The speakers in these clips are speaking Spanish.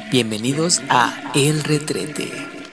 Bienvenidos a El Retrete.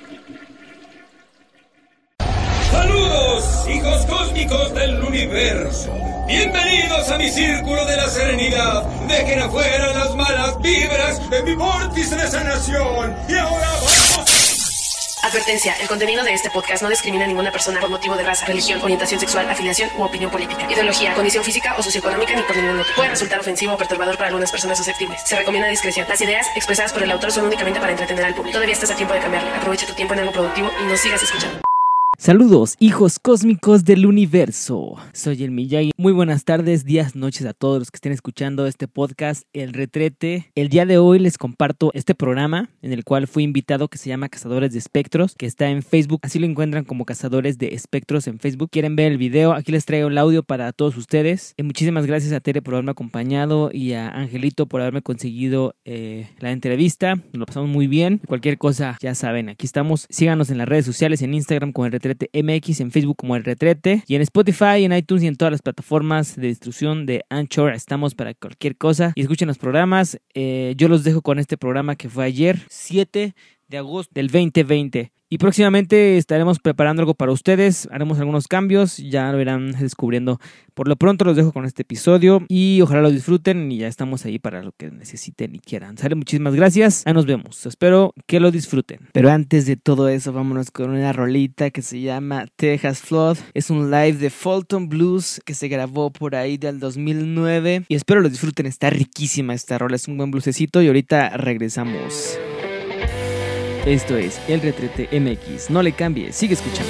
¡Saludos, hijos cósmicos del universo! ¡Bienvenidos a mi círculo de la serenidad! ¡Dejen afuera las malas vibras de mi vórtice de sanación! ¡Y ahora vamos! Advertencia, el contenido de este podcast no discrimina a ninguna persona por motivo de raza, religión, orientación sexual, afiliación u opinión política, ideología, condición física o socioeconómica ni por ningún otro. Puede resultar ofensivo o perturbador para algunas personas susceptibles. Se recomienda discreción. Las ideas expresadas por el autor son únicamente para entretener al público. Todavía estás a tiempo de cambiarle. Aprovecha tu tiempo en algo productivo y no sigas escuchando. Saludos, hijos cósmicos del universo. Soy el Miyagi. Muy buenas tardes, días, noches a todos los que estén escuchando este podcast, El Retrete. El día de hoy les comparto este programa en el cual fui invitado, que se llama Cazadores de Espectros, que está en Facebook. Así lo encuentran, como Cazadores de Espectros en Facebook. ¿Quieren ver el video? Aquí les traigo el audio para todos ustedes. Muchísimas gracias a Tere por haberme acompañado y a Angelito por haberme conseguido la entrevista. Nos lo pasamos muy bien. Cualquier cosa, ya saben, aquí estamos. Síganos en las redes sociales, en Instagram como El Retrete MX, en Facebook como El Retrete, y en Spotify, en iTunes y en todas las plataformas de distribución de Anchor. Estamos para cualquier cosa y escuchen los programas. Yo los dejo con este programa que fue ayer, 7 de agosto del 2020. Y próximamente estaremos preparando algo para ustedes, haremos algunos cambios, ya lo irán descubriendo. Por lo pronto los dejo con este episodio y ojalá lo disfruten y ya estamos ahí para lo que necesiten y quieran. Sale, muchísimas gracias, ahí nos vemos, espero que lo disfruten. Pero antes de todo eso, vámonos con una rolita que se llama Texas Flood. Es un live de Fulton Blues que se grabó por ahí del 2009 y espero lo disfruten, está riquísima esta rola, es un buen bluesecito y ahorita regresamos. Esto es El Retrete MX. No le cambies, sigue escuchando.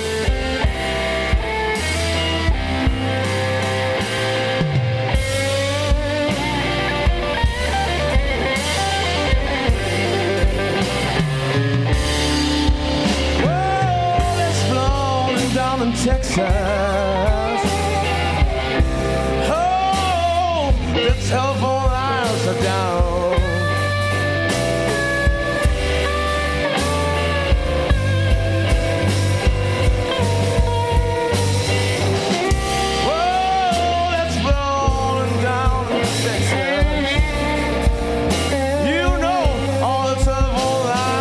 Well, it's blowing down in Texas. Oh, the telephone lines are down.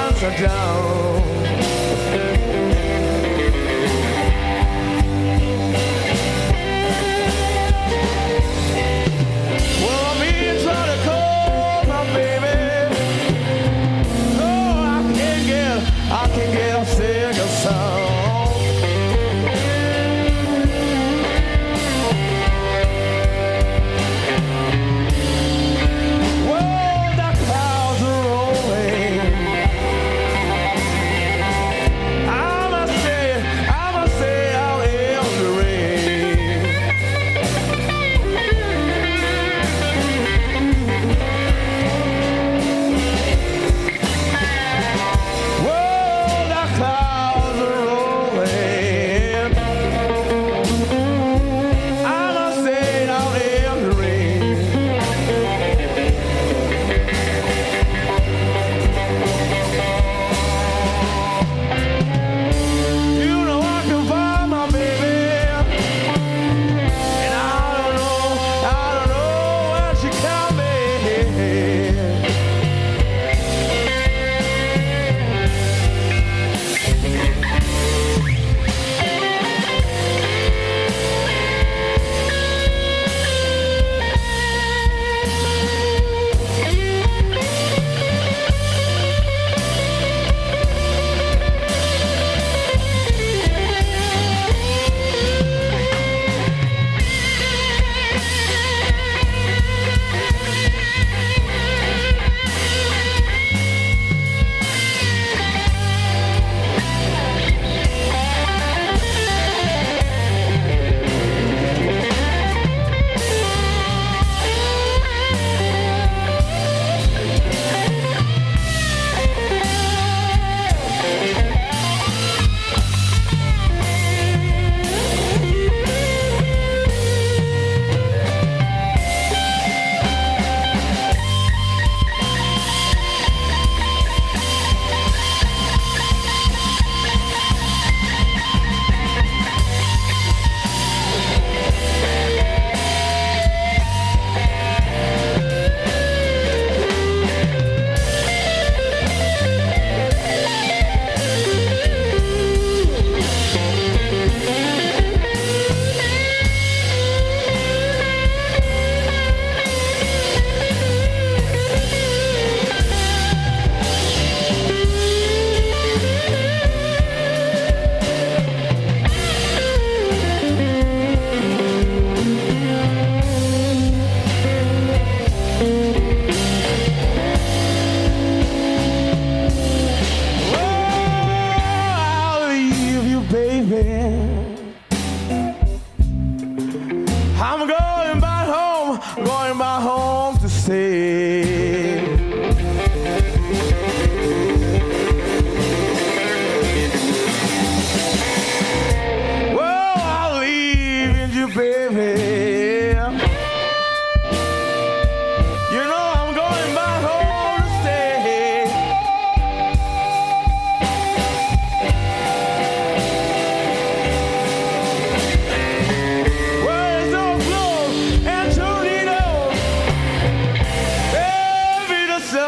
Down.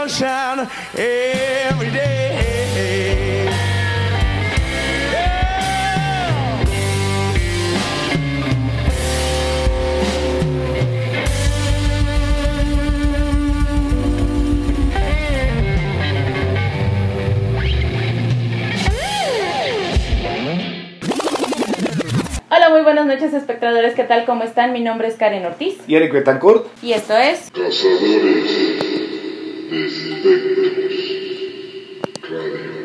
sunshine every day. Hola, muy buenas noches, espectadores. ¿Qué tal? ¿Cómo están? Mi nombre es Karen Ortiz. Y Eric Betancourt. Y esto es... Cazadores de Espectros Radio.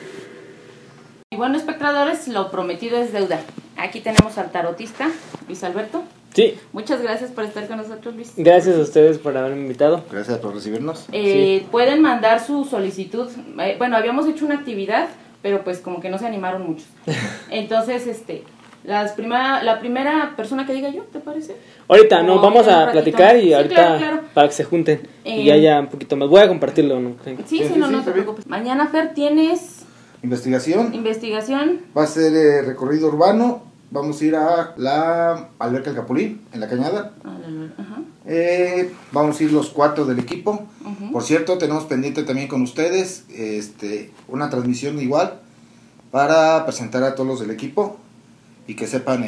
Y bueno, espectadores, lo prometido es deuda. Aquí tenemos al tarotista, Luis Alberto. Sí, Muchas gracias por estar con nosotros, Luis. gracias a ustedes por haberme invitado. Gracias por recibirnos. Pueden mandar su solicitud. Bueno, habíamos hecho una actividad, pero pues como que no se animaron muchos. Entonces, la primera persona que diga yo, ¿te parece? Ahorita no, Como vamos un a ratito. platicar y Sí, ahorita claro. para que se junten y haya un poquito más. Voy a compartirlo, ¿no? Sí, no te está bien. preocupes. Mañana, Fer, tienes Investigación. investigación. Va a ser recorrido urbano. Vamos a ir a la Alberca del Capulín, en la Cañada. Ajá. Vamos a ir los 4 del equipo. Ujú. Por cierto, tenemos pendiente también con ustedes una transmisión igual para presentar a todos los del equipo y que sepan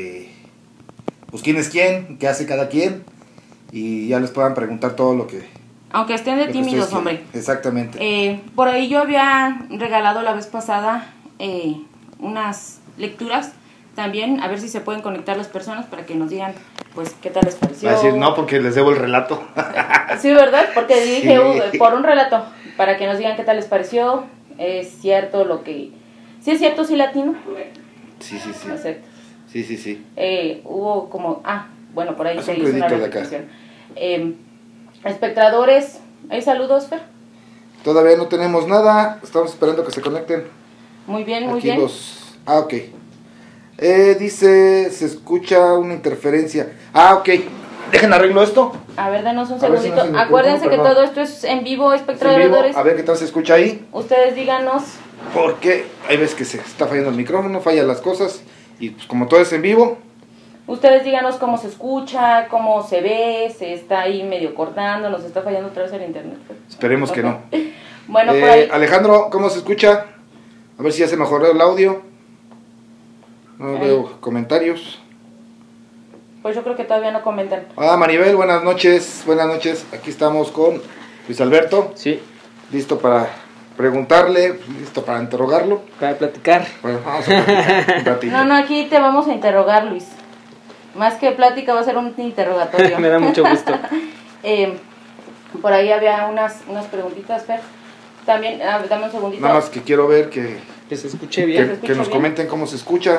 pues quién es quién, qué hace cada quien y ya les puedan preguntar todo lo que Aunque estén de lo que ustedes tímidos, quieran. hombre. Exactamente. Por ahí yo había regalado la vez pasada unas lecturas también, a ver si se pueden conectar las personas para que nos digan, pues, qué tal les pareció. Va a decir no porque les debo el relato. Sí, ¿verdad? Porque dije Sí. por un relato, para que nos digan qué tal les pareció. Es cierto lo que... Sí es cierto, sí latino. Sí. Exacto. Sí. Hubo como... bueno, por ahí Haz se un hizo una ruidito de acá. repetición. Espectadores, ¿hay saludos, Fer? Todavía no tenemos nada, estamos esperando que se conecten. Muy bien, muy Aquí bien. ok. Dice, se escucha una interferencia. Ok. Dejen arreglo esto. A ver, denos un A ver si segundito. no se me Acuérdense que perdón. todo esto es en vivo, Es en vivo. espectadores. A ver qué tal se escucha ahí. Ustedes díganos. Porque hay veces que se está fallando el micrófono, fallan las cosas. Y pues como todo es en vivo, Ustedes díganos cómo se escucha, cómo se ve, se está ahí medio cortando, nos está fallando otra vez el internet. esperemos que no. Bueno, por ahí. Alejandro, ¿cómo se escucha? A ver si ya se mejoró el audio. No veo comentarios. Pues yo creo que todavía no comentan. Maribel, buenas noches. Buenas noches. Aquí estamos con Luis Alberto. Sí, Listo para preguntarle, listo para interrogarlo. para platicar. Bueno, vamos a platicar un ratito. No, aquí te vamos a interrogar, Luis. Más que plática va a ser un interrogatorio. Me da mucho gusto. Por ahí había unas preguntitas, Fer. También, dame un segundito. Nada más que quiero ver que Que se escuche bien. escucha nos bien. comenten cómo se escucha,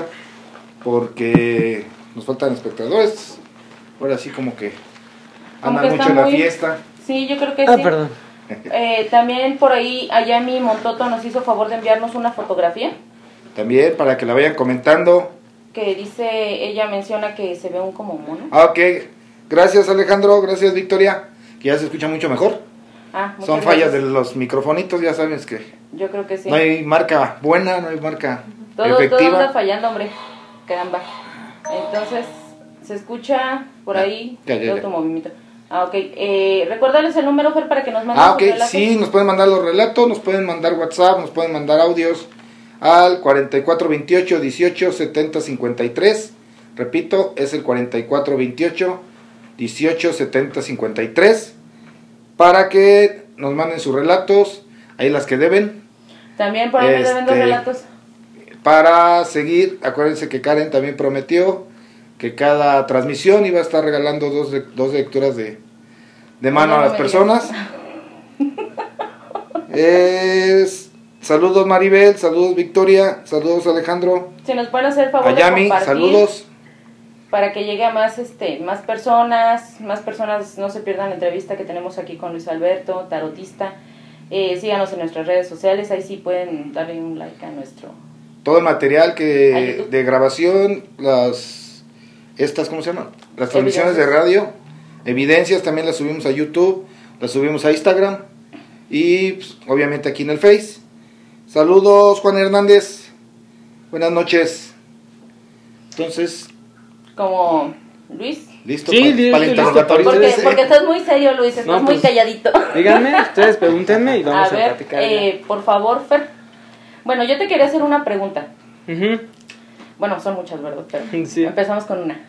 porque nos faltan espectadores. Ahora sí como que Como andan que mucho está en la muy- fiesta. Sí, yo creo que sí. Perdón. También por ahí, Ayami Montoto nos hizo favor de enviarnos una fotografía También para que la vayan comentando. que dice, ella menciona que se ve un como mono. Ok, gracias Alejandro, gracias Victoria, que ya se escucha mucho mejor. Muchas Son fallas de gracias. los microfonitos, ya sabes que Yo creo que sí. no hay marca buena, no hay marca Todo efectiva. anda fallando, hombre. Caramba. Entonces, se escucha por ahí ya. todo tu movimiento. Ok. Recuérdales el número, Fer, para que nos manden Ok, sus relatos. sí, nos pueden mandar los relatos, nos pueden mandar WhatsApp, nos pueden mandar audios al 4428 18 70 53. Repito, es el 4428 18 70 53 para que nos manden sus relatos, ahí las que deben. También por ahí me deben dos relatos. Para seguir, acuérdense que Karen también prometió que cada transmisión iba a estar regalando dos lecturas de mano No, a no las me personas. Saludos Maribel, saludos Victoria, saludos Alejandro, Si nos pueden hacer favor Ayami, de compartir saludos. para que llegue a más personas no se pierdan la entrevista que tenemos aquí con Luis Alberto, tarotista. Síganos en nuestras redes sociales, ahí sí pueden darle un like a nuestro... Todo el material ¿A que YouTube? de grabación, ¿cómo se llaman? Las transmisiones de radio, evidencias también las subimos a YouTube, las subimos a Instagram y pues, obviamente aquí en el Face. Saludos Juan Hernández, buenas noches. Entonces, Como Luis. ¿Listo? Sí, para el listo, interrogatorio. Porque estás muy serio, Luis, estás No, muy pues, calladito. Díganme, ustedes pregúntenme y vamos a ver, platicar. por favor, Fer. Bueno, yo te quería hacer una pregunta. Ujú. Bueno, son muchas, ¿verdad? Pero Sí. empezamos con una.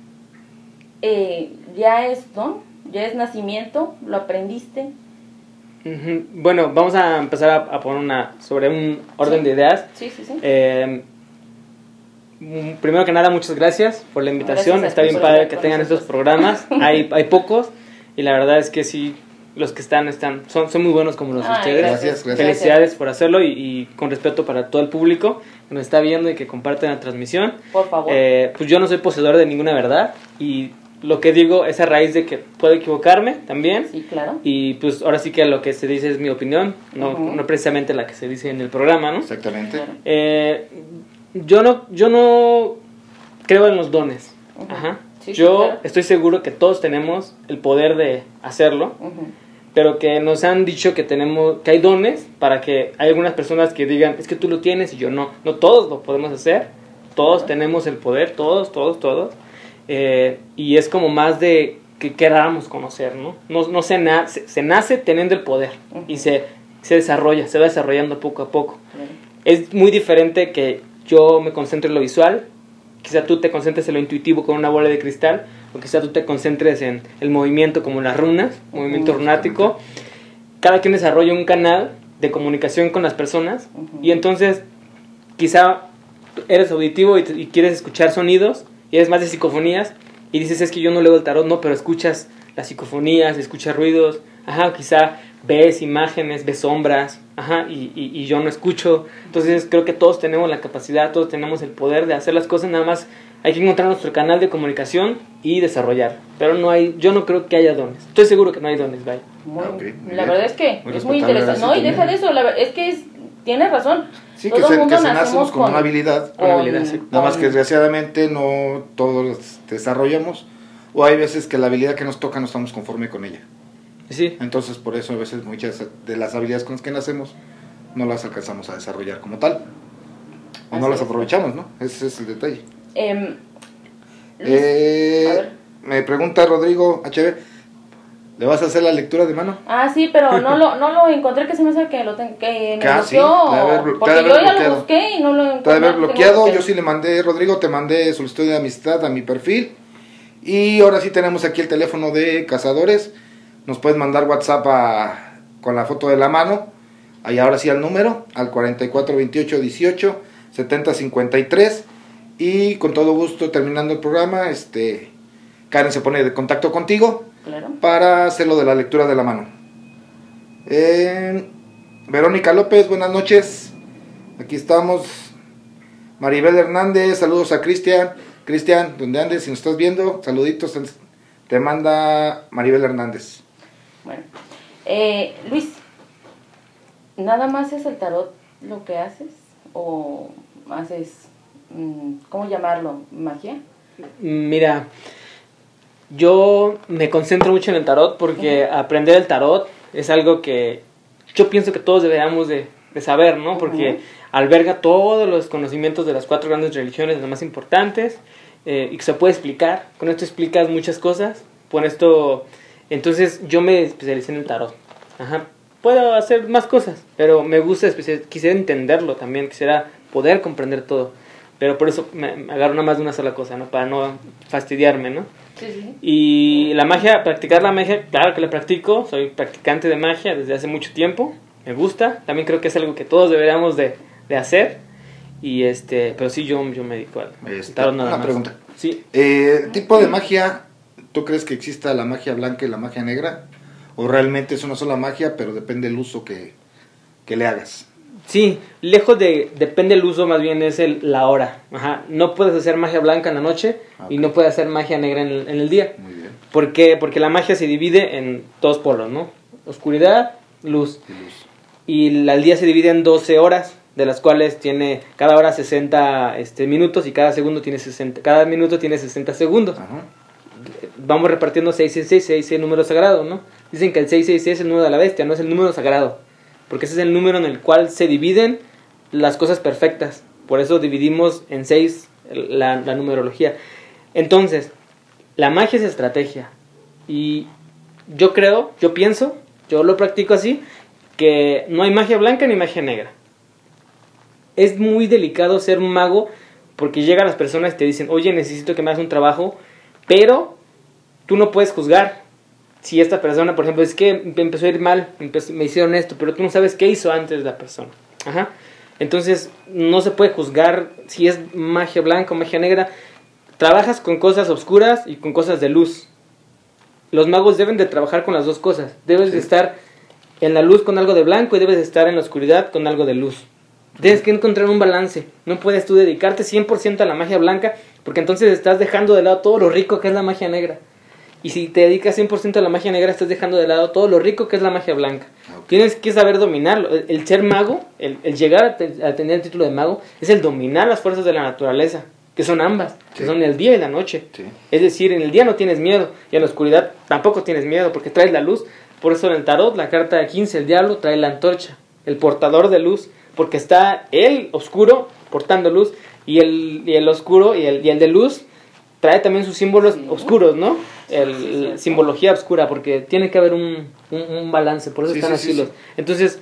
¿Ya es don? ¿Ya es nacimiento? ¿Lo aprendiste? Ujú. Bueno, vamos a empezar a poner sobre un orden Sí. de ideas. Sí. Primero que nada, muchas gracias por la invitación. Gracias a Está ti bien por padre estar que con tengan nosotros. estos programas. Hay pocos y la verdad es que sí, los que son muy buenos como los de Ay, ustedes. Gracias. Felicidades por hacerlo y con respeto para todo el público que nos está viendo y que comparten la transmisión. Por favor. Pues yo no soy poseedor de ninguna verdad y lo que digo es a raíz de que puedo equivocarme también. Sí, claro. Y pues ahora sí que lo que se dice es mi opinión, no precisamente la que se dice en el programa, ¿no? Exactamente. Claro. Yo no creo en los dones. Ujú. Ajá. Sí, Yo claro. estoy seguro que todos tenemos el poder de hacerlo, Ujú. pero que nos han dicho que hay dones para que hay algunas personas que digan, es que tú lo tienes y yo no. No todos lo podemos hacer, todos tenemos el poder, todos. Y es como más de que queramos conocer, ¿no? No se nace teniendo el poder y se desarrolla, se va desarrollando poco a poco. Claro. Es muy diferente que yo me concentre en lo visual, quizá tú te concentres en lo intuitivo con una bola de cristal, o quizá tú te concentres en el movimiento como las runas, movimiento runático. Cada quien desarrolla un canal de comunicación con las personas y entonces quizá eres auditivo y quieres escuchar sonidos y eres más de psicofonías y dices, es que yo no leo el tarot, no, pero escuchas las psicofonías, escuchas ruidos, quizá ves imágenes, ves sombras, y yo no escucho. Entonces creo que todos tenemos la capacidad, todos tenemos el poder de hacer las cosas, nada más hay que encontrar nuestro canal de comunicación y desarrollar. Pero yo no creo que haya dones. Estoy seguro que no hay dones, vaya. La verdad es que Muy es muy respetable, interesante. No, y deja de eso, es que tienes razón. Sí, Todo que mundo se nace nacemos con una habilidad. Con habilidad, sí. Nada más que desgraciadamente no todos desarrollamos, o hay veces que la habilidad que nos toca no estamos conforme con ella. Sí. Entonces por eso a veces muchas de las habilidades con las que nacemos no las alcanzamos a desarrollar como tal. O no Así las es. aprovechamos, ¿no? Ese es el detalle. Luis, a ver. Me pregunta Rodrigo HB, ¿le vas a hacer la lectura de mano? Sí, pero no lo encontré, que se me hace que me Sí, bloqueó. te ha de haber Porque yo ya bloqueado. lo busqué y no lo encontré. Te ha de haber Tengo bloqueado. que- Yo sí le mandé, Rodrigo, te mandé solicitud de amistad a mi perfil. Y ahora sí tenemos aquí el teléfono de Cazadores. Nos puedes mandar WhatsApp con la foto de la mano. Ahí ahora sí al número, al 442818 7053. Y con todo gusto, terminando el programa, Karen se pone de contacto contigo Claro. para hacer lo de la lectura de la mano. Verónica López, buenas noches. Aquí estamos. Maribel Hernández, saludos a Cristian. Cristian, donde andes, si nos estás viendo, saluditos. Te manda Maribel Hernández. Bueno. Luis, ¿nada más es el tarot lo que haces? ¿O haces, cómo llamarlo, magia? Mira, yo me concentro mucho en el tarot porque aprender el tarot es algo que yo pienso que todos deberíamos de saber, ¿no? Porque alberga todos los conocimientos de las 4 grandes religiones, las más importantes, y que se puede explicar. Con esto explicas muchas cosas. Con esto, entonces yo me especialicé en el tarot. Puedo hacer más cosas, pero me gusta quisiera entenderlo también, quisiera poder comprender todo. Pero por eso me agarro nada más de una sola cosa, ¿no? Para no fastidiarme, ¿no? Sí. Y la magia, practicar la magia, claro que la practico, soy practicante de magia desde hace mucho tiempo, me gusta, también creo que es algo que todos deberíamos de hacer, y pero sí yo me dedico al tarot nada una más. pregunta. Sí. ¿El tipo de magia, tú crees que exista la magia blanca y la magia negra? ¿O realmente es una sola magia, pero depende del uso que le hagas? Sí, lejos de depende el uso, más bien es la hora. No puedes hacer magia blanca en la noche y no puedes hacer magia negra en el día. Muy bien. ¿Por qué? Porque la magia se divide en 2 polos, ¿no? Oscuridad, luz. Y el día se divide en 12 horas, de las cuales tiene cada hora 60 minutos y cada minuto tiene 60 segundos. Vamos repartiendo 666 números sagrados, ¿no? Dicen que el 666 es el número de la bestia, no es el número sagrado, porque ese es el número en el cual se dividen las cosas perfectas. Por eso dividimos en 6 la numerología. Entonces, la magia es estrategia. Y yo pienso, yo lo practico así, que no hay magia blanca ni magia negra. Es muy delicado ser un mago porque llegan las personas y te dicen, oye, necesito que me hagas un trabajo, pero tú no puedes juzgar. Si esta persona, por ejemplo, es que empezó a ir mal, me hicieron esto, pero tú no sabes qué hizo antes la persona. Ajá. Entonces, no se puede juzgar si es magia blanca o magia negra. Trabajas con cosas oscuras y con cosas de luz. Los magos deben de trabajar con las dos cosas. Debes de estar en la luz con algo de blanco y debes de estar en la oscuridad con algo de luz. Tienes que encontrar un balance. No puedes tú dedicarte 100% a la magia blanca, porque entonces estás dejando de lado todo lo rico que es la magia negra. Y si te dedicas 100% a la magia negra, estás dejando de lado todo lo rico que es la magia blanca. Okay. Tienes que saber dominarlo. El ser mago, el llegar a tener el título de mago, es el dominar las fuerzas de la naturaleza, que son ambas, que son el día y la noche. Sí. Es decir, en el día no tienes miedo, y en la oscuridad tampoco tienes miedo, porque traes la luz. Por eso en el tarot, la carta de 15, el diablo trae la antorcha, el portador de luz, porque está el oscuro portando luz, y el oscuro y el de luz trae también sus símbolos oscuros, ¿no? Simbología oscura, porque tiene que haber un balance, por eso están así los. Entonces,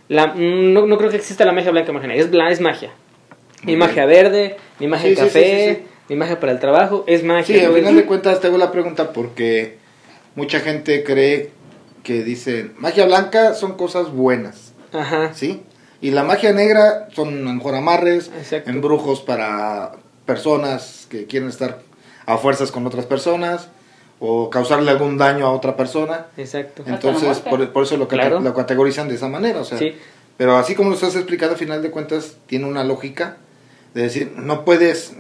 no creo que exista la magia blanca y magia negra, es magia. Ni magia verde, ni magia de café, ni magia para el trabajo, es magia. Sí, al final de cuentas te hago la pregunta porque mucha gente cree que dicen, magia blanca son cosas buenas. Ajá. ¿Sí? Y la magia negra son a lo mejor amarres, exacto, embrujos para personas que quieren estar a fuerzas con otras personas o causarle algún daño a otra persona. Exacto. Entonces, por eso lo categorizan de esa manera. O sea, sí. Pero así como lo estás explicando, al final de cuentas tiene una lógica de decir, no puedes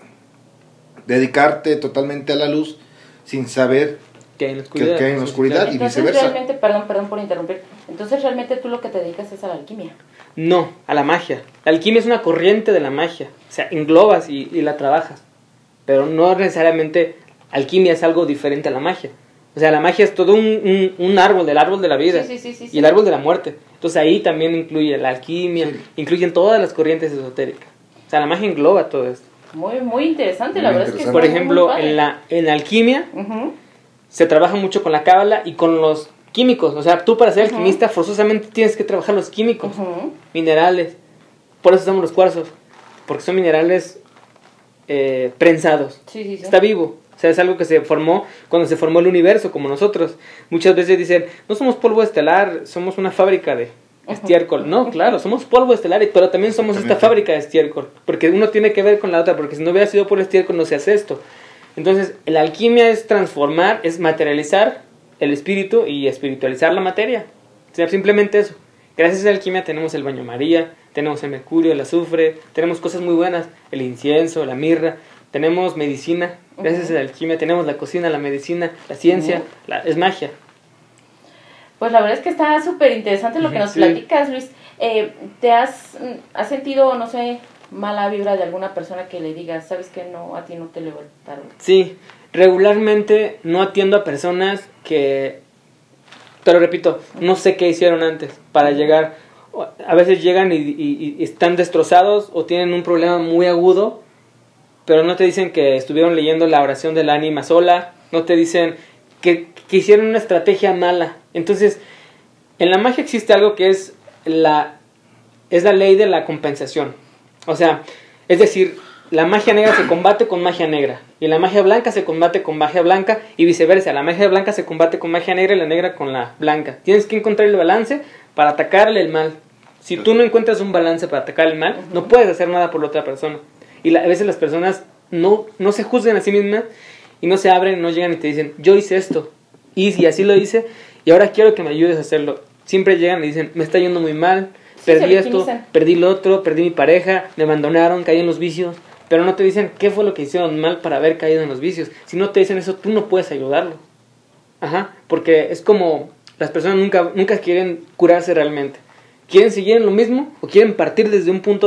dedicarte totalmente a la luz sin saber que hay en la oscuridad, y entonces, viceversa. Realmente, perdón por interrumpir, entonces realmente tú lo que te dedicas es a la alquimia. No, a la magia. La alquimia es una corriente de la magia. O sea, englobas y la trabajas. Pero no necesariamente alquimia es algo diferente a la magia. O sea, la magia es todo un árbol, el árbol de la vida, sí. Y el árbol de la muerte. Entonces ahí también incluye la alquimia, incluyen todas las corrientes esotéricas. O sea, la magia engloba todo esto. Muy interesante, la verdad es que por ejemplo, en la alquimia se trabaja mucho con la cábala y con los químicos. O sea, tú para ser alquimista forzosamente tienes que trabajar los químicos, minerales. Por eso usamos los cuarzos, porque son minerales prensados. Sí. Está vivo. O sea, es algo que se formó cuando se formó el universo, como nosotros. Muchas veces dicen, no somos polvo estelar, somos una fábrica de estiércol. No, claro, somos polvo estelar, pero también somos esta fábrica de estiércol. Porque uno tiene que ver con la otra, porque si no hubiera sido por el estiércol no se hace esto. Entonces, la alquimia es transformar, es materializar el espíritu y espiritualizar la materia. O sea, simplemente eso. Gracias a la alquimia tenemos el baño María, tenemos el mercurio, el azufre, tenemos cosas muy buenas, el incienso, la mirra. Tenemos medicina, gracias a la alquimia, tenemos la cocina, la medicina, la ciencia, es magia. Pues la verdad es que está súper interesante lo que nos platicas, Luis. ¿Te has sentido, no sé, mala vibra de alguna persona que le digas, sabes que no, a ti no te levantaron? Sí, regularmente no atiendo a personas que, te lo repito, no sé qué hicieron antes para llegar. A veces llegan y están destrozados o tienen un problema muy agudo, pero no te dicen que estuvieron leyendo la oración del ánima sola, no te dicen que hicieron una estrategia mala. Entonces, en la magia existe algo que es la ley de la compensación. O sea, es decir, la magia negra se combate con magia negra, y la magia blanca se combate con magia blanca, y viceversa, la magia blanca se combate con magia negra y la negra con la blanca. Tienes que encontrar el balance para atacarle el mal. Si tú no encuentras un balance para atacar el mal, no puedes hacer nada por la otra persona. Y a veces las personas no se juzgan a sí mismas y no se abren, no llegan y te dicen, yo hice esto, y así lo hice, y ahora quiero que me ayudes a hacerlo. Siempre llegan y dicen, me está yendo muy mal, perdí esto, perdí lo otro, perdí mi pareja, me abandonaron, caí en los vicios, pero no te dicen qué fue lo que hicieron mal para haber caído en los vicios. Si no te dicen eso, tú no puedes ayudarlo. Porque es como las personas nunca quieren curarse realmente. Quieren seguir en lo mismo o quieren partir desde un punto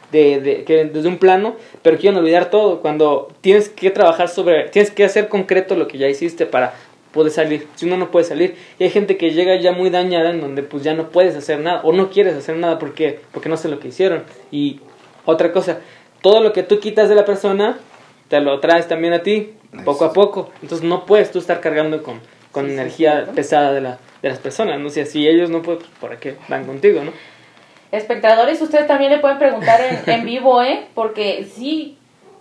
desde un plano, pero quieren olvidar todo. Cuando tienes que tienes que hacer concreto lo que ya hiciste para poder salir. Si uno no puede salir, y hay gente que llega ya muy dañada en donde pues ya no puedes hacer nada o no quieres hacer nada porque no sé lo que hicieron. Y otra cosa, todo lo que tú quitas de la persona te lo traes también a ti, poco a poco. Entonces no puedes tú estar cargando con energía pesada de las personas, ¿no? Si ellos no pueden, pues, ¿por qué van contigo, no? Espectadores, ustedes también le pueden preguntar en vivo, porque sí,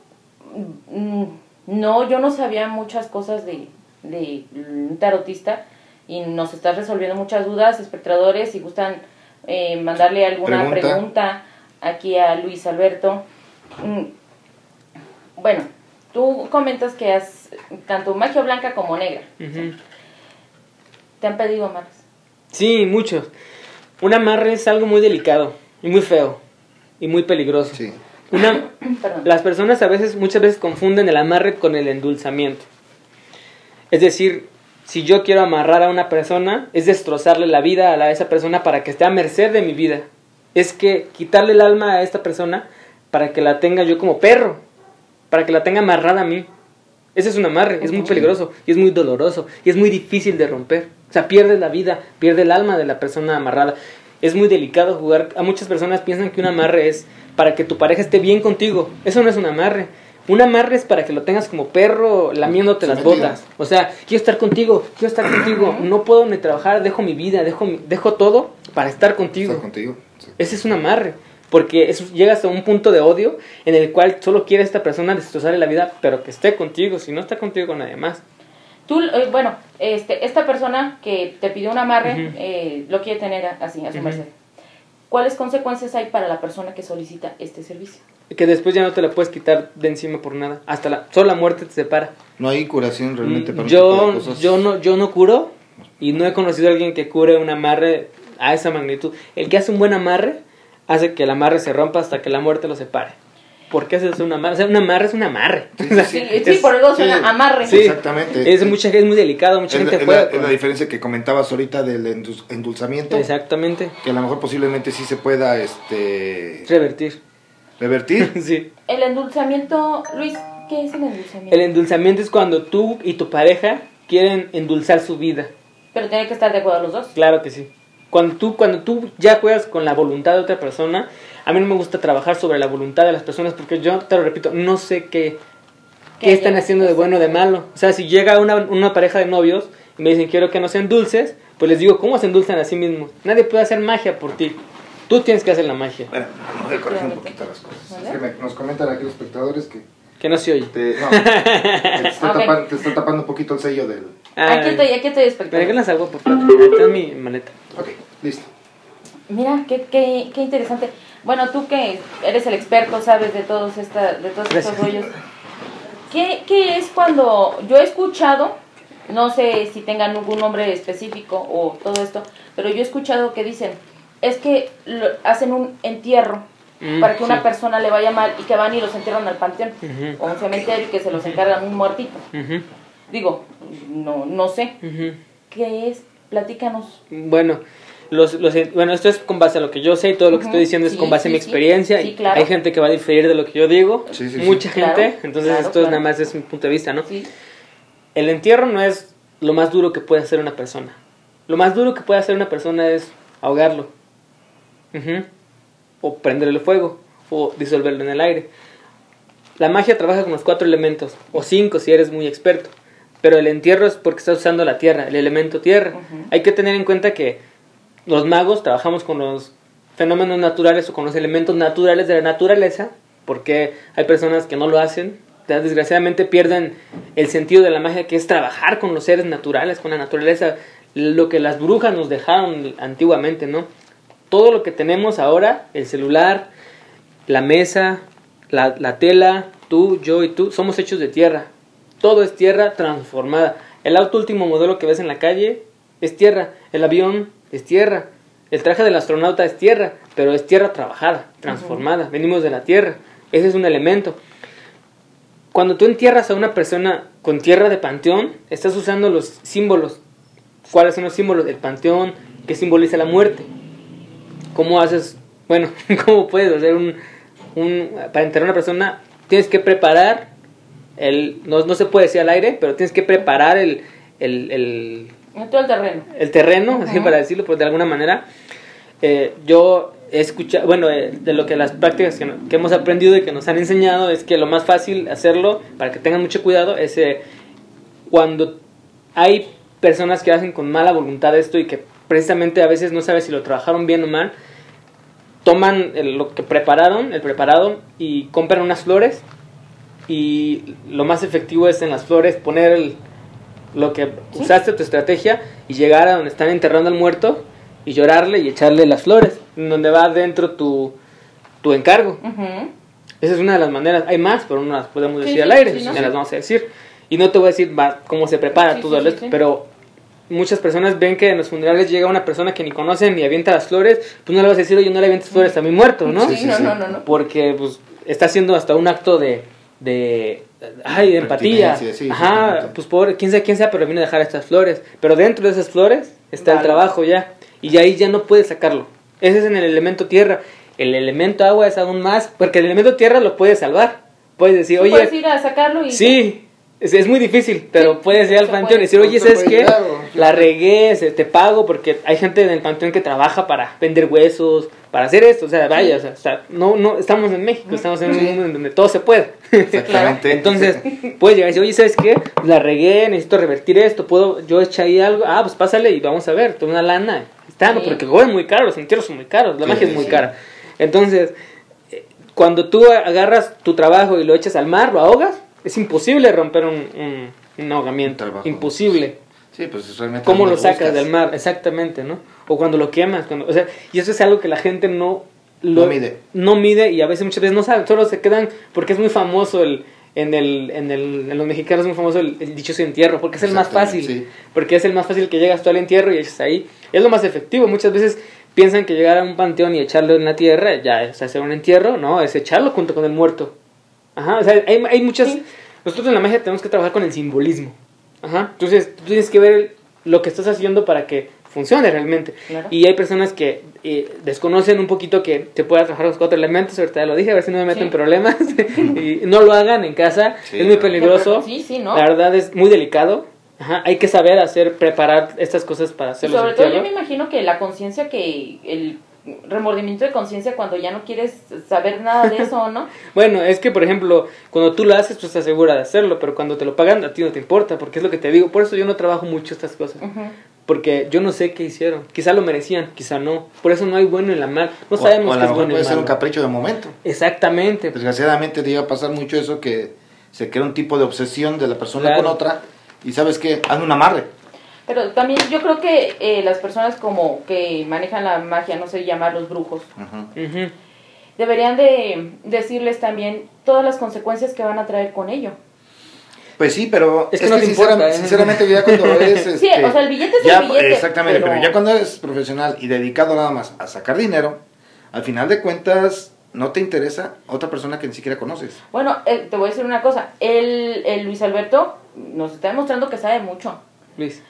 no, yo no sabía muchas cosas de un tarotista y nos estás resolviendo muchas dudas. Espectadores, si gustan mandarle alguna pregunta aquí a Luis Alberto. Bueno, tú comentas que has tanto magia blanca como negra. Uh-huh. ¿Te han pedido amarres? Sí, muchos. Un amarre es algo muy delicado y muy feo y muy peligroso. Sí. Las personas muchas veces confunden el amarre con el endulzamiento. Es decir, si yo quiero amarrar a una persona, es destrozarle la vida a esa persona para que esté a merced de mi vida. Es que quitarle el alma a esta persona para que la tenga yo como perro, para que la tenga amarrada a mí. Ese es un amarre, es muy peligroso y es muy doloroso y es muy difícil de romper. O sea, pierdes la vida, pierde el alma de la persona amarrada. Es muy delicado jugar. A muchas personas piensan que un amarre es para que tu pareja esté bien contigo. Eso no es un amarre. Un amarre es para que lo tengas como perro lamiéndote las botas. O sea, quiero estar contigo, no puedo ni trabajar, dejo mi vida, dejo todo para estar contigo. Estar contigo. Sí. Ese es un amarre, porque llegas a un punto de odio en el cual solo quiere esta persona destrozarle la vida, pero que esté contigo, si no está contigo con nadie más. Tú, esta persona que te pidió un amarre, lo quiere tener así, a su merced. ¿Cuáles consecuencias hay para la persona que solicita este servicio? Que después ya no te la puedes quitar de encima por nada. Solo la muerte te separa. No hay curación realmente para cosas. Yo no curo y no he conocido a alguien que cure un amarre a esa magnitud. El que hace un buen amarre hace que el amarre se rompa hasta que la muerte lo separe. ¿Por qué haces un amarre? O sea, un amarre es un amarre. Sí, por eso suena amarre. Sí, exactamente. Es muy delicado, mucha gente juega. Es la diferencia que comentabas ahorita del endulzamiento. Exactamente. Que a lo mejor posiblemente sí se pueda revertir. ¿Revertir? Sí. El endulzamiento, Luis, ¿qué es el endulzamiento? El endulzamiento es cuando tú y tu pareja quieren endulzar su vida. Pero tienen que estar de acuerdo los dos. Claro que sí. Cuando tú ya juegas con la voluntad de otra persona, a mí no me gusta trabajar sobre la voluntad de las personas porque yo, te lo repito, no sé qué están haciendo de bueno o de malo. O sea, si llega una pareja de novios y me dicen quiero que nos endulces, pues les digo, ¿cómo se endulzan a sí mismos? Nadie puede hacer magia por ti. Tú tienes que hacer la magia. Bueno, vamos a corregir un poquito las cosas. ¿Vale? Es que nos comentan aquí los espectadores que no se oye. te está tapando un poquito el sello del... Aquí estoy espectador. Me regalas algo, por favor. Esta es mi maleta. Ok, listo. Mira, qué interesante. Bueno, tú que eres el experto, sabes de todos estos rollos. ¿Qué es cuando yo he escuchado, no sé si tengan algún nombre específico o todo esto, pero yo he escuchado que dicen, es que hacen un entierro para que una persona le vaya mal y que van y los entierran al panteón o un cementerio y que se los encargan un muertito? Digo, no sé. ¿Qué es? Platícanos. Bueno, esto es con base a lo que yo sé y todo lo que estoy diciendo es con base a mi experiencia. Sí, claro. Hay gente que va a diferir de lo que yo digo, mucha gente, claro, entonces esto nada más es mi punto de vista, ¿no? Sí. El entierro no es lo más duro que puede hacer una persona. Lo más duro que puede hacer una persona es ahogarlo. O prenderle fuego, o disolverlo en el aire. La magia trabaja con los 4 elementos, o 5 si eres muy experto. Pero el entierro es porque estás usando la tierra, el elemento tierra. Hay que tener en cuenta que los magos trabajamos con los fenómenos naturales o con los elementos naturales de la naturaleza, porque hay personas que no lo hacen. Desgraciadamente pierden el sentido de la magia, que es trabajar con los seres naturales, con la naturaleza, lo que las brujas nos dejaron antiguamente, ¿no? Todo lo que tenemos ahora, el celular, la mesa, la tela, tú, yo y tú, somos hechos de tierra. Todo es tierra transformada. El auto último modelo que ves en la calle es tierra. El avión es tierra. El traje del astronauta es tierra, pero es tierra trabajada, transformada. Venimos de la tierra. Ese es un elemento. Cuando tú entierras a una persona con tierra de panteón, estás usando los símbolos. ¿Cuáles son los símbolos? El panteón, que simboliza la muerte. ¿Cómo haces? Bueno, ¿cómo puedes hacer para enterrar a una persona? Tienes que preparar no se puede decir al aire, pero tienes que preparar el todo el terreno. El terreno, así para decirlo, pues de alguna manera. Yo escuchar, bueno, de lo que las prácticas que hemos aprendido y que nos han enseñado es que lo más fácil hacerlo, para que tengan mucho cuidado, es cuando hay personas que hacen con mala voluntad esto y que precisamente a veces no sabes si lo trabajaron bien o mal, toman lo que prepararon, el preparado, y compran unas flores, y lo más efectivo es en las flores poner lo que usaste, tu estrategia, y llegar a donde están enterrando al muerto y llorarle y echarle las flores, en donde va dentro tu encargo. Uh-huh. Esa es una de las maneras. Hay más, pero no las podemos decir al aire, ¿no? Las vamos a decir. Y no te voy a decir cómo se prepara todo esto, pero muchas personas ven que en los funerales llega una persona que ni conocen y avienta las flores. Tú no le vas a decir, oye, no le avientes flores a mi muerto, ¿no? No. Porque pues está haciendo hasta un acto de empatía. Ajá, pues pobre, quién sea, pero vino a dejar estas flores. Pero dentro de esas flores está el trabajo ya. Y ahí ya no puedes sacarlo. Ese es en el elemento tierra. El elemento agua es aún más, porque el elemento tierra lo puedes salvar. Puedes decir, oye, puedes ir a sacarlo y... Sí, es muy difícil, pero puedes ir al panteón y decir, oye, ¿sabes qué? La regué, te pago, porque hay gente en el panteón que trabaja para vender huesos, para hacer esto, o sea, vaya, o sea, no, estamos en México, estamos en un mundo en donde todo se puede. Exactamente. Entonces, puedes llegar y decir, oye, ¿sabes qué? La regué, necesito revertir esto, ¿puedo yo echar ahí algo? Ah, pues pásale y vamos a ver, toda una lana, no, porque el es muy caro, los entierros son muy caros, la magia es muy cara. Entonces, cuando tú agarras tu trabajo y lo echas al mar, lo ahogas, es imposible romper un ahogamiento, imposible. Sí, pues realmente ¿cómo lo sacas del mar? Exactamente, ¿no? O cuando lo quemas, o sea, y eso es algo que la gente no mide y a veces muchas veces no saben, solo se quedan porque es muy famoso en los mexicanos es muy famoso el dichoso entierro, porque es el más fácil, porque es el más fácil que llegas tú al entierro y echas ahí, es lo más efectivo. Muchas veces piensan que llegar a un panteón y echarlo en la tierra ya es hacer un entierro, no, es echarlo junto con el muerto. Ajá, o sea, hay muchas... Sí. Nosotros en la magia tenemos que trabajar con el simbolismo. Ajá, entonces tú tienes que ver lo que estás haciendo para que funcione realmente. Claro. Y hay personas que desconocen un poquito que te pueda trabajar los 4 elementos, ahorita ya lo dije, a ver si no me meto en problemas. Y no lo hagan en casa, es muy peligroso. ¿no? La verdad es muy delicado. Ajá, hay que saber preparar estas cosas para hacerlo. Sobre todo yo me imagino que la conciencia, que el remordimiento de conciencia cuando ya no quieres saber nada de eso, ¿no? Bueno, es que por ejemplo, cuando tú lo haces, tú estás segura de hacerlo, pero cuando te lo pagan a ti no te importa, porque es lo que te digo. Por eso yo no trabajo mucho estas cosas, porque yo no sé qué hicieron. Quizá lo merecían, quizá no. Por eso no hay bueno en la mal. No sabemos qué es bueno. Puede ser un capricho de momento. Exactamente. Desgraciadamente te llega a pasar mucho eso, que se crea un tipo de obsesión de la persona con otra, y sabes qué, haz un amarre. Pero también yo creo que las personas como que manejan la magia, no sé, llamarlos brujos, deberían de decirles también todas las consecuencias que van a traer con ello. Pues sí, pero es que no te importa, sinceramente ya cuando eres... sí, o sea, el billete es el billete. Exactamente, pero ya cuando eres profesional y dedicado nada más a sacar dinero, al final de cuentas no te interesa otra persona que ni siquiera conoces. Bueno, te voy a decir una cosa, el Luis Alberto nos está demostrando que sabe mucho. Luis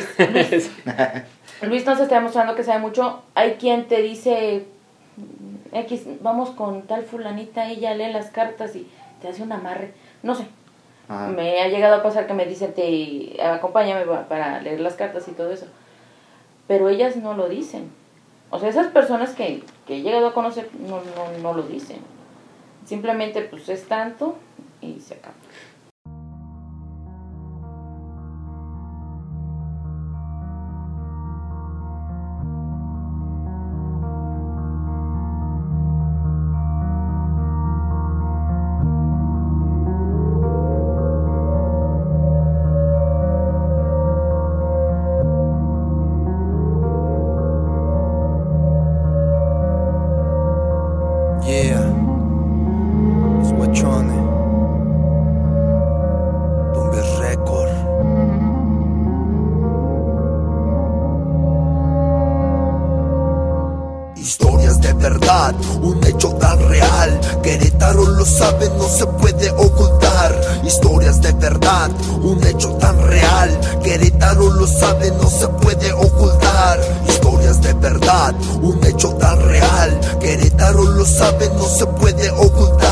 nos está demostrando que sabe mucho. Hay quien te dice, vamos con tal fulanita, ella lee las cartas y te hace un amarre. No sé, me ha llegado a pasar que me dicen, acompáñame para leer las cartas y todo eso. Pero ellas no lo dicen. O sea, esas personas que he llegado a conocer no lo dicen. Simplemente pues es tanto y se acaba. Un hecho tan real, Querétaro lo sabe, no se puede ocultar. Historias de verdad, un hecho tan real, Querétaro lo sabe, no se puede ocultar. Historias de verdad, un hecho tan real, Querétaro lo sabe, no se puede ocultar.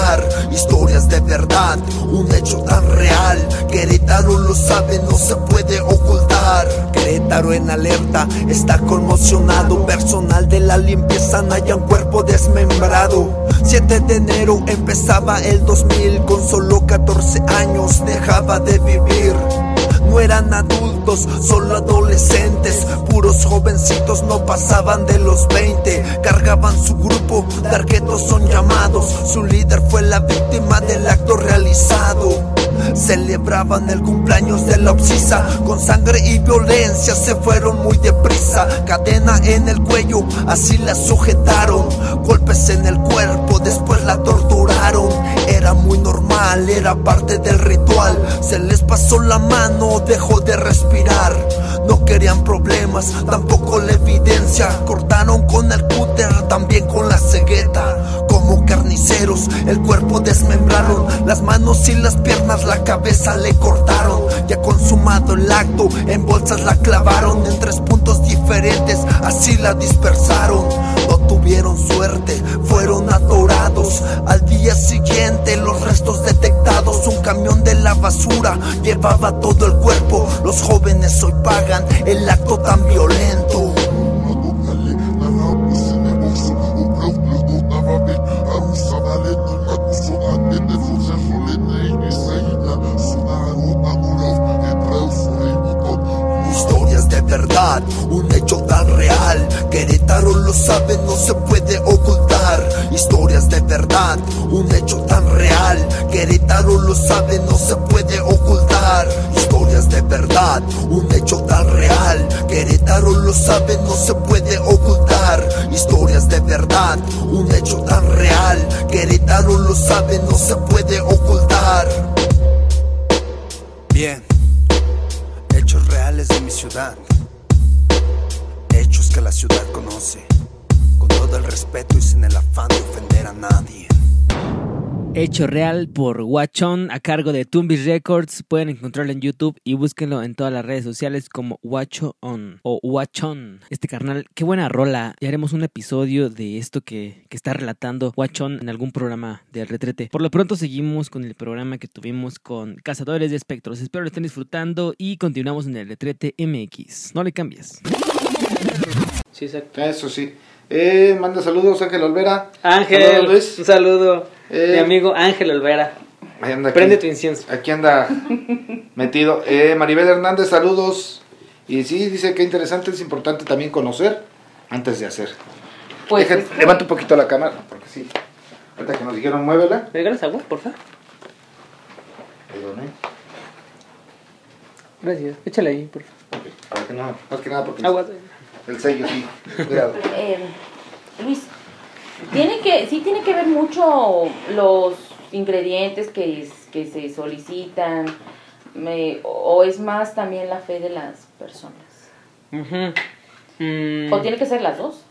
ocultar. Historias de verdad, un hecho tan real. Querétaro lo sabe, no se puede ocultar. Querétaro en alerta, está conmocionado. Personal de la limpieza halla un cuerpo desmembrado. 7 de enero empezaba el 2000. Con solo 14 años dejaba de vivir. No eran adultos, solo adolescentes. Puros jovencitos, no pasaban de los 20. Cargaban su grupo, tarjetos son llamados. Su líder fue la víctima del acto realizado. Celebraban el cumpleaños de la Obsisa. Con sangre y violencia se fueron muy deprisa. Cadena en el cuello, así la sujetaron. Golpes en el cuerpo, después la torturaron. Era muy normal, era parte del ritual. Se les pasó la mano, dejó de respirar. No querían problemas, tampoco la evidencia. Cortaron con el cúter, también con la cegueta. Como carniceros, el cuerpo desmembraron. Las manos y las piernas, la cabeza le cortaron. Ya consumado el acto, en bolsas la clavaron. En 3 puntos diferentes, así la dispersaron. No tuvieron suerte, fueron atorados. Al día siguiente, los restos detectados. Un camión de la basura llevaba todo el cuerpo. Los jóvenes hoy pagan el acto tan violento. Historias de verdad, un hecho tan real. Querétaro lo sabe, no se puede ocultar. Historias de verdad, un hecho tan real. Querétaro lo sabe, no se puede ocultar. Historias de verdad, un hecho tan real. Querétaro lo sabe, no se puede ocultar. Historias de verdad, un hecho tan real. Querétaro lo sabe, no se puede ocultar. Bien, hechos reales de mi ciudad. Hechos que la ciudad conoce. Con todo el respeto y sin el afán de ofender a nadie. Hecho real por Guachón a cargo de Tumbis Records. Pueden encontrarlo en YouTube y búsquenlo en todas las redes sociales como Guachón o Guachón. Este carnal, qué buena rola. Ya haremos un episodio de esto que está relatando Guachón en algún programa del Retrete. Por lo pronto seguimos con el programa que tuvimos con Cazadores de Espectros. Espero lo estén disfrutando y continuamos en el Retrete MX. No le cambies. Sí, exacto. Eso sí. Manda saludos Ángel Olvera. Ángel, saludos, Luis. Un saludo. Mi amigo Ángel Olvera. Ahí anda Prende tu incienso. Aquí anda metido. Maribel Hernández, saludos. Y sí, dice que interesante, es importante también conocer antes de hacer. Pues levanta un poquito la cámara, porque sí. Ahorita que nos dijeron, muévela. ¿Me regalas agua, por favor? Perdón, Gracias. Échale ahí, por favor. Okay. Para que no, más que nada porque agua. El sello, sí. Cuidado. Luis, tiene que ver mucho los ingredientes que se solicitan, o es más también la fe de las personas. ¿O tiene que ser las dos?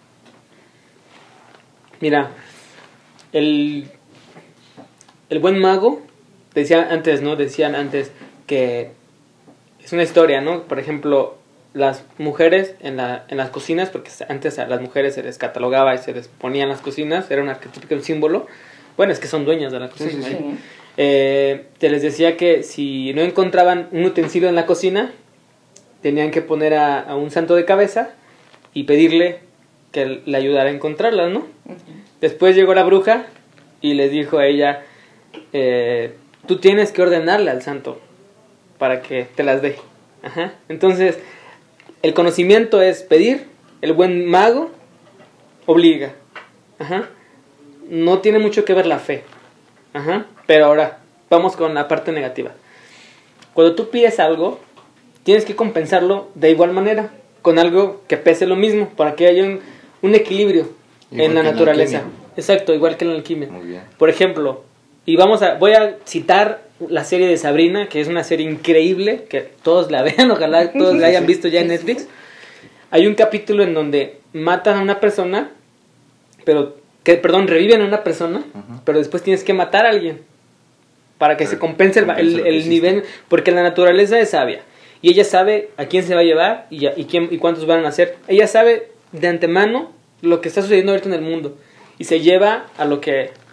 Mira, el buen mago decían antes que es una historia, ¿no? Por ejemplo, las mujeres en las cocinas, porque antes a las mujeres se les catalogaba y se les ponía en las cocinas, era un arquetipo, un símbolo. Bueno, es que son dueñas de la cocina. Sí. Te les decía que si no encontraban un utensilio en la cocina, tenían que poner a un santo de cabeza y pedirle que le ayudara a encontrarlas, ¿no? Uh-huh. Después llegó la bruja y les dijo a ella, tú tienes que ordenarle al santo para que te las dé. Ajá. Entonces, el conocimiento es pedir, el buen mago obliga. Ajá. No tiene mucho que ver la fe. Ajá. Pero ahora, vamos con la parte negativa. Cuando tú pides algo, tienes que compensarlo de igual manera, con algo que pese lo mismo, para que haya un equilibrio igual en la naturaleza. Exacto, igual que en la alquimia. Muy bien. Por ejemplo, voy a citar la serie de Sabrina, que es una serie increíble, que todos la vean, ojalá todos la hayan visto ya en Netflix. Hay un capítulo en donde matan a una persona, reviven a una persona, pero después tienes que matar a alguien para que se compense el nivel, porque la naturaleza es sabia y ella sabe a quién se va a llevar y cuántos van a hacer. Ella sabe de antemano lo que está sucediendo ahorita en el mundo y se lleva a lo que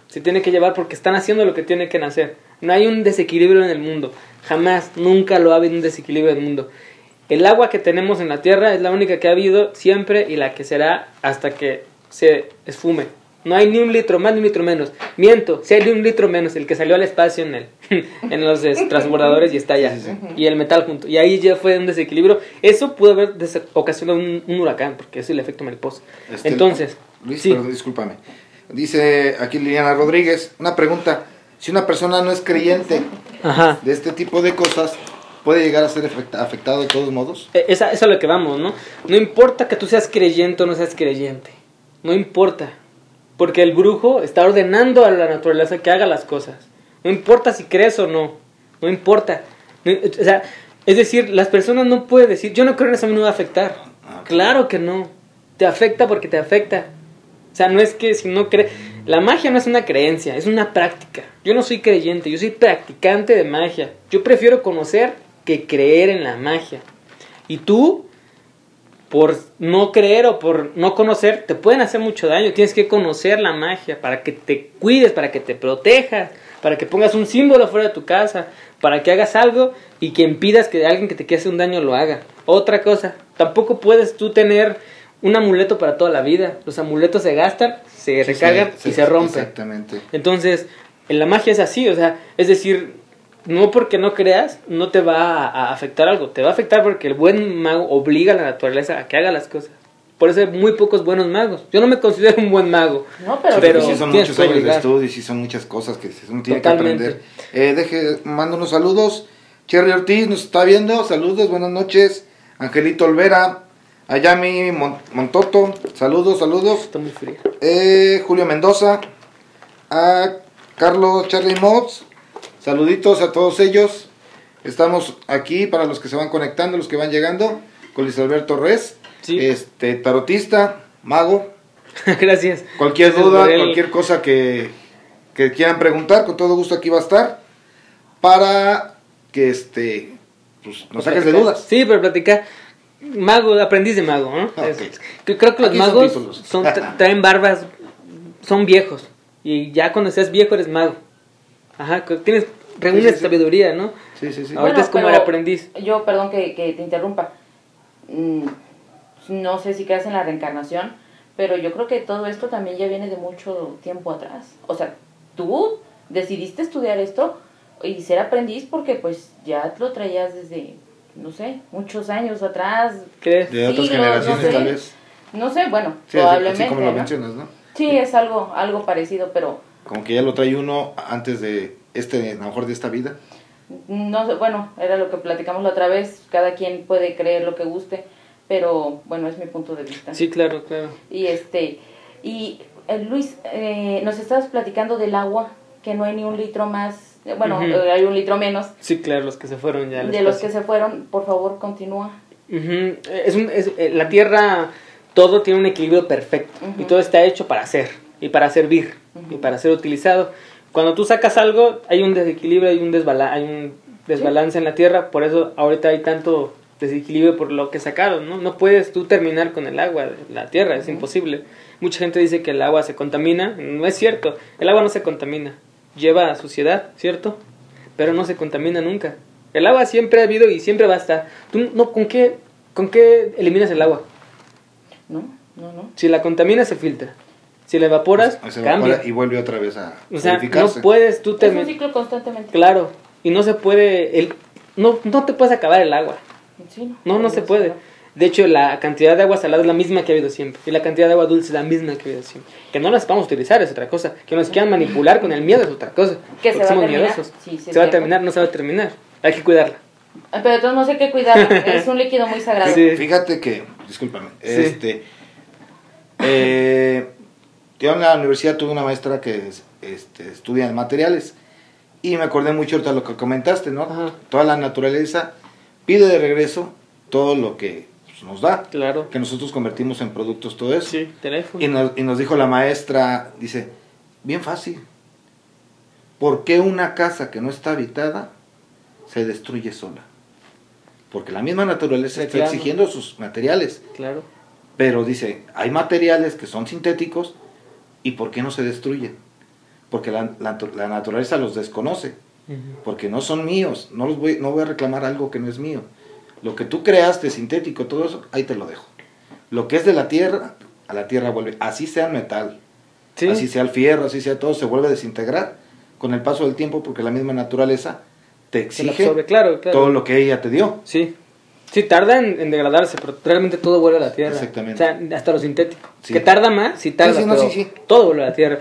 se tiene que llevar porque están haciendo lo que tienen que hacer. No hay un desequilibrio en el mundo, jamás, nunca lo ha habido un desequilibrio en el mundo. El agua que tenemos en la Tierra es la única que ha habido siempre y la que será hasta que se esfume. No hay ni un litro más ni un litro menos. Miento, si hay un litro menos, el que salió al espacio en los transbordadores y está allá. Sí. Y el metal junto. Y ahí ya fue un desequilibrio. Eso pudo haber ocasionado un huracán, porque es el efecto mariposa. Entonces, Luis, sí. perdón, discúlpame. Dice aquí Liliana Rodríguez, una pregunta. Si una persona no es creyente Ajá. de este tipo de cosas, ¿puede llegar a ser afectado de todos modos? Eso es a lo que vamos, ¿no? No importa que tú seas creyente o no seas creyente. No importa. Porque el brujo está ordenando a la naturaleza que haga las cosas. No importa si crees o no. No importa. O sea, es decir, las personas no pueden decir, yo no creo en eso, a mí no me va a afectar. Claro que no. Te afecta porque te afecta. O sea, no es que si no crees... La magia no es una creencia, es una práctica. Yo no soy creyente, yo soy practicante de magia. Yo prefiero conocer que creer en la magia. Y tú, por no creer o por no conocer, te pueden hacer mucho daño. Tienes que conocer la magia para que te cuides, para que te protejas, para que pongas un símbolo fuera de tu casa, para que hagas algo y que impidas que alguien que te quiera hacer un daño lo haga. Otra cosa, tampoco puedes tú tener un amuleto para toda la vida. Los amuletos se gastan, se recargan y se rompen. Exactamente. Entonces, en la magia es así, o sea, es decir, no porque no creas, no te va a afectar algo. Te va a afectar porque el buen mago obliga a la naturaleza a que haga las cosas. Por eso hay muy pocos buenos magos. Yo no me considero un buen mago. No, pero sí son tienes muchos que años de obligar. estudio y sí son muchas cosas que uno tiene Totalmente. que aprender. Mando unos saludos. Cherry Ortiz nos está viendo. Saludos, buenas noches. Angelito Olvera. Ayami Montoto. Saludos. Está muy frío. Julio Mendoza. A Carlos Charlie Mods. Saluditos a todos ellos. Estamos aquí para los que se van conectando, los que van llegando. Con Luis Alberto Res. Sí. Tarotista, mago. Gracias. Cualquier Gracias duda, por él. cualquier cosa que quieran preguntar, con todo gusto aquí va a estar. Para que pues, nos saques de dudas. Sí, pero platicar. Mago, aprendiz de mago, ¿no? Okay. Creo que los Aquí son magos títulos. traen barbas, son viejos. Y ya cuando seas viejo eres mago. Ajá, reúnes sí. sabiduría, ¿no? Sí. Ahorita Bueno, es como pero el aprendiz. Yo, perdón que te interrumpa. No sé si creas en la reencarnación, pero yo creo que todo esto también ya viene de mucho tiempo atrás. O sea, tú decidiste estudiar esto y ser aprendiz porque pues ya lo traías desde, no sé, muchos años atrás. ¿Crees? De otras siglos, generaciones, no sé. tal vez. No sé, bueno, Sí, probablemente, así como lo ¿no? mencionas, ¿no? Sí, es algo parecido, pero Como que ya lo trae uno antes de a lo mejor de esta vida. no sé, bueno, era lo que platicamos la otra vez, cada quien puede creer lo que guste, pero bueno, es mi punto de vista. Sí, claro. Y Luis, nos estabas platicando del agua, que no hay ni un litro más, bueno, Ujú. hay un litro menos. Sí, claro, los que se fueron ya al De los espacio. que se fueron, por favor, continúa. Ujú. La Tierra, todo tiene un equilibrio perfecto. Ujú. Y todo está hecho para hacer, y para servir, Ujú. y para ser utilizado. Cuando tú sacas algo, hay un desequilibrio, hay un desbalance en la Tierra. Por eso ahorita hay tanto desequilibrio por lo que sacaron, ¿no? No puedes tú terminar con el agua de la Tierra, es imposible. Mucha gente dice que el agua se contamina. No es cierto, el agua no se contamina. Lleva suciedad, ¿cierto? Pero no se contamina nunca. El agua siempre ha habido y siempre va a estar. ¿Tú con qué eliminas el agua? No. Si la contaminas, se filtra. Si la evaporas, Pues, se cambia. evapora y vuelve otra vez a O sea, no purificarse. puedes tú Es un terminar. ciclo constantemente. Claro, y no se puede. No te puedes acabar el agua. Sí, No se puede. De hecho, la cantidad de agua salada es la misma que ha habido siempre. Y la cantidad de agua dulce es la misma que ha habido siempre. Que no las vamos a utilizar es otra cosa. Que nos quieran manipular con el miedo es otra cosa. Que se Porque va a somos terminar. miedosos. Sí, Se va a terminar, no se va a terminar. Hay que cuidarla. Pero de todos modos hay que cuidarlo, es un líquido muy sagrado. Sí. Fíjate que, discúlpame, Sí. yo en la universidad tuve una maestra que estudia materiales y me acordé mucho ahorita de lo que comentaste, ¿no? Ajá. Toda la naturaleza pide de regreso todo lo que pues, nos da, Claro. que nosotros convertimos en productos, todo eso. Sí, teléfono. Y nos dijo la maestra, dice, bien fácil, ¿por qué una casa que no está habitada se destruye sola? Porque la misma naturaleza está Reclama. exigiendo sus materiales. Claro. Pero dice, hay materiales que son sintéticos y ¿por qué no se destruyen? porque la naturaleza los desconoce, porque no son míos, no voy a reclamar algo que no es mío. Lo que tú creaste, sintético, todo eso, ahí te lo dejo. Lo que es de la tierra, a la tierra vuelve, así sea el metal, Sí. así sea el fierro, así sea todo, se vuelve a desintegrar con el paso del tiempo, porque la misma naturaleza te Se lo exige absorbe, claro. todo lo que ella te dio. Sí. Sí, tarda en degradarse, pero realmente todo vuelve a la tierra. Exactamente. O sea, hasta lo sintético. Sí. Que tarda más, sí tarda, Sí, no, pero sí. todo vuelve a la tierra.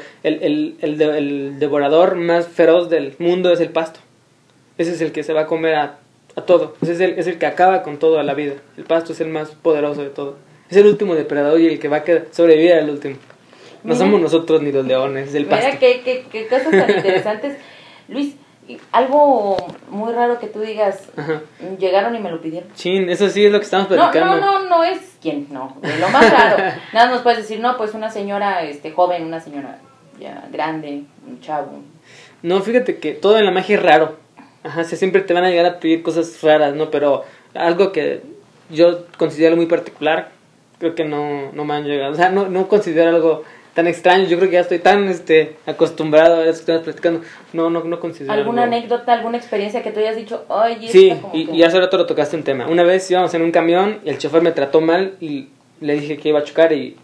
El devorador más feroz del mundo es el pasto. Ese es el que se va a comer a todo. Ese es el que acaba con toda la vida. El pasto es el más poderoso de todo. Es el último depredador y el que va a sobrevivir al último. No Mira. somos nosotros ni los leones, es el pasto. Mira qué cosas tan interesantes. Luis, algo muy raro que tú digas, Ajá. llegaron y me lo pidieron. Chin, eso sí es lo que estamos platicando. No es quién, no, de lo más raro. Nada nos puedes decir, no, pues una señora joven, una señora ya grande, un chavo. No, fíjate que todo en la magia es raro. Ajá, siempre te van a llegar a pedir cosas raras, ¿no? Pero algo que yo considero muy particular, creo que no me han llegado. O sea, no considero algo tan extraño. Yo creo que ya estoy tan acostumbrado a eso que estamos platicando. No considero ¿Alguna algo... anécdota, alguna experiencia que tú hayas dicho, oye, Sí, esta como que... y hace rato lo tocaste un tema. Una vez íbamos en un camión y el chofer me trató mal y le dije que iba a chocar y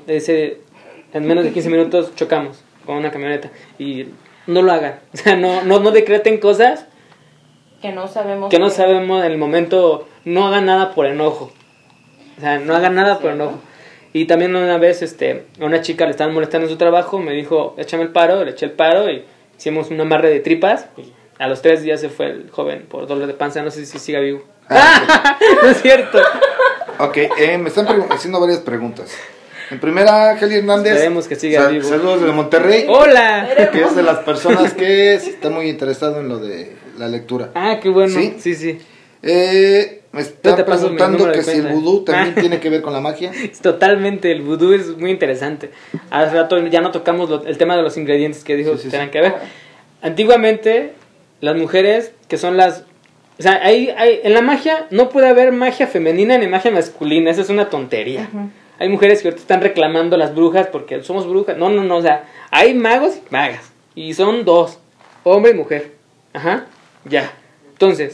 en menos de 15 minutos chocamos con una camioneta. Y no lo hagan. O sea, no decreten cosas que no sabemos. que no sabemos en el momento. No hagan nada por enojo. O sea, no hagan nada por enojo. Y también una vez a una chica le estaban molestando en su trabajo, me dijo, échame el paro, le eché el paro y hicimos un amarre de tripas. Y a los 3 días se fue el joven por dolor de panza, no sé si siga vivo. No es cierto. Ok, me están haciendo varias preguntas. En primera, Heli Hernández. Esperemos que siga vivo. Saludos de Monterrey. ¡Hola! Que es de las personas que está muy interesado en lo de la lectura. Ah, qué bueno. Sí. Me están te paso mi preguntando número de que si el cuenta. vudú también tiene que ver con la magia. Totalmente, el vudú es muy interesante. Hace rato ya no tocamos el tema de los ingredientes que dijo que tenían que ver. Antiguamente, las mujeres, que son las... O sea, en la magia no puede haber magia femenina ni magia masculina, esa es una tontería. Hay mujeres que ahorita están reclamando a las brujas porque somos brujas. No, o sea, hay magos y magas. Y son 2, hombre y mujer. Ajá, ya. Entonces,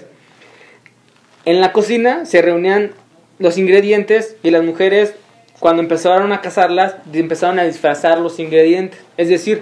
en la cocina se reunían los ingredientes y las mujeres, cuando empezaron a cazarlas, empezaron a disfrazar los ingredientes. Es decir,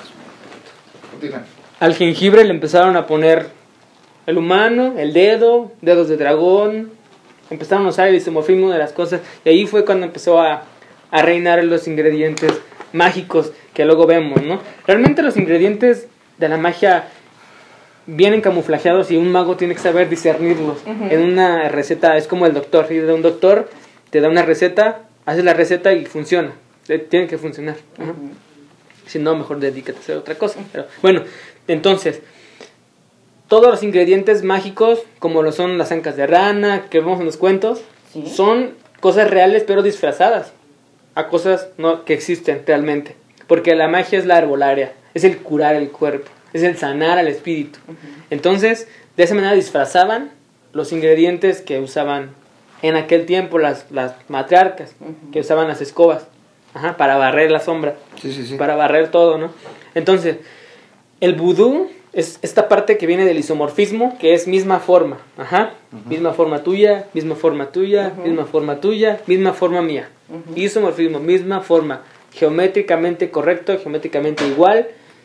al jengibre le empezaron a poner el humano, el dedos de dragón. Empezaron a usar el isomorfismo de las cosas. Y ahí fue cuando empezó a reinar los ingredientes mágicos que luego vemos, ¿no? Realmente los ingredientes de la magia vienen camuflajeados y un mago tiene que saber discernirlos. En una receta es como el doctor. Y de un doctor te da una receta, haces la receta y funciona. Tiene que funcionar. Si no, mejor dedícate a hacer otra cosa. Pero, bueno, entonces, todos los ingredientes mágicos, como lo son las ancas de rana, que vemos en los cuentos, son cosas reales pero disfrazadas a cosas que existen realmente. Porque la magia es la herbolaria, es el curar el cuerpo, es el sanar al espíritu. Entonces, de esa manera disfrazaban los ingredientes que usaban en aquel tiempo las matriarcas, que usaban las escobas, para barrer la sombra, para barrer todo, ¿no? Entonces, el vudú es esta parte que viene del isomorfismo, que es misma forma, misma forma tuya, misma forma tuya, misma forma tuya, misma forma mía. Isomorfismo, misma forma, geométricamente correcto, geométricamente igual.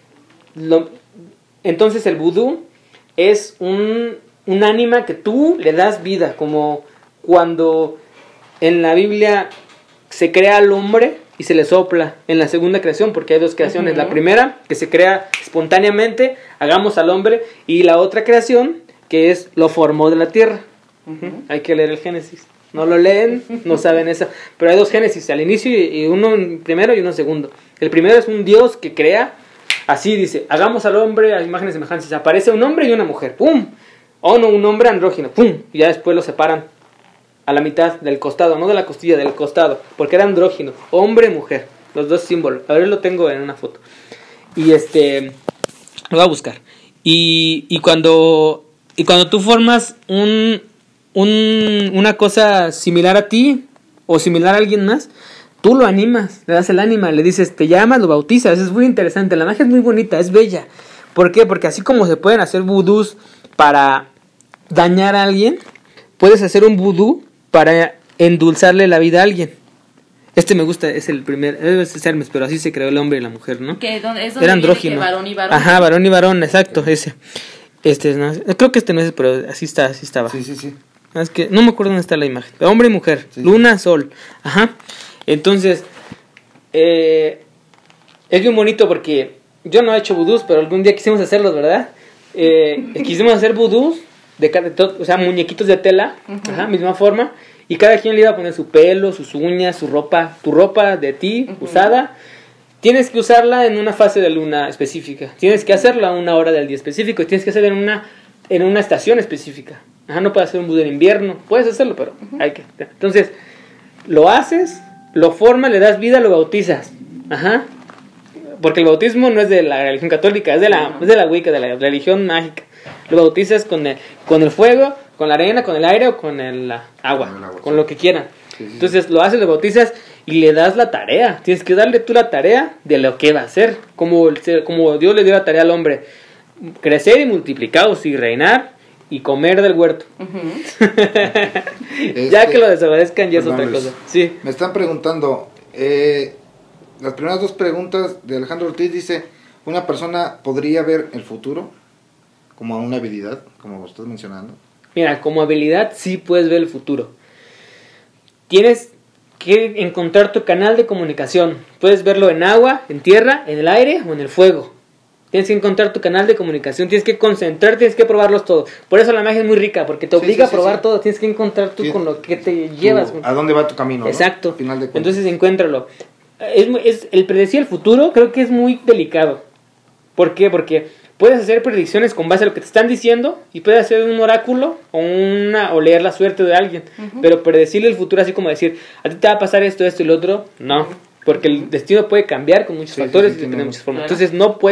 Entonces el vudú es un ánima que tú le das vida, como cuando en la Biblia se crea al hombre y se le sopla en la segunda creación, porque hay 2 creaciones. La primera, que se crea espontáneamente, hagamos al hombre, y la otra creación, que es lo formó de la tierra. Hay que leer el Génesis. No lo leen, no saben eso. Pero hay 2 Génesis, al inicio y uno primero y uno segundo. El primero es un Dios que crea, así dice, hagamos al hombre a imagen y semejanza. Aparece un hombre y una mujer, ¡pum! O no, un hombre andrógino, ¡pum! Y ya después lo separan a la mitad del costado, no de la costilla, del costado, porque era andrógino, hombre y mujer, los 2 símbolos. A ver, lo tengo en una foto. Y lo voy a buscar. Y cuando tú formas una cosa similar a ti o similar a alguien más, tú lo animas, le das el ánima, le dices, te llamas, lo bautizas. Es muy interesante, la magia es muy bonita, es bella. ¿Por qué? Porque así como se pueden hacer vudús para dañar a alguien, puedes hacer un vudú para endulzarle la vida a alguien. Este me gusta, es el primer, es Hermes, pero así se creó el hombre y la mujer, ¿no? Que es donde era andrógino. Varón y varón. Ajá, varón y varón, exacto, ese. No, creo que este no es, pero así estaba. Sí. Es que no me acuerdo dónde está la imagen. Hombre y mujer, sí. Luna, sol. Ajá. Entonces, es bien bonito porque yo no he hecho vudús, pero algún día quisimos hacerlos, ¿verdad? Quisimos hacer vudús o sea, muñequitos de tela, ajá, misma forma, y cada quien le iba a poner su pelo, sus uñas, su ropa, tu ropa de ti, usada. Tienes que usarla en una fase de luna específica. Tienes que hacerla a una hora del día específico. Y tienes que hacerla en una estación específica. Ajá, no puedes hacer un vudú en invierno. Puedes hacerlo, pero hay que. Entonces, lo haces, lo formas, le das vida, lo bautizas. Ajá. Porque el bautismo no es de la religión católica, es de la Wicca, de la religión mágica. Lo bautizas con el fuego, con la arena, con el aire o con el agua, con lo que quieran. Sí. Entonces, lo haces, lo bautizas y le das la tarea. Tienes que darle tú la tarea de lo que va a hacer. Como Dios le dio la tarea al hombre. Crecer y multiplicaos y reinar y comer del huerto. Ya que lo desobedezcan ya es otra cosa. Sí. Me están preguntando, las primeras dos preguntas de Alejandro Ortiz dice, ¿una persona podría ver el futuro como una habilidad, como lo estás mencionando? Mira, como habilidad sí puedes ver el futuro. Tienes que encontrar tu canal de comunicación. Puedes verlo en agua, en tierra, en el aire o en el fuego. Tienes que encontrar tu canal de comunicación, tienes que concentrarte, tienes que probarlos todos. Por eso la magia es muy rica, porque te obliga a probar todo. Tienes que encontrar tú con lo que te llevas. ¿A dónde va tu camino? Exacto. ¿No? Final de entonces encuéntralo. El predecir el futuro creo que es muy delicado. ¿Por qué? Porque puedes hacer predicciones con base a lo que te están diciendo y puedes hacer un oráculo o leer la suerte de alguien. Pero predecirle el futuro así como decir, a ti te va a pasar esto y lo otro, no. Porque el destino puede cambiar con muchos factores y depende de muchas formas. Entonces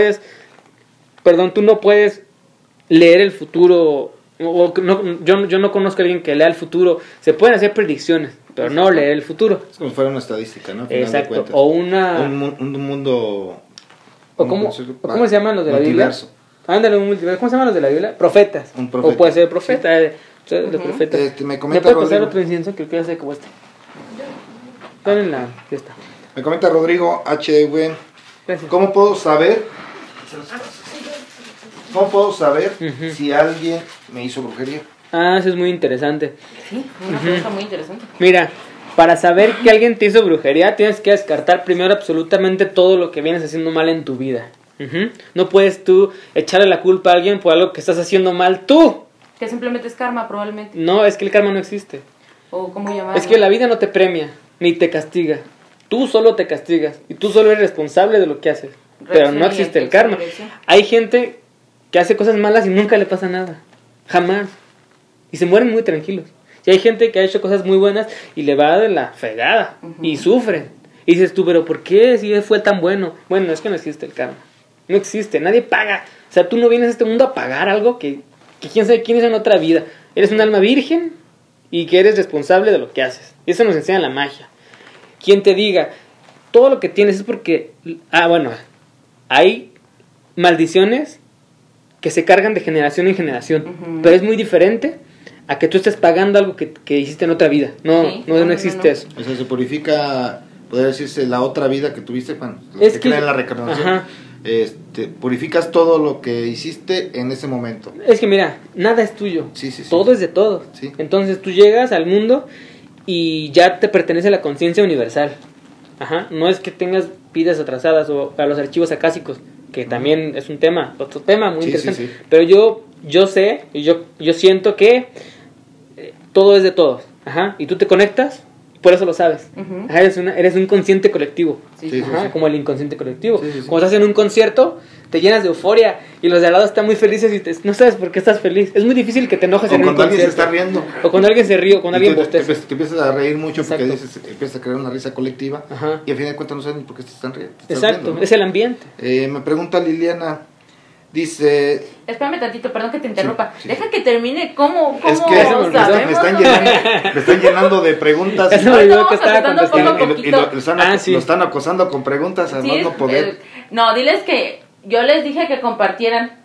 tú no puedes leer el futuro. Yo no conozco a alguien que lea el futuro. Se pueden hacer predicciones, pero no leer el futuro. Es como si fuera una estadística, ¿no? Exacto. O un mundo. ¿Cómo se llaman los de la Biblia? Ándale, un multiverso. ¿Cómo se llaman los de la Biblia? Profetas. Un profeta. O puede ser profeta. Los profetas. Me puede pasar otro incienso que quiero hacer como este. Están en la fiesta. Me comenta Rodrigo HV. ¿Cómo puedo saber si alguien me hizo brujería? Eso es muy interesante. Sí, una pregunta muy interesante. Mira, para saber que alguien te hizo brujería, tienes que descartar primero absolutamente todo lo que vienes haciendo mal en tu vida. No puedes tú echarle la culpa a alguien por algo que estás haciendo mal tú. Que simplemente es karma, probablemente. No, es que el karma no existe. ¿O cómo llamarlo? Es que la vida no te premia, ni te castiga. Tú solo te castigas y tú solo eres responsable de lo que haces. Pero no existe el karma. Hay gente que hace cosas malas y nunca le pasa nada. Jamás. Y se mueren muy tranquilos. Y hay gente que ha hecho cosas muy buenas y le va de la fregada. Y sufren. Y dices tú, pero ¿por qué si fue tan bueno? Bueno, es que no existe el karma. No existe. Nadie paga. O sea, tú no vienes a este mundo a pagar algo que quién sabe quién es en otra vida. Eres un alma virgen y que eres responsable de lo que haces. Y eso nos enseña la magia. Quien te diga, todo lo que tienes es porque... hay maldiciones que se cargan de generación en generación. Pero es muy diferente a que tú estés pagando algo que hiciste en otra vida. No existe eso. O sea, se purifica, podría decirse, la otra vida que tuviste cuando es que en la reencarnación. Purificas todo lo que hiciste en ese momento. Es que mira, nada es tuyo. Todo es de todos. Entonces tú llegas al mundo y ya te pertenece la conciencia universal. No es que tengas vidas atrasadas o a los archivos acásicos, que también es otro tema muy interesante. Pero yo sé, yo siento que todo es de todos. Y tú te conectas, por eso lo sabes. Eres un consciente colectivo. Como el inconsciente colectivo. Cuando estás en un concierto, te llenas de euforia y los de al lado están muy felices y no sabes por qué estás feliz. Es muy difícil que te enojes en un concierto. O cuando alguien se está riendo. O cuando alguien se ríe, o cuando alguien bosteza. Te empiezas a reír mucho. Exacto. Porque empiezas a crear una risa colectiva. Y al final de cuentas no sabes ni por qué te están riendo. Exacto, riendo, ¿no? Es el ambiente. Me pregunta Liliana, Dice... Espérame tantito, perdón que te interrumpa. Sí. Deja que termine. ¿Cómo Es que me están llenando de preguntas. Eso me olvidó que estaba contestando. Y lo están acosando con preguntas, además no poder. No, diles que yo les dije que compartieran.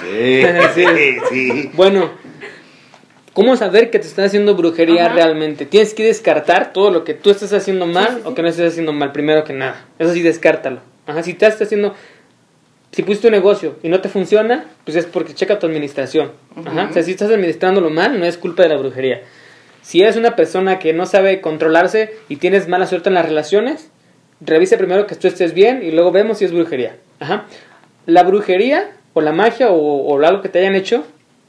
Sí. Bueno, ¿cómo saber que te están haciendo brujería realmente? Tienes que descartar todo lo que tú estás haciendo mal o que no estás haciendo mal, primero que nada. Eso sí, descártalo. Si te estás haciendo... Si pusiste un negocio y no te funciona, pues es porque checa tu administración. O sea, si estás administrándolo mal, no es culpa de la brujería. Si eres una persona que no sabe controlarse y tienes mala suerte en las relaciones, revisa primero que tú estés bien y luego vemos si es brujería. La brujería o la magia o algo que te hayan hecho,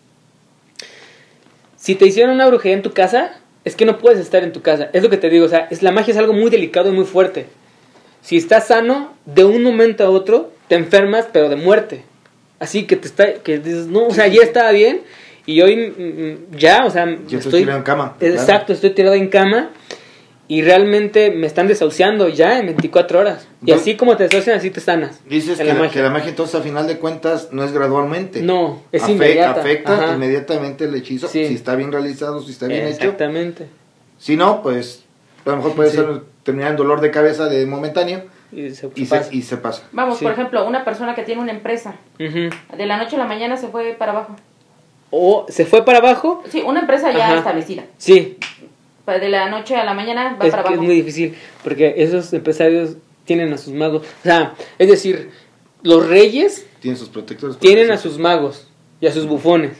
si te hicieron una brujería en tu casa, es que no puedes estar en tu casa. Es lo que te digo, o sea, la magia es algo muy delicado y muy fuerte. Si estás sano, de un momento a otro te enfermas, pero de muerte. Así que que dices, no, o sea, ya estaba bien y hoy ya, o sea, yo estoy tirado en cama. Exacto, claro. Estoy tirado en cama y realmente me están desahuciando ya en 24 horas. Y así como te desahucian, así te sanas. Dices que la magia entonces a final de cuentas no es gradualmente. No, es inmediata. Afecta inmediatamente el hechizo, si está bien realizado, si está bien hecho. Exactamente. Si no, pues a lo mejor puede terminar en dolor de cabeza de momentáneo. Y se pasa. Vamos, por ejemplo, una persona que tiene una empresa, de la noche a la mañana se fue para abajo. ¿O se fue para abajo? Sí, una empresa ya establecida. Sí. De la noche a la mañana va para abajo. Es muy difícil, porque esos empresarios tienen a sus magos. O sea, es decir, los reyes tienen sus protectores. Tienen a sus magos y a sus bufones.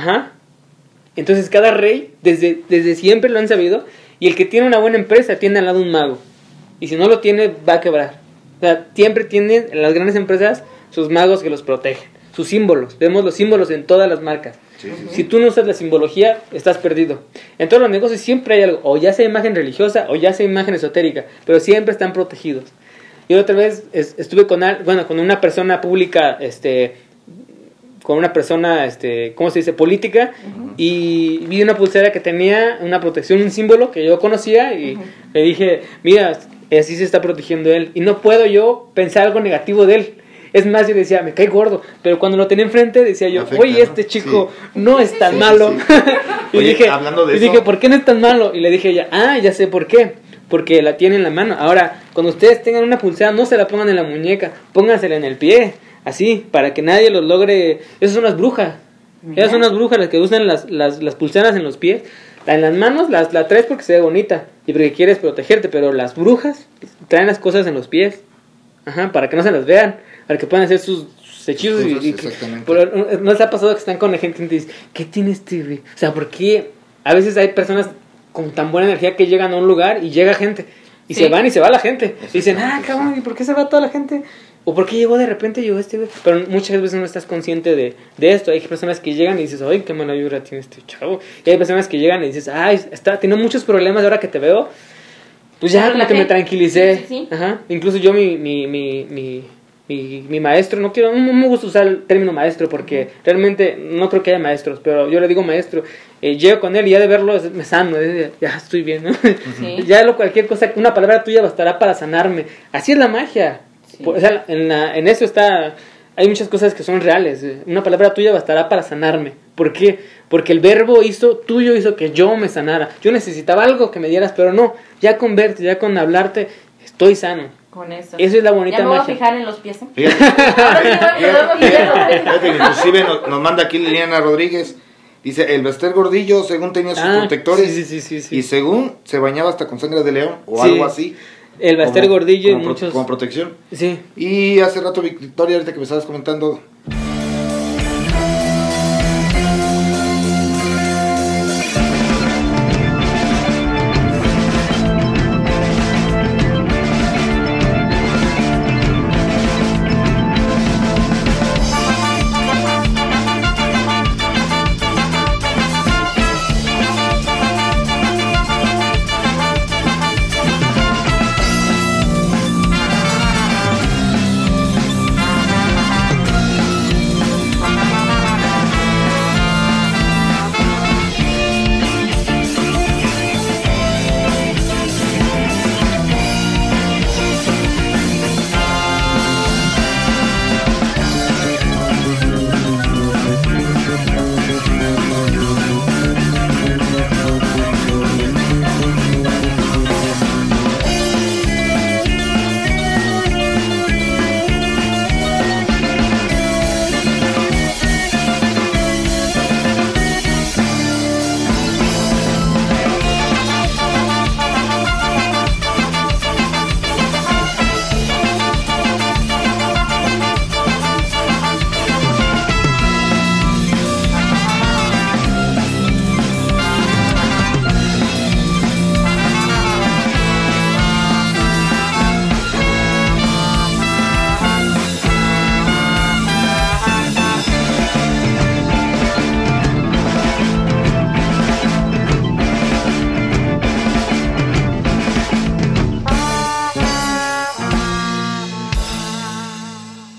Entonces cada rey, desde siempre lo han sabido, y el que tiene una buena empresa tiene al lado un mago. Y si no lo tiene, va a quebrar. O sea, siempre tienen en las grandes empresas sus magos que los protegen. Sus símbolos. Vemos los símbolos en todas las marcas. Si tú no usas la simbología, estás perdido. En todos los negocios siempre hay algo. O ya sea imagen religiosa o ya sea imagen esotérica. Pero siempre están protegidos. Yo otra vez estuve con una persona pública, con una persona, ¿cómo se dice? Política. Y vi una pulsera que tenía una protección, un símbolo que yo conocía. Y le dije, mira, así se está protegiendo él. Y no puedo yo pensar algo negativo de él. Es más, yo decía, me cae gordo. Pero cuando lo tenía enfrente, decía yo, oye, este chico no es tan malo. Y oye, dije, hablando de dije, ¿por qué no es tan malo? Y le dije a ella, ya sé por qué. Porque la tiene en la mano. Ahora, cuando ustedes tengan una pulsera, no se la pongan en la muñeca, póngansela en el pie. Así, para que nadie los logre. Esas son las brujas. Esas son las brujas las que usan las pulseras en los pies. En las manos la traes porque se ve bonita y porque quieres protegerte, pero las brujas traen las cosas en los pies. Para que no se las vean, para que puedan hacer sus hechizos. ¿No les ha pasado que están con la gente y dice, ¿qué tiene este güey? O sea, ¿por qué? A veces hay personas con tan buena energía que llegan a un lugar y llega gente. Y se van y se va la gente. Y dicen, cabrón, ¿y por qué se va toda la gente? ¿O por qué llegó de repente este güey? Pero muchas veces no estás consciente de esto. Hay personas que llegan y dices, ay, qué mala vibra tiene este chavo. Y hay personas que llegan y dices, tiene muchos problemas ahora que te veo. Pues ya como que me tranquilicé. Sí. Incluso yo mi maestro, no me gusta usar el término maestro porque realmente no creo que haya maestros, pero yo le digo maestro. Llego con él y ya de verlo me sano, ya estoy bien, ¿no? Ya cualquier cosa, una palabra tuya bastará para sanarme. Así es la magia. O sea, en eso hay muchas cosas que son reales. Una palabra tuya bastará para sanarme. ¿Por qué? Porque el verbo tuyo hizo que yo me sanara. Yo necesitaba algo que me dieras, pero no. Ya con verte, ya con hablarte, estoy sano. Con eso. Eso es la bonita magia. Ya me voy a fijar en los pies. Fíjate, inclusive nos manda aquí Liliana Rodríguez. Dice, el Bester Gordillo, según tenía sus protectores. Sí. Y según se bañaba hasta con sangre de león o algo así. El Bester Gordillo y muchos... Como protección. Sí. Y hace rato, Victoria, ahorita que me estabas comentando...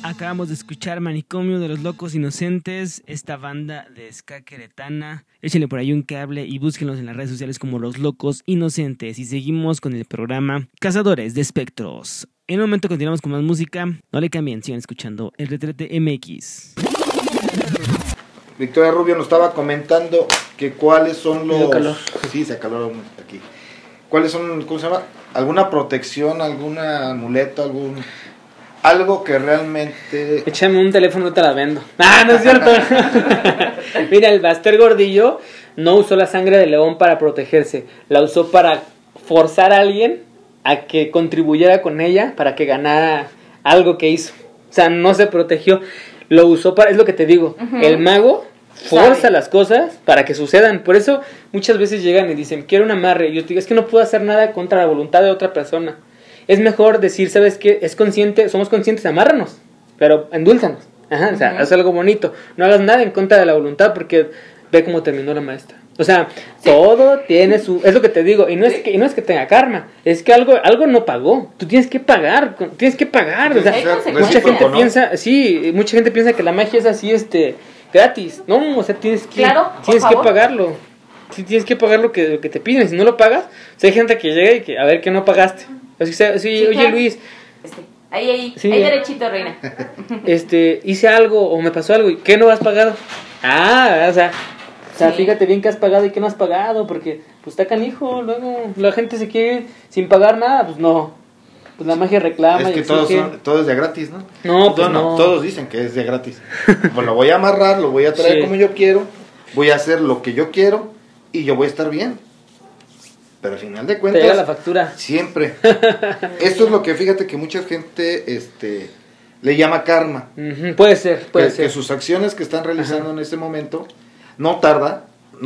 Acabamos de escuchar Manicomio de los Locos Inocentes, esta banda de ska queretana. Échenle por ahí un cable y búsquenlos en las redes sociales como Los Locos Inocentes. Y seguimos con el programa Cazadores de Espectros. En un momento continuamos con más música. No le cambien, sigan escuchando El Retrete MX. Victoria Rubio nos estaba comentando que cuáles son los... calor. Sí, se acaloró aquí. ¿Cuáles son, cómo se llama? ¿Alguna protección, algún amuleto, algo que realmente... Échame un teléfono, no te la vendo. ¡Ah, no es cierto! Mira, el Baster Gordillo no usó la sangre de león para protegerse. La usó para forzar a alguien a que contribuyera con ella para que ganara algo que hizo. O sea, no se protegió. Lo usó para... Es lo que te digo. Uh-huh. El mago forza las cosas para que sucedan. Por eso muchas veces llegan y dicen, quiero un amarre. Y yo te digo, es que no puedo hacer nada contra la voluntad de otra persona. Es mejor decir, ¿sabes qué? Somos conscientes, amárranos, pero endúlzanos. Ajá, o sea, haz algo bonito. No hagas nada en contra de la voluntad porque ve cómo terminó la maestra. O sea, todo tiene su... Es lo que te digo. Y no es que tenga karma. Es que algo no pagó. Tú tienes que pagar. O sea, mucha gente piensa... Sí, mucha gente piensa que la magia es así, gratis. No, o sea, tienes que pagarlo. Sí, tienes que pagar lo que te piden. Si no lo pagas, o sea, hay gente que llega y que, a ver, que no pagaste. Así que, sí, oye, claro. Luis. Ahí, derechito, reina. Hice algo o me pasó algo. ¿Y qué no has pagado? O sea, fíjate bien que has pagado y qué no has pagado. Porque, pues, está canijo. Luego la gente se quiere sin pagar nada. Pues, no. Pues la magia reclama. Es que todo es de gratis, ¿no? No, pues no. Todos dicen que es de gratis. Pues lo voy a amarrar, lo voy a traer como yo quiero. Voy a hacer lo que yo quiero y yo voy a estar bien. Pero al final de cuentas... Te llega la factura. Siempre. Esto es lo que, fíjate, que mucha gente le llama karma. Uh-huh. Puede ser. Que sus acciones que están realizando en este momento no tarda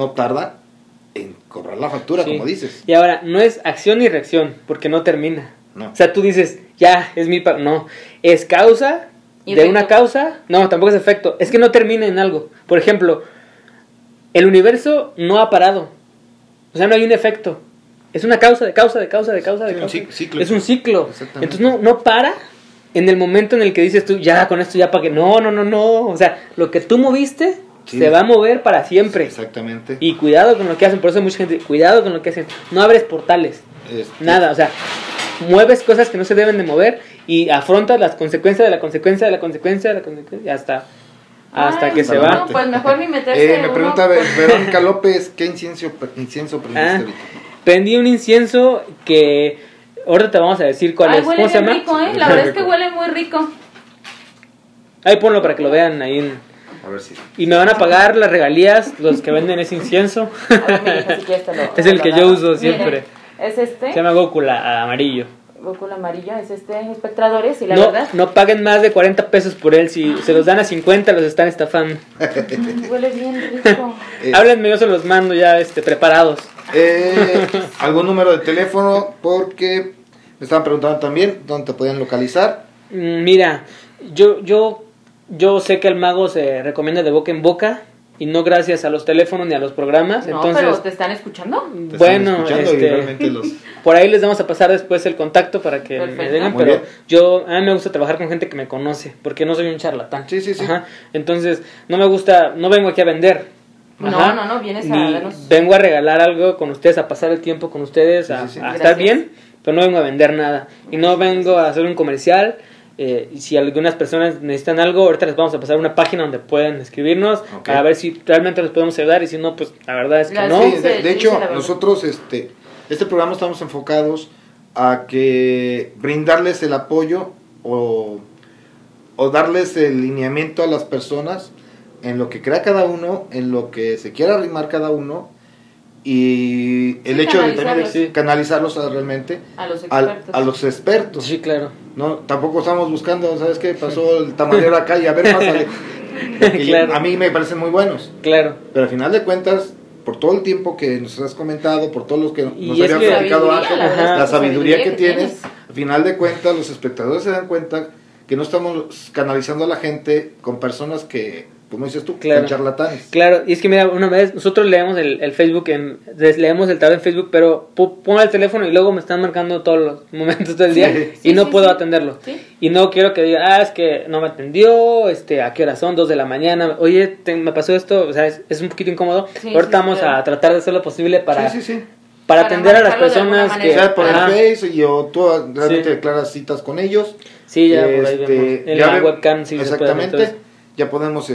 en cobrar la factura, como dices. Y ahora, no es acción ni reacción, porque no termina. No. O sea, tú dices, ya, es mi... No, es causa de una causa. No, tampoco es efecto. Es que no termina en algo. Por ejemplo, el universo no ha parado. O sea, no hay un efecto. Es una causa de causa. Ciclo. Es un ciclo. Entonces no para en el momento en el que dices tú, ya, con esto ya pagué. No. O sea, lo que tú moviste se va a mover para siempre. Exactamente. Y cuidado con lo que hacen. Por eso hay mucha gente, cuidado con lo que hacen. No abres portales. Nada, o sea, mueves cosas que no se deben de mover y afrontas las consecuencias de la consecuencia y hasta que se va. No, pues mejor ni meterse. Me pregunta Verónica López, ¿qué incienso prendiste ahorita? Prendí un incienso que ahorita te vamos a decir cuál es. ¿Cómo se llama? Rico, La verdad es que huele muy rico. Ahí ponlo para que lo vean ahí. A ver si. Y me van a pagar las regalías los que venden ese incienso. Es el que yo uso siempre. Es Se llama Gócula amarillo. Gócula amarillo, es espectradores y la verdad. No paguen más de 40 pesos por él. Si se los dan a 50 los están estafando. Huele bien rico. Háblenme, yo se los mando ya preparados. ¿Algún número de teléfono? Porque me estaban preguntando también dónde te podían localizar. Mira, yo sé que el mago se recomienda de boca en boca y no gracias a los teléfonos ni a los programas. No, entonces, pero ¿te están escuchando? Bueno, y realmente por ahí les vamos a pasar después el contacto para que me digan, pero a mí me gusta trabajar con gente que me conoce, porque no soy un charlatán. Sí. Ajá. Entonces, no vengo aquí a vender. Ajá. No, vienes a darnos... Vengo a regalar algo con ustedes, a pasar el tiempo con ustedes, a estar bien, pero no vengo a vender nada. Y no vengo a hacer un comercial. Si algunas personas necesitan algo, ahorita les vamos a pasar una página donde pueden escribirnos a ver si realmente les podemos ayudar, y si no, pues la verdad es que no. Sí, de hecho, nosotros este programa estamos enfocados a que brindarles el apoyo o darles el lineamiento a las personas en lo que crea cada uno, en lo que se quiera arrimar cada uno, y el hecho de también canalizarlos realmente a los expertos. Sí, claro. No, tampoco estamos buscando, ¿sabes qué? Pasó el tamalero acá y a ver, pásale. Claro. A mí me parecen muy buenos. Claro. Pero al final de cuentas, por todo el tiempo que nos has comentado, por todos los que nos habían platicado antes, la sabiduría que tienes, al final de cuentas los espectadores se dan cuenta que no estamos canalizando a la gente con personas que como dices tú, Claro. son charlatanes. Claro, y es que mira, una vez nosotros leemos el Facebook, leemos el tarot en Facebook, pero pongo el teléfono y luego me están marcando todos los momentos del día Sí, y no sí, puedo sí. atenderlo. Sí. Y no quiero que diga, es que no me atendió, a qué hora son, 2 de la mañana, oye, me pasó esto, o sea, es un poquito incómodo. Sí, Ahorita sí, vamos claro. a tratar de hacer lo posible para Para atender a las manejarlo de alguna personas que... O sea, por el Ajá. Face, o tú realmente Sí. declaras citas con ellos. Sí, ya por ahí vemos. En ya la webcam sí se puede hacer todo exactamente. eso. Ya podemos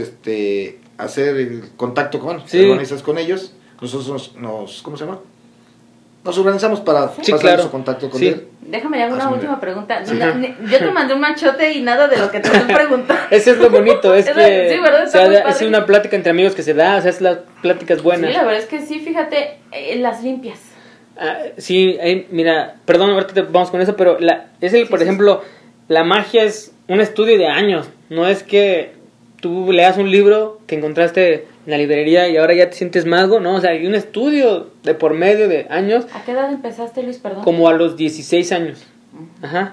hacer el contacto con, Sí. te organizas con ellos. Nosotros nos ¿cómo se llama? Nos organizamos para Sí, pasar claro. su contacto con Sí. él. Déjame hacer una Hazme. última pregunta. Sí. Yo te mandé un machote y nada de lo que te estoy preguntando. Ese es lo bonito, es Sí, que ¿verdad? Está muy es padre. una plática entre amigos que se da, o sea, es la plática es buena. Sí, la verdad es que sí, fíjate, las limpias. Sí, mira, perdón, ahorita vamos con eso, pero por ejemplo, la magia es un estudio de años, no es que tú leas un libro que encontraste en la librería y ahora ya te sientes mago, no, o sea, hay un estudio de por medio de años. ¿A qué edad empezaste, Luis, perdón? Como a los 16 años. Ajá.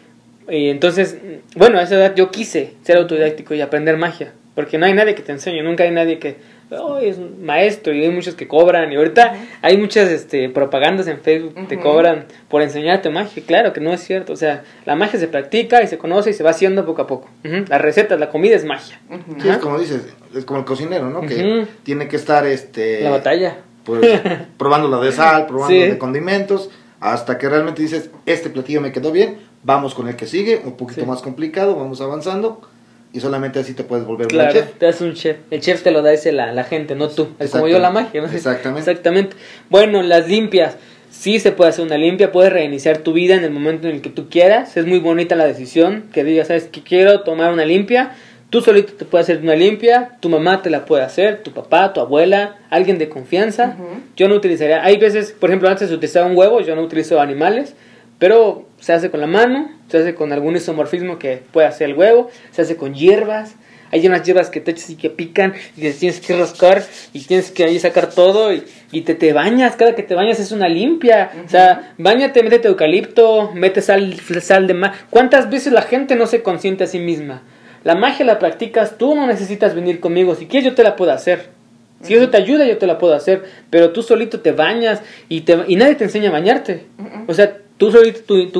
Y entonces, bueno, a esa edad yo quise ser autodidáctico y aprender magia, porque no hay nadie que te enseñe, nunca hay nadie que es un maestro, y hay muchos que cobran, y ahorita hay muchas propagandas en Facebook que te cobran por enseñarte magia. Claro que no es cierto, o sea, la magia se practica y se conoce y se va haciendo poco a poco. Las recetas, la comida es magia. Sí, es como dices, es como el cocinero, ¿no? Que tiene que estar la batalla, pues probando la de sal, probando Sí. de condimentos, hasta que realmente dices, este platillo me quedó bien, vamos con el que sigue, un poquito Sí. más complicado, vamos avanzando, y solamente así te puedes volver un claro, chef. te das un chef. El chef te lo da la gente, no tú. Es como yo la magia, ¿no? Exactamente. Exactamente. Bueno, las limpias. Sí se puede hacer una limpia, puedes reiniciar tu vida en el momento en el que tú quieras. Es muy bonita la decisión que digas, ¿sabes qué? Quiero tomar una limpia. Tú solito te puedes hacer una limpia, tu mamá te la puede hacer, tu papá, tu abuela, alguien de confianza. Yo no utilizaría, hay veces, por ejemplo, antes se utilizaba un huevo, yo no utilizo animales, pero se hace con la mano, se hace con algún isomorfismo que puede hacer el huevo, se hace con hierbas. Hay unas hierbas que te echas y que pican y te tienes que rascar y tienes que ahí sacar todo y te bañas. Cada que te bañas es una limpia. O sea, báñate, métete eucalipto, mete sal de mar. ¿Cuántas veces la gente no se consiente a sí misma? La magia la practicas tú, no necesitas venir conmigo. Si quieres yo te la puedo hacer. Si eso te ayuda yo te la puedo hacer. Pero tú solito te bañas y nadie te enseña a bañarte. O sea, tú solito,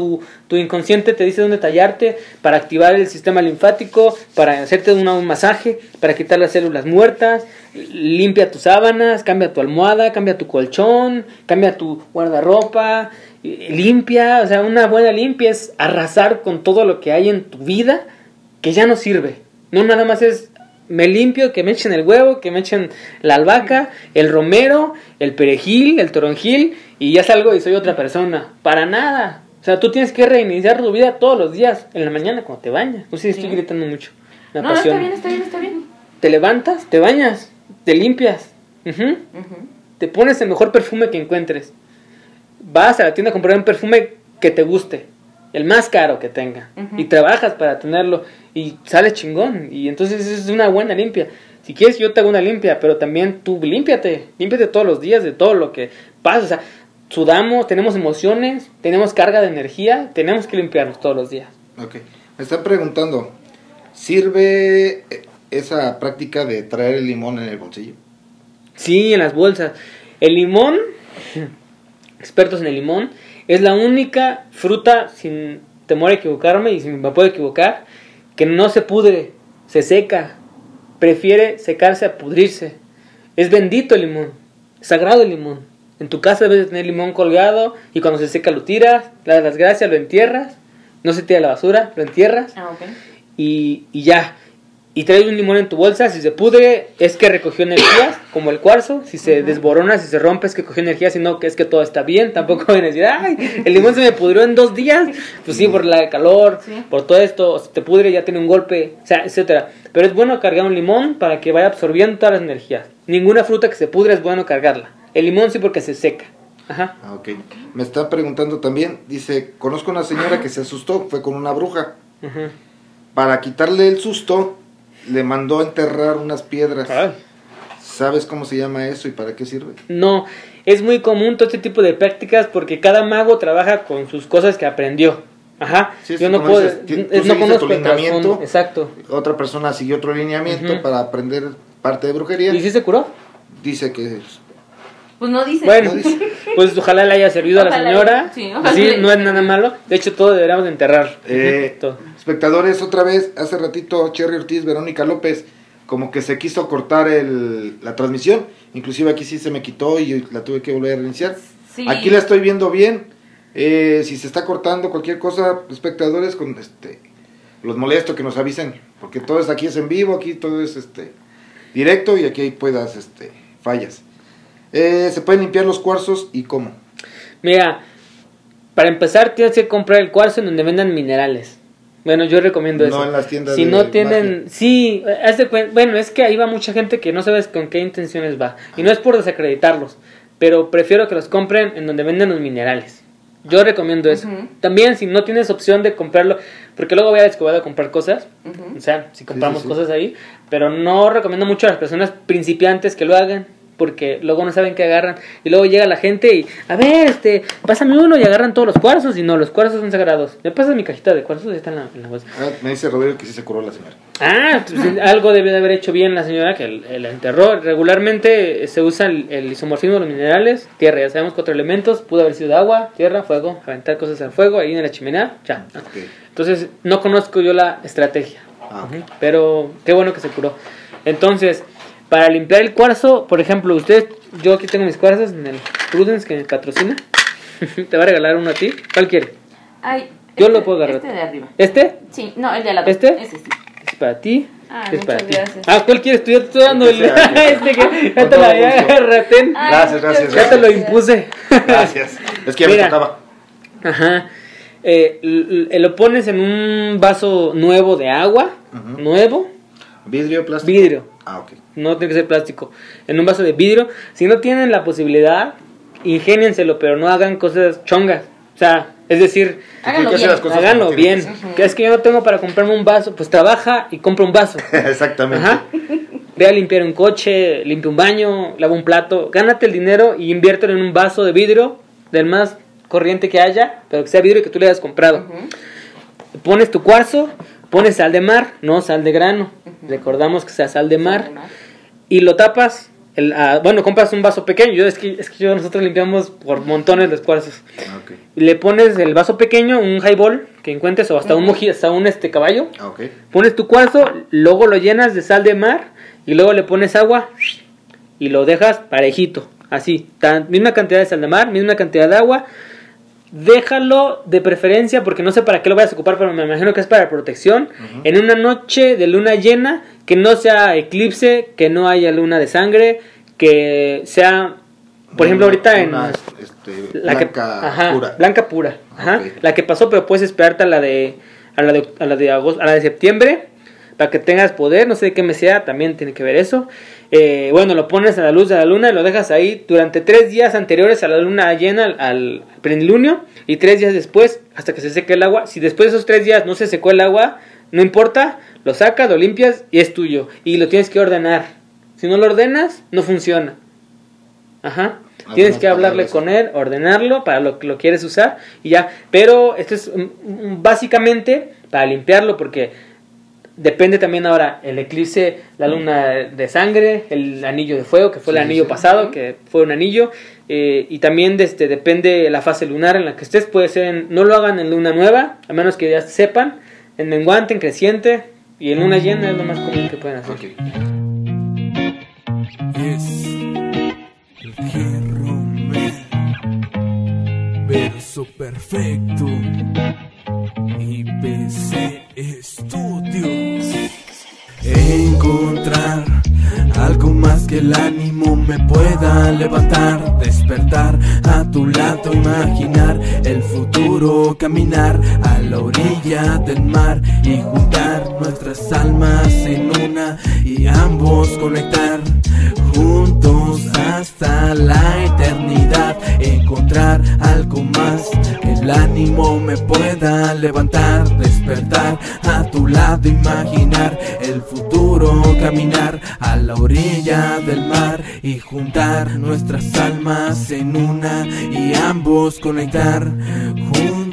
tu inconsciente te dice dónde tallarte para activar el sistema linfático, para hacerte un masaje, para quitar las células muertas, limpia tus sábanas, cambia tu almohada, cambia tu colchón, cambia tu guardarropa, limpia. O sea, una buena limpia es arrasar con todo lo que hay en tu vida que ya no sirve. No nada más es me limpio, que me echen el huevo, que me echen la albahaca, el romero, el perejil, el toronjil y ya salgo y soy otra persona. Para nada. O sea, tú tienes que reiniciar tu vida todos los días, en la mañana cuando te bañas. No sé si estoy gritando mucho. Me apasiona. Está bien. Te levantas, te bañas, te limpias. Te pones el mejor perfume que encuentres. Vas a la tienda a comprar un perfume que te guste, el más caro que tenga, y trabajas para tenerlo y sales chingón. Y entonces es una buena limpia. Si quieres yo te hago una limpia, pero también tú límpiate todos los días de todo lo que pasa. O sea, sudamos, tenemos emociones, tenemos carga de energía, tenemos que limpiarnos todos los días. Ok, me están preguntando, ¿sirve esa práctica de traer el limón en el bolsillo? Sí, en las bolsas. El limón, expertos en el limón, es la única fruta, sin temor a equivocarme y si me puedo equivocar, que no se pudre, se seca, prefiere secarse a pudrirse. Es bendito el limón, es sagrado el limón. En tu casa debes de tener limón colgado y cuando se seca lo tiras, le das las gracias, lo entierras, no se tira a la basura, lo entierras y ya. Y traes un limón en tu bolsa, si se pudre es que recogió energías, como el cuarzo, si se desborona, si se rompe es que cogió energías, sino que es que todo está bien, tampoco van a decir, ay, el limón se me pudrió en 2 días, pues sí, por la calor, por todo esto, o si te pudre ya tiene un golpe, o sea, etcétera. Pero es bueno cargar un limón para que vaya absorbiendo todas las energías. Ninguna fruta que se pudre es bueno cargarla, el limón sí porque se seca. Ajá. Ok, me está preguntando también, dice, conozco una señora que se asustó, fue con una bruja, para quitarle el susto, le mandó a enterrar unas piedras. ¿Sabes cómo se llama eso y para qué sirve? No, es muy común todo este tipo de prácticas porque cada mago trabaja con sus cosas que aprendió. Ajá, Sí, yo sí, no como puedo, dices, tú no seguiste conozco tu el trasfondo. lineamiento. Exacto. Otra persona siguió otro lineamiento Ujú. para aprender parte de brujería. ¿Y si se curó? Dice que Pues no dice. Bueno, no dice. pues ojalá le haya servido a la Ojalá, señora. sí, ojalá Así le- no es nada malo. De hecho, todo deberíamos de enterrar. Todo. Espectadores, otra vez, hace ratito Cherry Ortiz, Verónica López, como que se quiso cortar la transmisión. Inclusive aquí sí se me quitó y la tuve que volver a reiniciar. Sí. Aquí la estoy viendo bien. Si se está cortando cualquier cosa, espectadores, con los molesto que nos avisen, porque todo aquí es en vivo, aquí todo es directo y aquí hay fallas. Se pueden limpiar los cuarzos y cómo. Mira, para empezar tienes que comprar el cuarzo en donde vendan minerales. Bueno, yo recomiendo eso. No en las tiendas si de no tienen, magia. sí, bueno, es que ahí va mucha gente que no sabes con qué intenciones va. Y no es por desacreditarlos, pero prefiero que los compren en donde venden los minerales. Yo recomiendo eso. Ujú. También si no tienes opción de comprarlo, porque luego voy a descubrir a comprar cosas, Ujú. o sea, si compramos sí. cosas ahí, pero no recomiendo mucho a las personas principiantes que lo hagan, porque luego no saben qué agarran, y luego llega la gente y, a ver, pásame uno, y agarran todos los cuarzos, y no, los cuarzos son sagrados. ¿Me pasas mi cajita de cuarzos? Está en la bolsa. Me dice Rodrigo que sí se curó la señora. Ah, pues, algo debió de haber hecho bien la señora que la enterró. Regularmente se usa el isomorfismo de los minerales, tierra, ya sabemos 4 elementos, pudo haber sido agua, tierra, fuego, aventar cosas al fuego, ahí en la chimenea, ya. Ok. Entonces, no conozco yo la estrategia, Ah, ok. pero qué bueno que se curó. Entonces, para limpiar el cuarzo, por ejemplo, yo aquí tengo mis cuarzos en el Prudence que me patrocina. Te va a regalar uno a ti. ¿Cuál quiere? Ay, Yo lo puedo agarrar. Este de arriba. ¿Este? Sí, no, el de al lado. ¿Este? Ese sí. Es para ti. Ay, Es para muchas ti. gracias. Ah, ¿cuál quieres? Tú ya te estoy dando el. Que sea, que ya Con te todo lo había gusto. retén. Ay, Gracias, muchas gracias, Ya te lo gracias. impuse. Gracias. Es que ya me Mira. tocaba. Ajá. Lo pones en un vaso nuevo de agua. Ujú. Nuevo. ¿Vidrio, plástico? Vidrio. Ah, ok. No tiene que ser plástico. En un vaso de vidrio. Si no tienen la posibilidad, ingénienselo, pero no hagan cosas chongas. O sea, es decir, Háganlo Hay que hacer bien. las cosas háganlo como tienen bien. que ser. Que es que yo no tengo para comprarme un vaso. Pues trabaja y compra un vaso. Exactamente. Ajá. Ve a limpiar un coche, limpia un baño, lava un plato, gánate el dinero y inviértelo en un vaso de vidrio, del más corriente que haya, pero que sea vidrio que tú le hayas comprado. Ujú. Pones tu cuarzo, pones sal de mar, no sal de grano. Recordamos que sea sal de mar. Y lo tapas. Bueno, compras un vaso pequeño. Es que nosotros limpiamos por montones los cuarzos. Ah, ok. Y le pones el vaso pequeño, un highball que encuentres, o hasta un mojito, hasta un caballo. Ah, ok. Pones tu cuarzo, luego lo llenas de sal de mar y luego le pones agua y lo dejas parejito, así, misma cantidad de sal de mar, misma cantidad de agua. Déjalo de preferencia, porque no sé para qué lo vayas a ocupar, pero me imagino que es para protección. En una noche de luna llena, que no sea eclipse, que no haya luna de sangre, que sea, por ejemplo, ahorita en Una, la blanca ajá, pura. blanca pura, ajá, Ok. la que pasó, pero puedes esperarte a la de agosto, a la de septiembre, para que tengas poder. No sé de qué mes sea, también tiene que ver eso. Bueno, lo pones a la luz de la luna y lo dejas ahí durante 3 días anteriores a la luna llena, al plenilunio, y 3 días después, hasta que se seque el agua. Si después de esos 3 días no se secó el agua, no importa, lo sacas, lo limpias y es tuyo. Y lo tienes que ordenar. Si no lo ordenas, no funciona. Ajá. Tienes que hablarle con él, ordenarlo para lo que lo quieres usar y ya. Pero esto es básicamente para limpiarlo, porque depende también ahora el eclipse, la luna de sangre, el anillo de fuego, que fue el anillo pasado, que fue un anillo, y también depende la fase lunar en la que estés. Puede ser, no lo hagan en luna nueva, a menos que ya sepan, en menguante, en creciente, y en luna llena es lo más común que pueden hacer. Ok. Es el Jerome, verso perfecto, IPC Estudios. Encontrar algo más que el ánimo me pueda levantar, despertar a tu lado, imaginar el futuro, caminar a la orilla del mar y juntar nuestras almas en una y ambos conectar juntos hasta la eternidad. Encontrar algo más que el ánimo me pueda levantar, despertar a tu lado, imaginar el futuro, caminar a la orilla del mar y juntar nuestras almas en una y ambos conectar juntos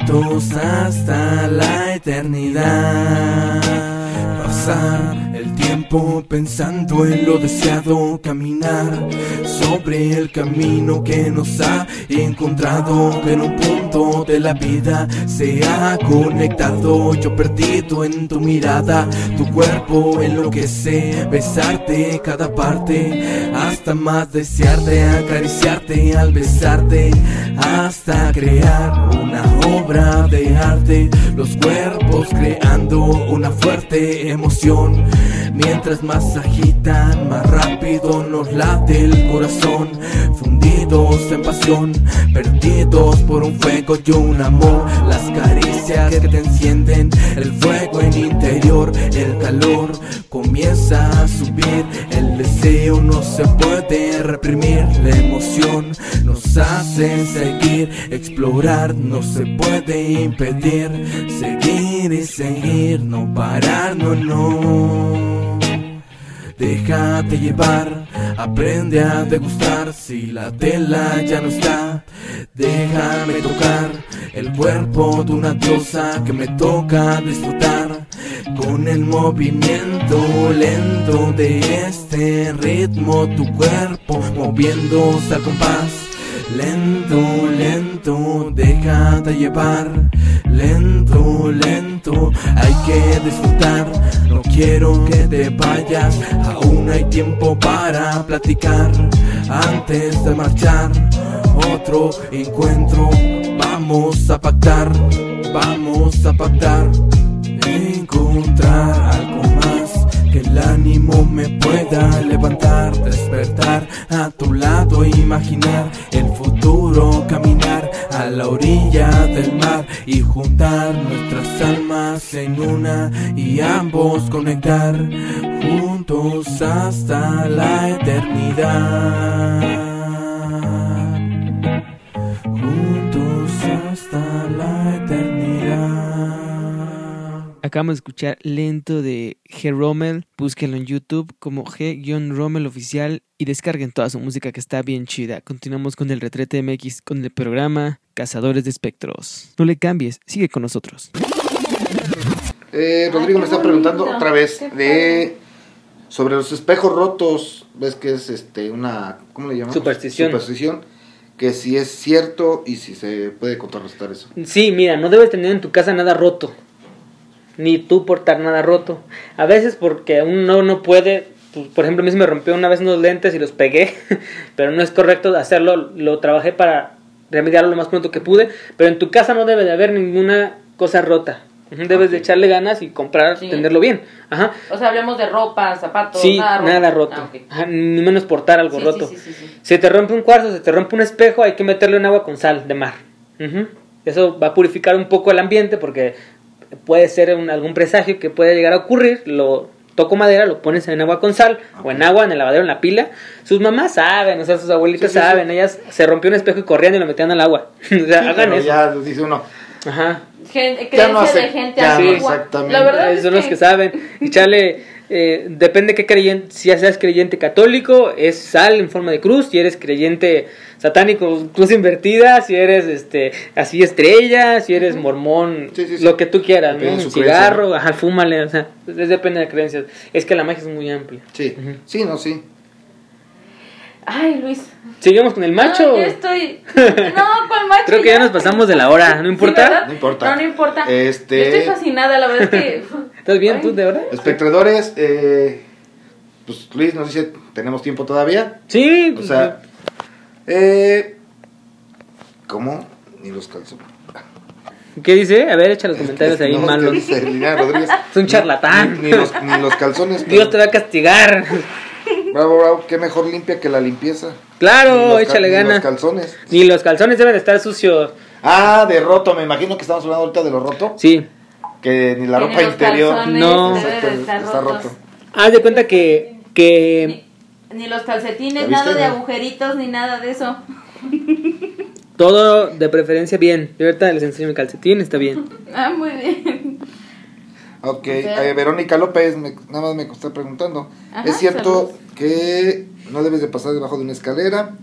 juntos hasta la eternidad. Pasar el tiempo pensando en lo deseado, caminar sobre el camino que nos ha encontrado, pero un punto de la vida se ha conectado. Yo perdido en tu mirada, tu cuerpo enloquece, besarte cada parte, hasta más desearte, acariciarte al besarte, hasta crear una obra de arte, los cuerpos creando una fuerte emoción. Mientras más agitan, más rápido nos late el corazón, fundidos en pasión, perdidos por un fuego y un amor. Las caricias que te encienden, el fuego en interior, el calor comienza a subir, el deseo no se puede reprimir, la emoción nos hace seguir, explorar no se puede impedir, seguir y seguir, no parar, no. Déjate llevar, aprende a degustar, si la tela ya no está, déjame tocar el cuerpo de una diosa que me toca disfrutar, con el movimiento lento de este ritmo, tu cuerpo moviéndose al compás. Lento, lento, déjate llevar, lento, lento, hay que disfrutar, no quiero que te vayas, aún hay tiempo para platicar, antes de marchar, otro encuentro, vamos a pactar, encontrar algo más, que el ánimo me pueda levantar, despertar a tu lado, imaginar el futuro, caminar a la orilla del mar y juntar nuestras almas en una y ambos conectar juntos hasta la eternidad, juntos hasta la eternidad. Acabamos de escuchar Lento de G. Rommel. Búsquenlo en YouTube como G-Rommel Oficial y descarguen toda su música que está bien chida. Continuamos con el Retrete MX con el programa Cazadores de Espectros. No le cambies, sigue con nosotros. Rodrigo me está preguntando otra vez sobre los espejos rotos. Ves que es una, ¿cómo le llamamos? Superstición. Que si es cierto y si se puede contrarrestar eso. Sí, mira, no debes tener en tu casa nada roto, ni tú portar nada roto. A veces porque uno no puede, pues, por ejemplo a mí se me rompió una vez unos lentes y los pegué, pero no es correcto hacerlo, lo trabajé para remediarlo lo más pronto que pude, pero en tu casa no debe de haber ninguna cosa rota. Debes de echarle ganas y comprar, tenerlo bien. Ajá. O sea, hablemos de ropa, zapatos, sí, nada roto. Okay. Ajá, ni menos portar algo roto. Sí. Se te rompe un cuarzo, se te rompe un espejo, hay que meterlo en agua con sal de mar. Eso va a purificar un poco el ambiente porque puede ser algún presagio que puede llegar a ocurrir. Lo toco madera, lo pones en agua con sal o en agua, en el lavadero, en la pila. Sus mamás saben, o sea, sus abuelitas saben. Ellas se rompió un espejo y corrían y lo metían al agua. O sea, hagan eso. Ya dice uno. Ajá. Creencia de gente antigua. Exactamente. La verdad son los que saben. Echarle, depende qué creyente, si ya seas creyente católico, es sal en forma de cruz. Si eres creyente satánico, cruz invertida. Si eres así estrella, si eres mormón, lo que tú quieras, ¿no? Un cigarro, creencia, ajá, fúmale, o sea, depende de creencias. Es que la magia es muy amplia. Sí, sí. Ay, Luis. ¿Seguimos con el macho? No, ya estoy. No, ¿cuál macho? Creo que ya nos pasamos de la hora, ¿no importa? ¿Sí, no importa. No importa. Yo estoy fascinada, la verdad es que. ¿Estás bien tú, de verdad? Espectadores, pues Luis nos dice, ¿tenemos tiempo todavía? Sí. O sea, ¿cómo? Ni los calzones. ¿Qué dice? A ver, echa los comentarios ahí malos. Dice Liliana Rodríguez. Es un charlatán. Ni los calzones. Dios te va a castigar. Bravo, qué mejor limpia que la limpieza. Claro, échale ganas. Ni los calzones. Ni los calzones deben de estar sucios. Ah, de roto, me imagino que estamos hablando ahorita de lo roto. Sí. Que ni la ropa interior. No. Está roto. Haz de cuenta que ni los calcetines, nada de agujeritos, ni nada de eso. Todo de preferencia bien. Yo ahorita les enseño mi calcetín, está bien. Ah, muy bien. Ok, Verónica López nada más me está preguntando. Ajá, ¿es cierto que no debes de pasar debajo de una escalera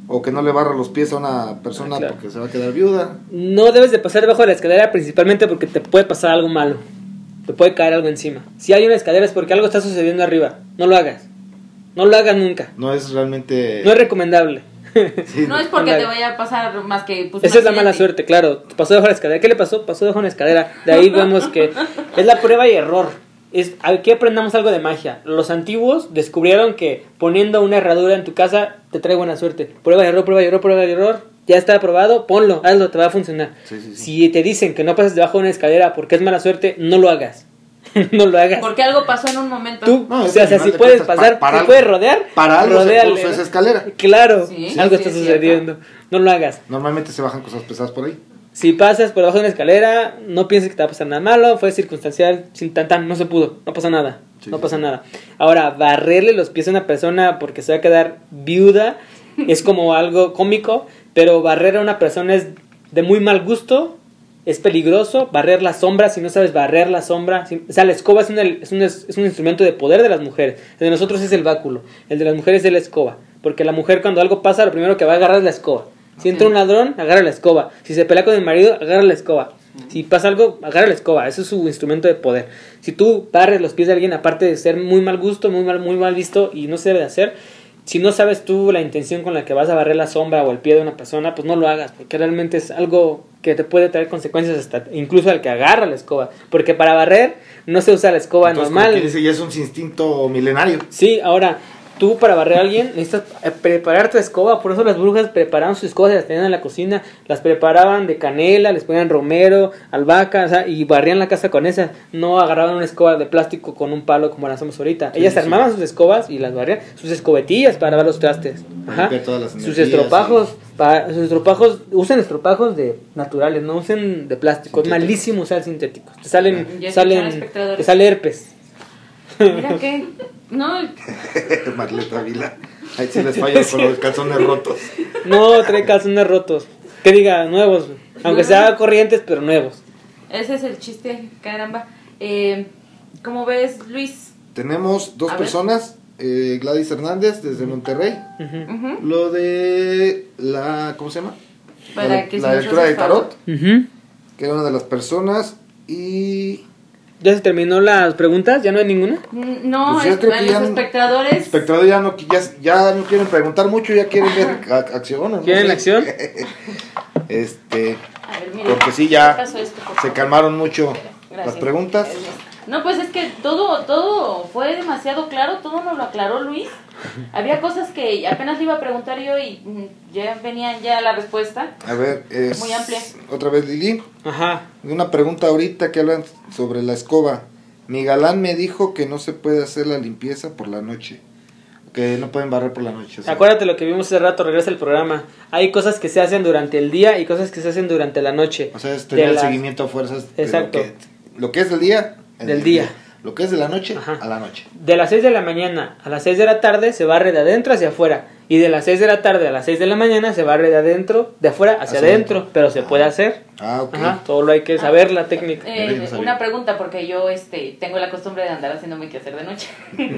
O que no le barra los pies a una persona Claro. porque se va a quedar viuda. No debes de pasar debajo de la escalera principalmente porque te puede pasar algo malo. Te puede caer algo encima. Si hay una escalera es porque algo está sucediendo arriba. No lo hagas. No lo hagas nunca. No es realmente... No es recomendable. Sí, No es porque te vaya a pasar más que... Pues, Esa es la mala suerte, claro. Pasó debajo de la escalera. ¿Qué le pasó? Pasó debajo de una escalera. De ahí vemos que es la prueba y error. Aquí aprendamos algo de magia. Los antiguos descubrieron que poniendo una herradura en tu casa te trae buena suerte. Prueba y error, prueba y error, prueba y error. Ya está aprobado, ponlo, hazlo, te va a funcionar. Sí. Si te dicen que no pases debajo de una escalera porque es mala suerte, no lo hagas. No lo hagas. Porque algo pasó en un momento. Tú, No, o sea, si puedes pasar, si puedes rodear, para algo rodéale, se puso esa escalera. Claro, Sí, algo sí, está es sucediendo. No lo hagas. Normalmente se bajan cosas pesadas por ahí. Si pasas por debajo de una escalera, no pienses que te va a pasar nada malo, fue circunstancial, sin tan, no se pudo, no pasa nada, no pasa nada. Ahora, barrerle los pies a una persona porque se va a quedar viuda es como algo cómico, pero barrer a una persona es de muy mal gusto, es peligroso. Barrer la sombra, si no sabes barrer la sombra, o sea, la escoba es un instrumento de poder de las mujeres. El de nosotros es el báculo, el de las mujeres es la escoba, porque la mujer cuando algo pasa, lo primero que va a agarrar es la escoba. Si entra un ladrón, agarra la escoba. Si se pelea con el marido, agarra la escoba. Si pasa algo, agarra la escoba. Ese es su instrumento de poder. Si tú barres los pies de alguien, aparte de ser muy mal gusto, muy mal visto y no se debe de hacer, si no sabes tú la intención con la que vas a barrer la sombra o el pie de una persona, pues no lo hagas, porque realmente es algo que te puede traer consecuencias hasta incluso al que agarra la escoba. Porque para barrer no se usa la escoba Entonces, normal. como que dice, ya es un instinto milenario. Sí, ahora, tú para barrer a alguien necesitas preparar tu escoba. Por eso las brujas preparaban sus escobas y las tenían en la cocina. Las preparaban de canela, les ponían romero, albahaca, o sea, y barrían la casa con esa. No agarraban una escoba de plástico con un palo como la hacemos ahorita. Ellas armaban sus escobas y las barrían. Sus escobetillas para lavar los trastes. Ajá. Todas las Sus energías, estropajos, usen estropajos de naturales, no usen de plástico. Es malísimo usar sintéticos. Te salen herpes. Mira que... No, Marleta Vila. Ahí sí les falla con los calzones rotos. No, trae calzones rotos. Que diga, nuevos. Aunque sea corrientes, pero nuevos. ese es el chiste, caramba. ¿Cómo ves, Luis? Tenemos dos A ver. personas. Gladys Hernández desde Monterrey. Ujú. Lo de la... ¿Cómo se llama? Para que la se nos lectura hace de tarot. Ujú. Que era una de las personas. Y... ¿Ya se terminó las preguntas? ¿Ya no hay ninguna? No, Pues yo creo que los ya espectadores... espectadores ya no quieren preguntar mucho, ya quieren ver acción. ¿no? ¿Quieren sé. acción? A ver, mira, Porque sí, ¿qué ya pasó esto, por se favor? calmaron mucho Gracias. las preguntas. No, pues es que todo fue demasiado claro, todo nos lo aclaró Luis. Había cosas que apenas le iba a preguntar yo y ya venían ya la respuesta. A ver, Muy amplia. otra vez Lili. Ajá. Una pregunta ahorita que hablan sobre la escoba. Mi galán me dijo que no se puede hacer la limpieza por la noche. Que no pueden barrer por la noche. O sea, Acuérdate lo que vimos hace rato, regresa el programa. Hay cosas que se hacen durante el día y cosas que se hacen durante la noche. o sea, es tener De el las- seguimiento a fuerzas. de Exacto. lo que es del día. en Del el día. Lo que es de la noche, Ajá. a la noche. De las 6 de la mañana a las 6 de la tarde se barre de adentro hacia afuera. Y de las 6 de la tarde a las 6 de la mañana se barre de adentro, de afuera hacia Hacia adentro. adentro. Pero se puede hacer. Ah, ok. Ajá, todo lo hay que saber, la técnica. Mira, yo no sabía. Una pregunta, porque yo tengo la costumbre de andar haciéndome qué hacer de noche.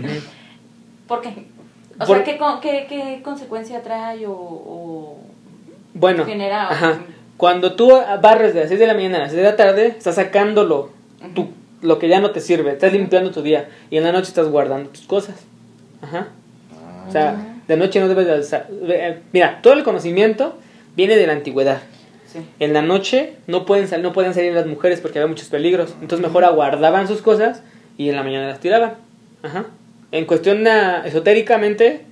¿Por qué? O Por- sea, ¿qué consecuencia trae o Bueno, genera? ajá. Cuando tú barres de las 6 de la mañana a las 6 de la tarde, estás sacando lo que ya no te sirve, estás limpiando tu día. Y en la noche estás guardando tus cosas. Ajá. O sea, de noche no debes de... Mira, todo el conocimiento viene de la antigüedad. Sí. En la noche no pueden salir las mujeres porque había muchos peligros. Entonces mejor aguardaban sus cosas y en la mañana las tiraban. Ajá. En cuestión esotéricamente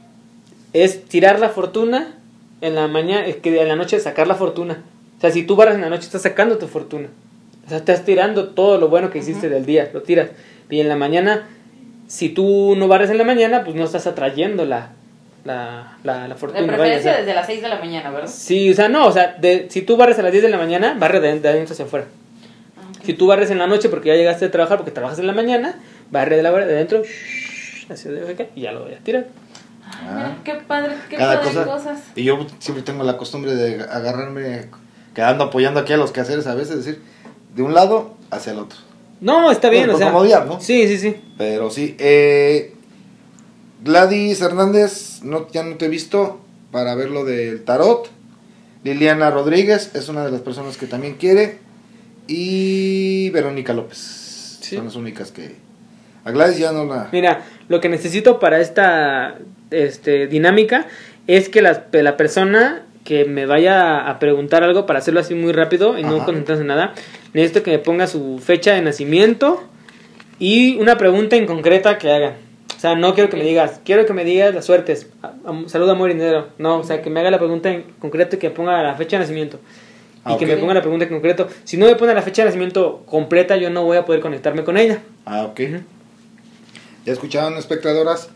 es tirar la fortuna en la mañana, es que en la noche sacar la fortuna. O sea, si tú barras en la noche estás sacando tu fortuna. O sea, estás tirando todo lo bueno que hiciste del día, lo tiras. Y en la mañana, si tú no barres en la mañana, pues no estás atrayendo la fortuna. De vaya, preferencia o sea. desde las 6 de la mañana, ¿verdad? Sí, o sea, no, o sea, si tú barres a las 10 de la mañana, barre de adentro hacia afuera. Ok. Si tú barres en la noche porque ya llegaste a trabajar, porque trabajas en la mañana, barre de adentro, hacia acá, y ya lo voy a tirar. Ay, mira, qué padre, Cada cosa. cosas. Y yo siempre tengo la costumbre de agarrarme, quedando apoyando aquí a los quehaceres a veces, decir, de un lado hacia el otro. No, está bien, Por o sea. comodidad, ¿no? Sí, sí, sí. Pero sí, Gladys Hernández, ya no te he visto. para ver lo del tarot. Liliana Rodríguez es una de las personas que también quiere. Y Verónica López. Sí. Son las únicas que... A Gladys ya no la... Mira, lo que necesito para esta dinámica es que la persona que me vaya a preguntar algo, para hacerlo así muy rápido y no concentrarse en nada, necesito que me ponga su fecha de nacimiento y una pregunta en concreta que haga. O sea, no quiero que me digas, quiero que me digas las suertes, salud, amor y dinero. No, o sea, que me haga la pregunta en concreto y que ponga la fecha de nacimiento. Y que me ponga la pregunta en concreto. Si no me pone la fecha de nacimiento completa, yo no voy a poder conectarme con ella. Ok. Ya escucharon, espectadoras.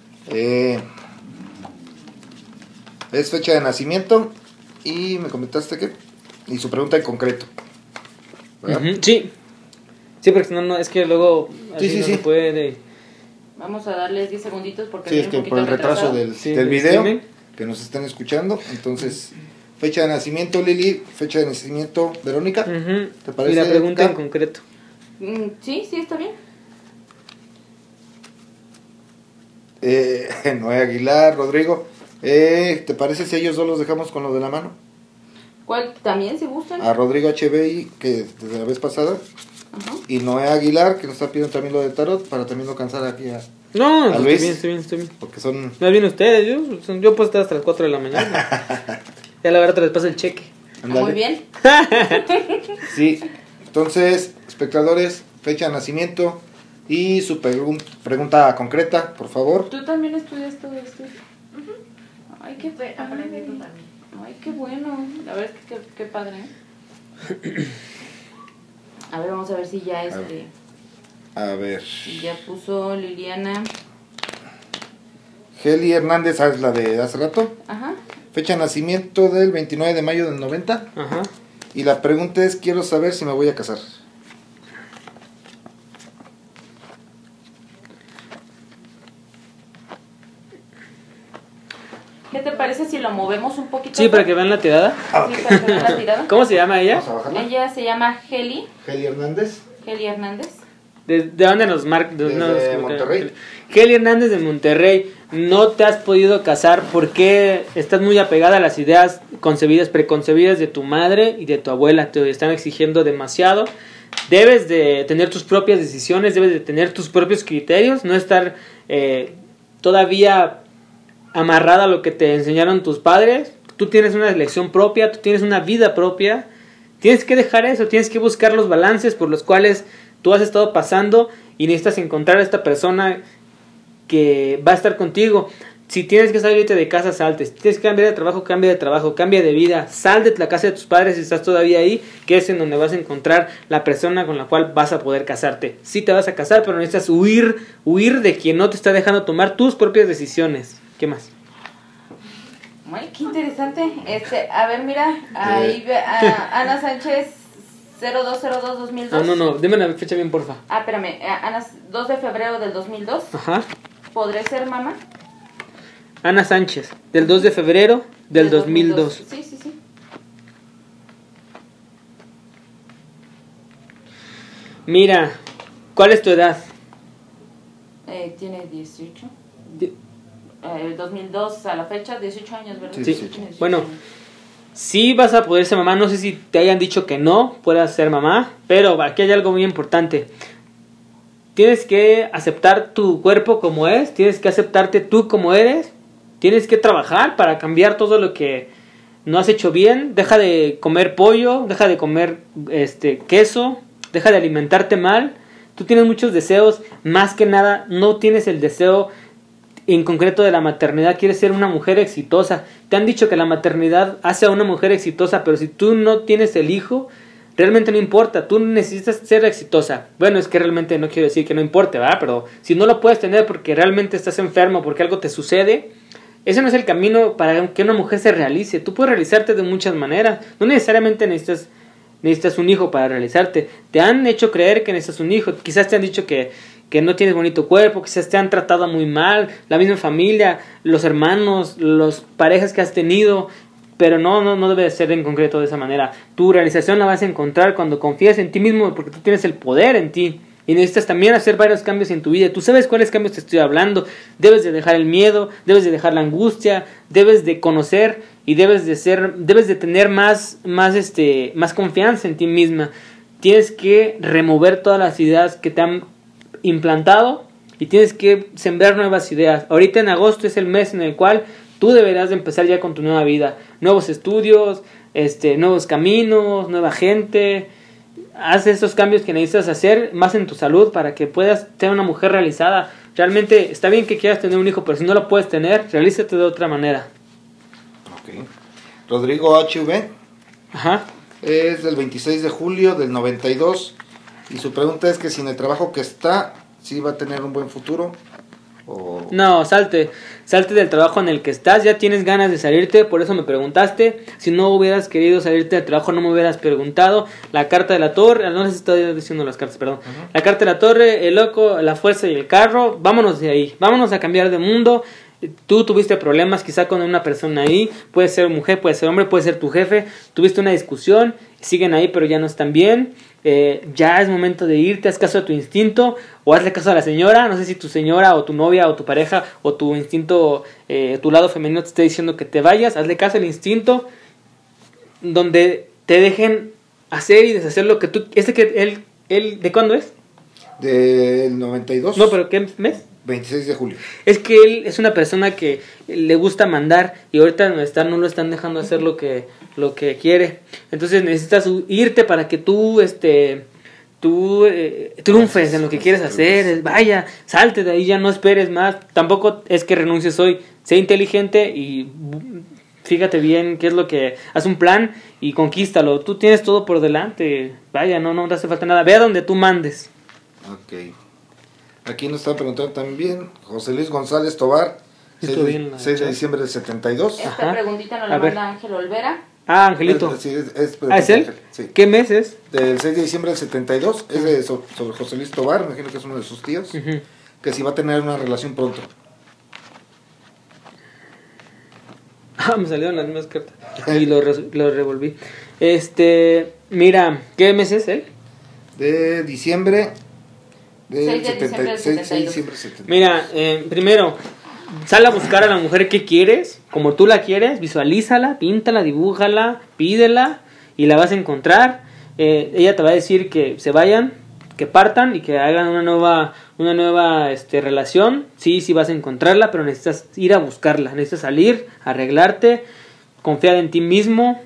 Es fecha de nacimiento. Y me comentaste que... Y su pregunta en concreto. Sí. Sí, porque si no, es que luego... Así no se puede... Vamos a darles 10 segunditos porque... Sí, es que por el retraso del video streaming, que nos están escuchando. Entonces, fecha de nacimiento, Lili. Fecha de nacimiento, Verónica. ¿Te parece? Y la pregunta en concreto. Sí, está bien. Noé Aguilar, Rodrigo. ¿Te parece si ellos dos los dejamos con lo de la mano? ¿Cuál? También, si gustan. A Rodrigo HBI, que desde la vez pasada. Y Noé Aguilar, que nos está pidiendo también lo de tarot, para también no cansar aquí a Luis. Estoy bien. Porque son... No bien ustedes, yo puedo estar hasta las 4 de la mañana. Ya la verdad les pasa el cheque. Muy bien. Sí, entonces, espectadores, fecha de nacimiento y su pregunta concreta, por favor. ¿Tú también estudias todo esto? Ay, qué aprendiendo también. Ay, qué bueno. La verdad es que qué padre. A ver, vamos a ver si ya A ver. Si ya puso Liliana. Heli Hernández, ¿sabes la de hace rato? Ajá. Fecha de nacimiento del 29 de mayo del 90. Ajá. Y la pregunta es, quiero saber si me voy a casar. ¿Qué te parece si lo movemos un poquito? Sí, para que vean la tirada. Sí, para que vean la tirada. ¿Cómo se llama ella? Vamos a bajarla. Ella se llama Heli Hernández. Heli Hernández. ¿De dónde nos marca? Desde Monterrey. Heli Hernández de Monterrey. No te has podido casar porque estás muy apegada a las ideas preconcebidas de tu madre y de tu abuela. Te están exigiendo demasiado. Debes de tener tus propias decisiones, debes de tener tus propios criterios, no estar todavía amarrada a lo que te enseñaron tus padres. Tú tienes una elección propia, tú tienes una vida propia. Tienes que dejar eso, tienes que buscar los balances por los cuales tú has estado pasando y necesitas encontrar a esta persona que va a estar contigo. Si tienes que salirte de casa, salte. Si tienes que cambiar de trabajo, cambia de vida. Sal de la casa de tus padres si estás todavía ahí, que es en donde vas a encontrar la persona con la cual vas a poder casarte. Sí te vas a casar, pero necesitas huir de quien no te está dejando tomar tus propias decisiones. ¿Qué más? Ay, qué interesante. A ver, mira, ahí ve Ana Sánchez 0202-2002. No, dime la fecha bien, porfa. Espérame, Ana, 2 de febrero del 2002. Ajá. ¿Podré ser mamá? Ana Sánchez, del 2 de febrero del 2002. Sí. Mira, ¿cuál es tu edad? Tiene 18. El 2002 a la fecha, 18 años, ¿verdad? Sí. 18 Bueno, años. sí vas a poder ser mamá. No sé si te hayan dicho que no puedas ser mamá, pero aquí hay algo muy importante. Tienes que aceptar tu cuerpo como es, tienes que aceptarte tú como eres, tienes que trabajar para cambiar todo lo que no has hecho bien. Deja de comer pollo, deja de comer queso, deja de alimentarte mal. Tú tienes muchos deseos, más que nada no tienes el deseo en concreto de la maternidad, quieres ser una mujer exitosa. Te han dicho que la maternidad hace a una mujer exitosa, pero si tú no tienes el hijo, realmente no importa, tú necesitas ser exitosa. Bueno, es que realmente no quiero decir que no importe, ¿verdad? Pero si no lo puedes tener porque realmente estás enfermo, porque algo te sucede, ese no es el camino para que una mujer se realice. Tú puedes realizarte de muchas maneras, no necesariamente necesitas un hijo para realizarte. Te han hecho creer que necesitas un hijo, quizás te han dicho que no tienes bonito cuerpo, quizás te han tratado muy mal, la misma familia, los hermanos, las parejas que has tenido, pero no debe de ser en concreto de esa manera. Tu realización la vas a encontrar cuando confías en ti mismo, porque tú tienes el poder en ti y necesitas también hacer varios cambios en tu vida. Tú sabes cuáles cambios te estoy hablando. Debes de dejar el miedo, debes de dejar la angustia, debes de conocer y debes de tener más confianza en ti misma. Tienes que remover todas las ideas que te han implantado y tienes que sembrar nuevas ideas. Ahorita en agosto es el mes en el cual tú deberás de empezar ya con tu nueva vida, nuevos estudios, nuevos caminos, nueva gente. Haz esos cambios que necesitas hacer más en tu salud para que puedas ser una mujer realizada. Realmente está bien que quieras tener un hijo, pero si no lo puedes tener, realízate de otra manera. Ok. Rodrigo HV. Ajá. Es del 26 de julio del 92 y su pregunta es que si en el trabajo que está, si va a tener un buen futuro o... No, salte del trabajo en el que estás, ya tienes ganas de salirte, por eso me preguntaste. Si no hubieras querido salirte del trabajo, no me hubieras preguntado. La carta de la torre, no les estoy diciendo las cartas, perdón. Uh-huh. La carta de la torre, el loco, la fuerza y el carro, vámonos de ahí, vámonos a cambiar de mundo. Tú tuviste problemas quizá con una persona ahí, puede ser mujer, puede ser hombre, puede ser tu jefe, tuviste una discusión, siguen ahí pero ya no están bien, ya es momento de irte, haz caso a tu instinto o hazle caso a la señora, no sé si tu señora o tu novia o tu pareja o tu instinto, tu lado femenino te esté diciendo que te vayas, hazle caso al instinto donde te dejen hacer y deshacer lo que tú, él, ¿de cuándo es? Del 92. No, pero ¿qué mes? 26 de julio. Es que él es una persona que le gusta mandar y ahorita no lo están dejando hacer lo que quiere. Entonces necesitas irte para que tú triunfes en lo que quieres hacer. Vaya, salte de ahí, ya no esperes más. Tampoco es que renuncies hoy. Sé inteligente y fíjate bien qué es lo que... Haz un plan y conquístalo. Tú tienes todo por delante. Vaya, no te hace falta nada. Ve a donde tú mandes. Ok. Aquí nos está preguntando también José Luis González Tobar, 6 de diciembre del 72. Esta preguntita nos la manda Ángel Olvera. Ah, Angelito. Sí, ¿es él? Sí. ¿Qué mes es? Del 6 de diciembre del 72. Es sobre José Luis Tobar, me imagino que es uno de sus tíos. Uh-huh. Que si va a tener una relación pronto. Me salieron las mismas cartas. Y lo revolví. Mira, ¿qué mes es él? De diciembre... 6 de diciembre del 72. Mira, primero, sal a buscar a la mujer que quieres, como tú la quieres, visualízala, píntala, dibújala, pídela y la vas a encontrar. Ella te va a decir que se vayan, que partan y que hagan una nueva relación. Sí vas a encontrarla, pero necesitas ir a buscarla, necesitas salir, arreglarte, confiar en ti mismo.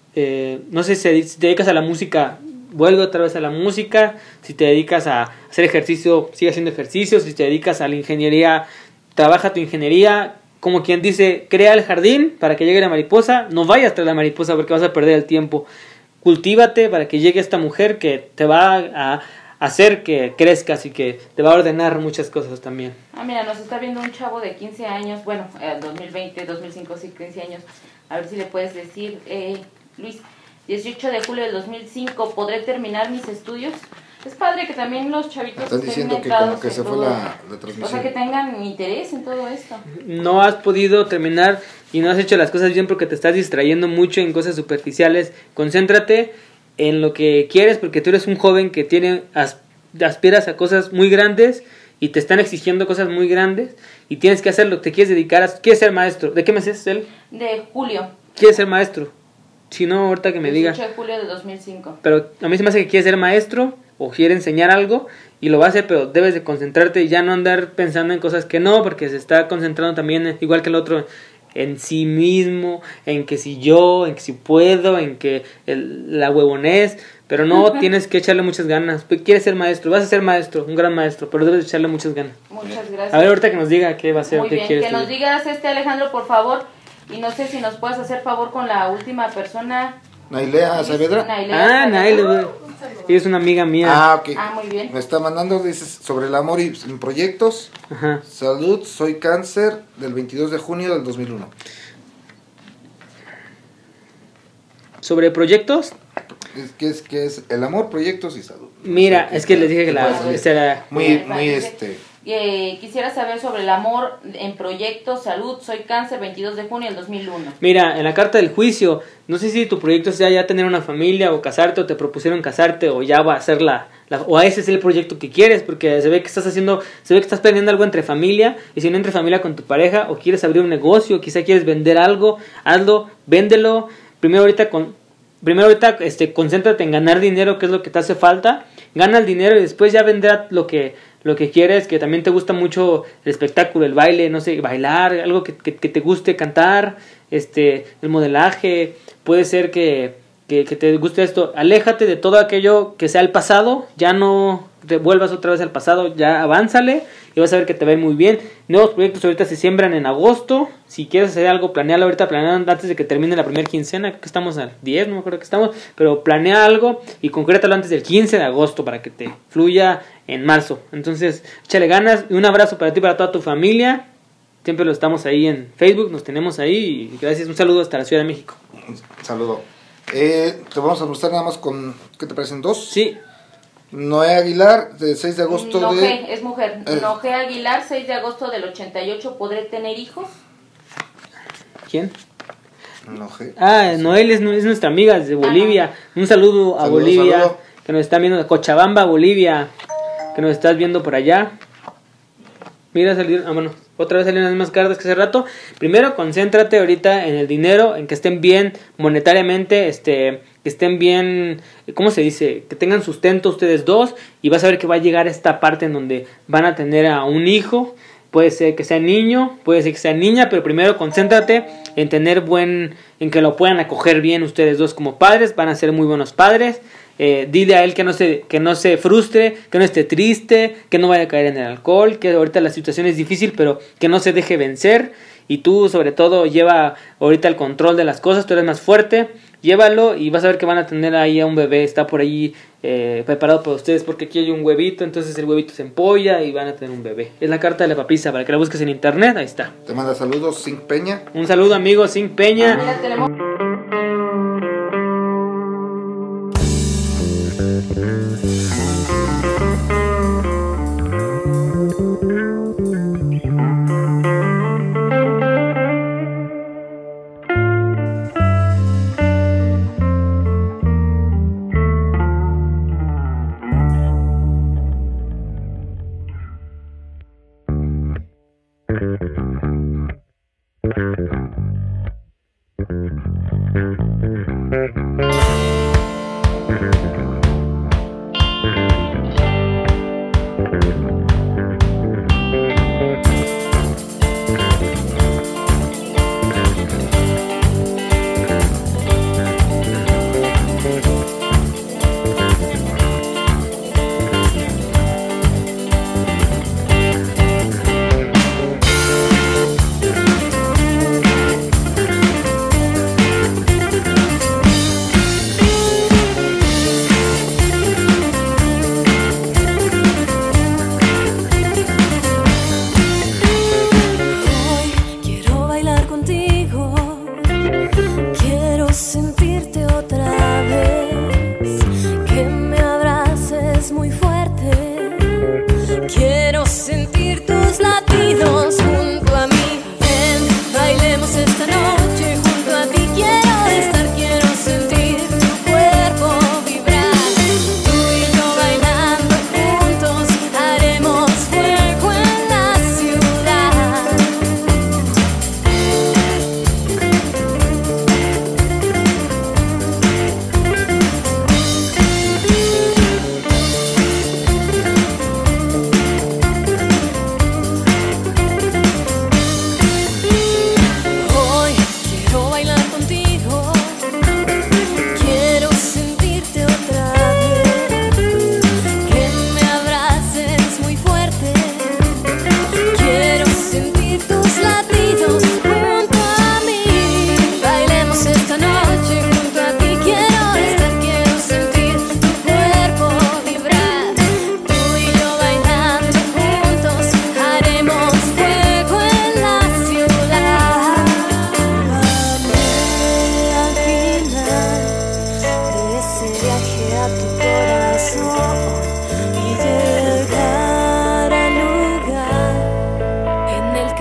No sé si te dedicas a la música, vuelve otra vez a la música. Si te dedicas a hacer ejercicio, sigue haciendo ejercicio. Si te dedicas a la ingeniería, trabaja tu ingeniería. Como quien dice, crea el jardín para que llegue la mariposa. No vayas tras la mariposa porque vas a perder el tiempo. Cultívate para que llegue esta mujer que te va a hacer que crezcas y que te va a ordenar muchas cosas también. Mira, nos está viendo un chavo de 15 años, bueno, 2020, 2005, sí, 15 años. A ver si le puedes decir, Luis, 18 de julio del 2005, ¿podré terminar mis estudios? Es padre que también los chavitos están diciendo que como que se fue la transmisión. O sea, que tengan interés en todo esto. No has podido terminar y no has hecho las cosas bien porque te estás distrayendo mucho en cosas superficiales. Concéntrate en lo que quieres porque tú eres un joven que aspiras a cosas muy grandes y te están exigiendo cosas muy grandes y tienes que hacer lo que te quieres dedicar a. ¿Quieres ser maestro? ¿De qué mes es él? De julio. ¿Quieres ser maestro? Si no, ahorita que me diga. 18 de julio de 2005. Pero a mí se me hace que quiere ser maestro o quiere enseñar algo y lo va a hacer, pero debes de concentrarte y ya no andar pensando en cosas que no, porque se está concentrando también, igual que el otro, en sí mismo, en que si yo, en que si puedo, en que la huevonés, pero no, tienes que echarle muchas ganas. Quieres ser maestro, vas a ser maestro, un gran maestro, pero debes echarle muchas ganas. Muchas gracias. A ver, ahorita que nos diga qué va a ser, muy qué bien, quieres. Que nos digas, Alejandro, por favor. Y no sé si nos puedes hacer favor con la última persona. Nailea Saavedra. Nailea. Ella es una amiga mía. Ok. Muy bien. Me está mandando, dice, sobre el amor y en proyectos. Ajá. Salud, soy cáncer, del 22 de junio del 2001. ¿Sobre proyectos? ¿Qué es el amor, proyectos y salud? Mira, es que les dije que muy Quisiera saber sobre el amor en proyectos, salud, soy cáncer, 22 de junio del 2001. Mira, en la carta del juicio, no sé si tu proyecto sea ya tener una familia o casarte, o te propusieron casarte, o ya va a ser o ese es el proyecto que quieres, porque se ve que estás planeando algo entre familia, y si no entre familia con tu pareja, o quieres abrir un negocio, quizá quieres vender algo, hazlo, véndelo. Primero ahorita concéntrate en ganar dinero, que es lo que te hace falta. Gana el dinero y después ya vendrá lo que quieres, que también te gusta mucho el espectáculo, el baile, no sé, bailar, algo que te guste, cantar, el modelaje. Puede ser que te guste esto. Aléjate de todo aquello que sea el pasado, ya no te vuelvas otra vez al pasado, ya avánzale y vas a ver que te va a ir muy bien. Nuevos proyectos ahorita se siembran en agosto. Si quieres hacer algo, planealo ahorita, planealo antes de que termine la primera quincena. Creo que estamos al 10, no me acuerdo que estamos, pero planea algo y concrétalo antes del 15 de agosto para que te fluya en marzo. Entonces, échale ganas y un abrazo para ti y para toda tu familia. Siempre lo estamos ahí en Facebook, nos tenemos ahí y gracias. Un saludo hasta la Ciudad de México. Un saludo. Te vamos a mostrar nada más con, ¿qué te parecen? ¿Dos? Sí. Noé Aguilar, de 6 de agosto Noé, es mujer. Noé Aguilar, 6 de agosto del 88, ¿podré tener hijos? ¿Quién? Noé. Noel es nuestra amiga desde Bolivia. Un saludo a Bolivia, saludo. Que nos están viendo de Cochabamba, Bolivia, que nos estás viendo por allá. Mira, otra vez salieron las mismas cartas que hace rato. Primero, concéntrate ahorita en el dinero, en que estén bien monetariamente, que estén bien, ¿cómo se dice? Que tengan sustento ustedes dos, y vas a ver que va a llegar esta parte en donde van a tener a un hijo. Puede ser que sea niño, puede ser que sea niña, pero primero concéntrate en en que lo puedan acoger bien ustedes dos como padres. Van a ser muy buenos padres. Dile a él que no se frustre, que no esté triste, que no vaya a caer en el alcohol, que ahorita la situación es difícil, pero que no se deje vencer. Y tú, sobre todo, lleva ahorita el control de las cosas. Tú eres más fuerte, llévalo y vas a ver que van a tener ahí a un bebé. Está por ahí preparado para ustedes, porque aquí hay un huevito, entonces el huevito se empolla y van a tener un bebé. Es la carta de la papisa, para que la busques en internet. Ahí está. Te manda saludos, Zinc Peña. Un saludo, amigo Zinc Peña. Mira, tenemos...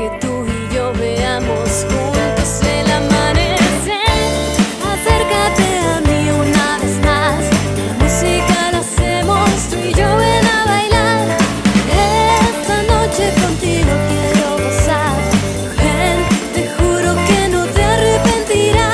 que tú y yo veamos juntos el amanecer. Acércate a mí una vez más, la música la hacemos tú y yo, ven a bailar. Esta noche contigo quiero gozar, ven, te juro que no te arrepentirás.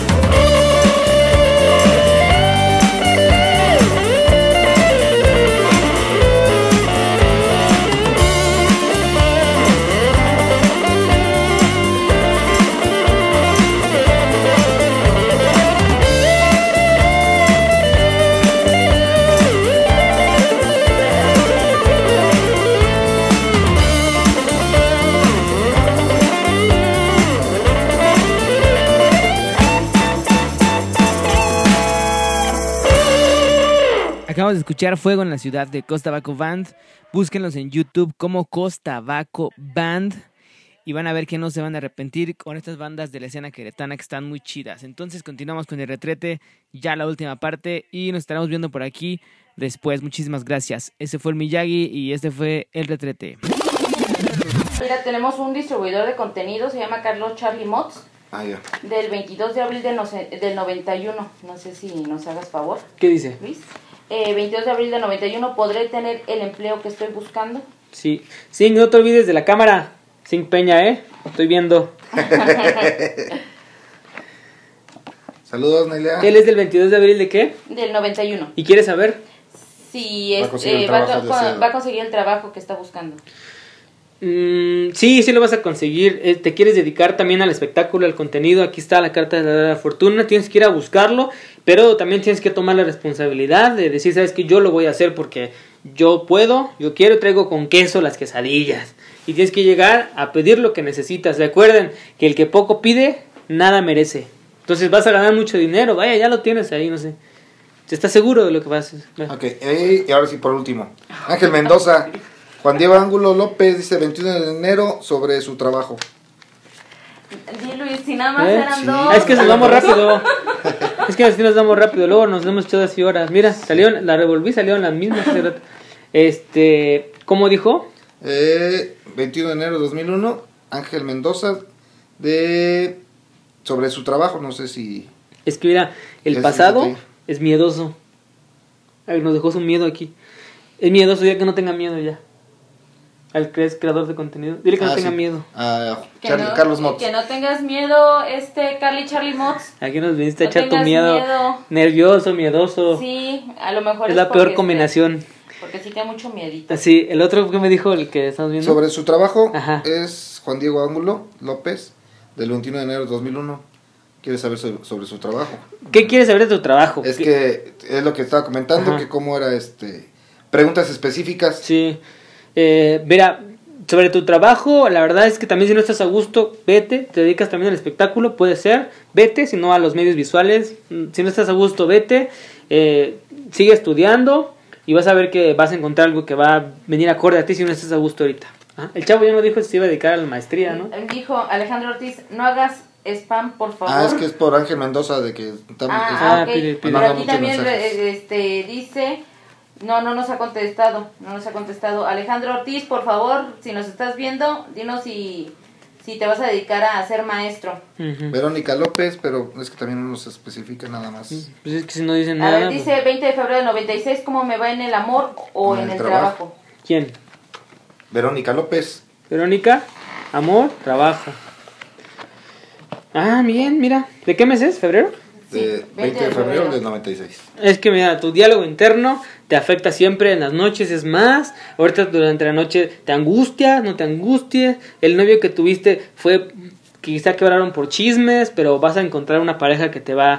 Acabamos de escuchar Fuego en la Ciudad de Costa Baco Band. Búsquenlos en YouTube como Costa Baco Band y van a ver que no se van a arrepentir con estas bandas de la escena queretana que están muy chidas. Entonces continuamos con el retrete, ya la última parte, y nos estaremos viendo por aquí después. Muchísimas gracias. Ese fue el Miyagi y este fue el retrete. Mira, tenemos un distribuidor de contenido, se llama Carlos Charlie Mods. Ya. Del 22 de abril del 91. No sé si nos hagas favor, ¿Qué dice? Luis. 22 de abril del 91, ¿podré tener el empleo que estoy buscando? Sí. Sí, no te olvides de la cámara. Sin Peña, estoy viendo. Saludos, Nelia. ¿Él es del 22 de abril de qué? Del 91. ¿Y quieres saber? Sí, va a conseguir el trabajo que está buscando. Sí, sí lo vas a conseguir. Te quieres dedicar también al espectáculo, al contenido. Aquí está la carta de la fortuna. Tienes que ir a buscarlo, pero también tienes que tomar la responsabilidad de decir, sabes que yo lo voy a hacer porque yo puedo, yo quiero, traigo con queso las quesadillas. Y tienes que llegar a pedir lo que necesitas. Recuerden que el que poco pide, nada merece. Entonces vas a ganar mucho dinero. Vaya, ya lo tienes ahí, no sé. ¿Estás seguro de lo que vas a hacer? Ok, y ahora sí, por último. Ángel Mendoza. Juan Diego Ángulo López dice 21 de enero sobre su trabajo. Di, Luis, si nada más eran Sí. dos. Es que nos vamos rápido. Es que así nos damos rápido. Luego nos hemos echado así horas. Mira, salieron, la revolví, salieron las mismas. ¿Cómo dijo? 21 de enero de 2001. Ángel Mendoza sobre su trabajo. No sé si... Es que mira, el Es pasado detalle. es miedoso. Ay, nos dejó su miedo aquí. Es miedoso, ya que no tenga miedo ya. Al que es creador de contenido. Dile que no tenga miedo. Carlos Motz. Que no tengas miedo, Charlie Motz. Aquí nos viniste a No echar tu tengas miedo. Nervioso, miedoso. Sí, a lo mejor Es la porque, peor combinación. Porque sí te da mucho miedito. Sí, el otro que me dijo, el que estamos viendo. Sobre su trabajo. Ajá. Es Juan Diego Ángulo López del 21 de enero de 2001. Quiere saber sobre su trabajo. ¿Qué quieres saber de tu trabajo? Es que es lo que estaba comentando, Ajá. que cómo era preguntas específicas. Sí. Mira, sobre tu trabajo, la verdad es que también si no estás a gusto, vete, te dedicas también al espectáculo, puede ser, vete, si no a los medios visuales, si no estás a gusto, vete, sigue estudiando y vas a ver que vas a encontrar algo que va a venir acorde a ti si no estás a gusto ahorita. ¿Ah? El chavo ya no dijo si se iba a dedicar a la maestría, ¿no? Dijo Alejandro Ortiz, no hagas spam, por favor. Es que es por Ángel Mendoza de que estamos... Ok. pide. Pero Manda aquí muchos también mensajes. dice, no nos ha contestado. Alejandro Ortiz, por favor, si nos estás viendo, dinos si te vas a dedicar a ser maestro. Uh-huh. Verónica López, pero es que también no nos especifica nada más. Pues es que si no dicen A nada... ver, dice 20 de febrero del 96, ¿cómo me va en el amor o en el trabajo? ¿Quién? Verónica López. Verónica, amor, trabajo. Ah, bien, mira. ¿De qué mes es? ¿Febrero? De 20 de febrero del 96. Es que mira, tu diálogo interno te afecta siempre en las noches, es más, ahorita durante la noche te angustias, no te angusties, el novio que tuviste fue, quizá quebraron por chismes, pero vas a encontrar una pareja que va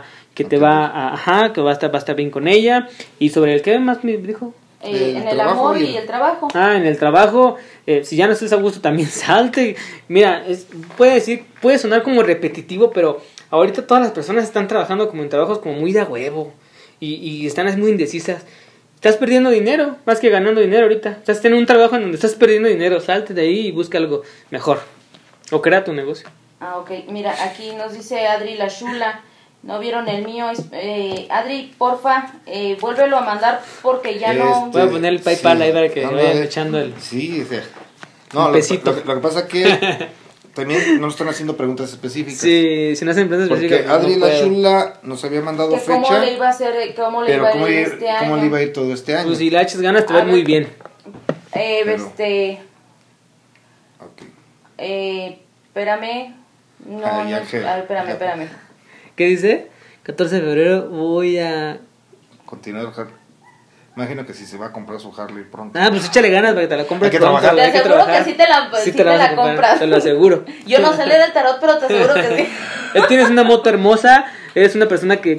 a estar bien con ella. Y sobre el que más me dijo, en el amor y el trabajo. en el trabajo, si ya no estás a gusto también salte. Mira, puede sonar como repetitivo, pero ahorita todas las personas están trabajando como en trabajos como muy de a huevo y están muy indecisas. Estás perdiendo dinero más que ganando dinero ahorita. Estás teniendo un trabajo en donde estás perdiendo dinero. Salte de ahí y busca algo mejor. O crea tu negocio. Ok. Mira, aquí nos dice Adri La Chula. No vieron el mío. Adri, porfa, vuélvelo a mandar porque ya no... Voy a poner el PayPal ahí para que vayan echando el... Sí, No, un pesito. lo que pasa que también no están haciendo preguntas específicas. Sí, si no hacen preguntas Porque específicas. Adri no la puedo. Chula nos había mandado Que fecha. ¿Cómo le iba a hacer? ¿Cómo le iba a ir este año? ¿Cómo le iba a ir todo este año? Pues si le echas ganas te A ves ver. muy bien. Ok. Espérame. No, Ay, no. Ángel. A ver, espérame. ¿Qué dice? 14 de febrero voy a... Continuar. Imagino que si se va a comprar su Harley pronto. Ah, pues échale ganas para que te la compres Hay que pronto. trabajar. Te Hay que aseguro trabajar. que sí te la, Sí sí te te vas a la comprar, compras. te lo aseguro. Yo no sé leer el tarot, pero te aseguro que sí. Tienes una moto hermosa, eres una persona que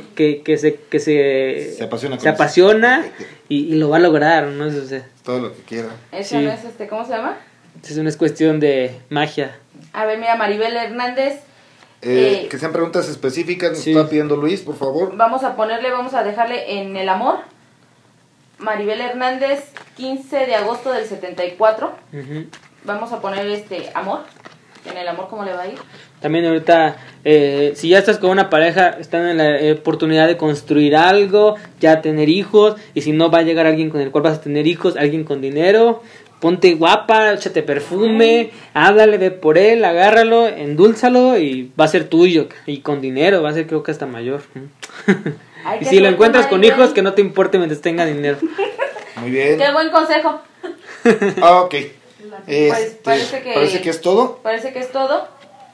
Se apasiona con se eso. apasiona y lo va a lograr, ¿no? O sea, Todo lo que quiera. Eso Sí. no es ¿cómo se llama? es una cuestión de magia. A ver, mira, Maribel Hernández. Que sean preguntas específicas, nos Sí. está pidiendo Luis, por favor. Vamos a dejarle en el amor. Maribel Hernández, 15 de agosto del 74. Ujú. Vamos a poner amor. En el amor, ¿cómo le va a ir? También ahorita, si ya estás con una pareja, están en la oportunidad de construir algo, ya tener hijos, y si no va a llegar alguien con el cual vas a tener hijos, alguien con dinero, ponte guapa, échate perfume, háblale, ve por él, agárralo, endúlzalo y va a ser tuyo, y con dinero, va a ser creo que hasta mayor. Ay, Y qué si lo suerte, encuentras con Maribel. hijos, que no te importe mientras tenga dinero. Muy bien. Qué buen consejo. Ok. Parece que- Parece que es todo. Parece que es todo.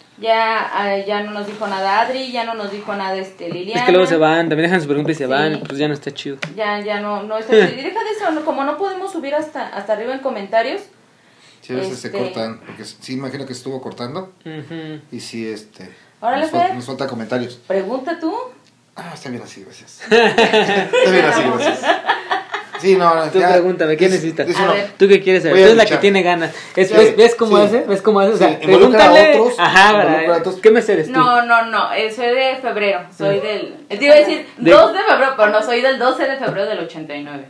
Ya no nos dijo nada Adri, ya no nos dijo nada Liliana. Es que luego se van, también dejan su pregunta y se Sí. van, pues ya no está chido. Ya no está. Y deja de eso, como no podemos subir hasta arriba en comentarios. Sí, a veces se Este- cortan. Porque sí, imagino que estuvo cortando. Ujú. Y sí, Órale, Fer. nos falta comentarios. Pregunta tú. Ah, está bien así, gracias. Está bien así, gracias. Sí, no, Tú ya, pregúntame, ¿qué dice- necesitas? dice A uno, ver. ¿Tú qué quieres saber? Voy a Tú eres la luchar. que tiene ganas. Sí, ¿Ves cómo sí. hace? ¿Ves cómo hace? O sea, Sí, involucra a pregúntale. otros, Ajá, involucra a otros. ¿qué mes eres tú? No, soy de febrero, soy del... Te iba a decir 2 de febrero, pero no, soy del 12 de febrero del 89.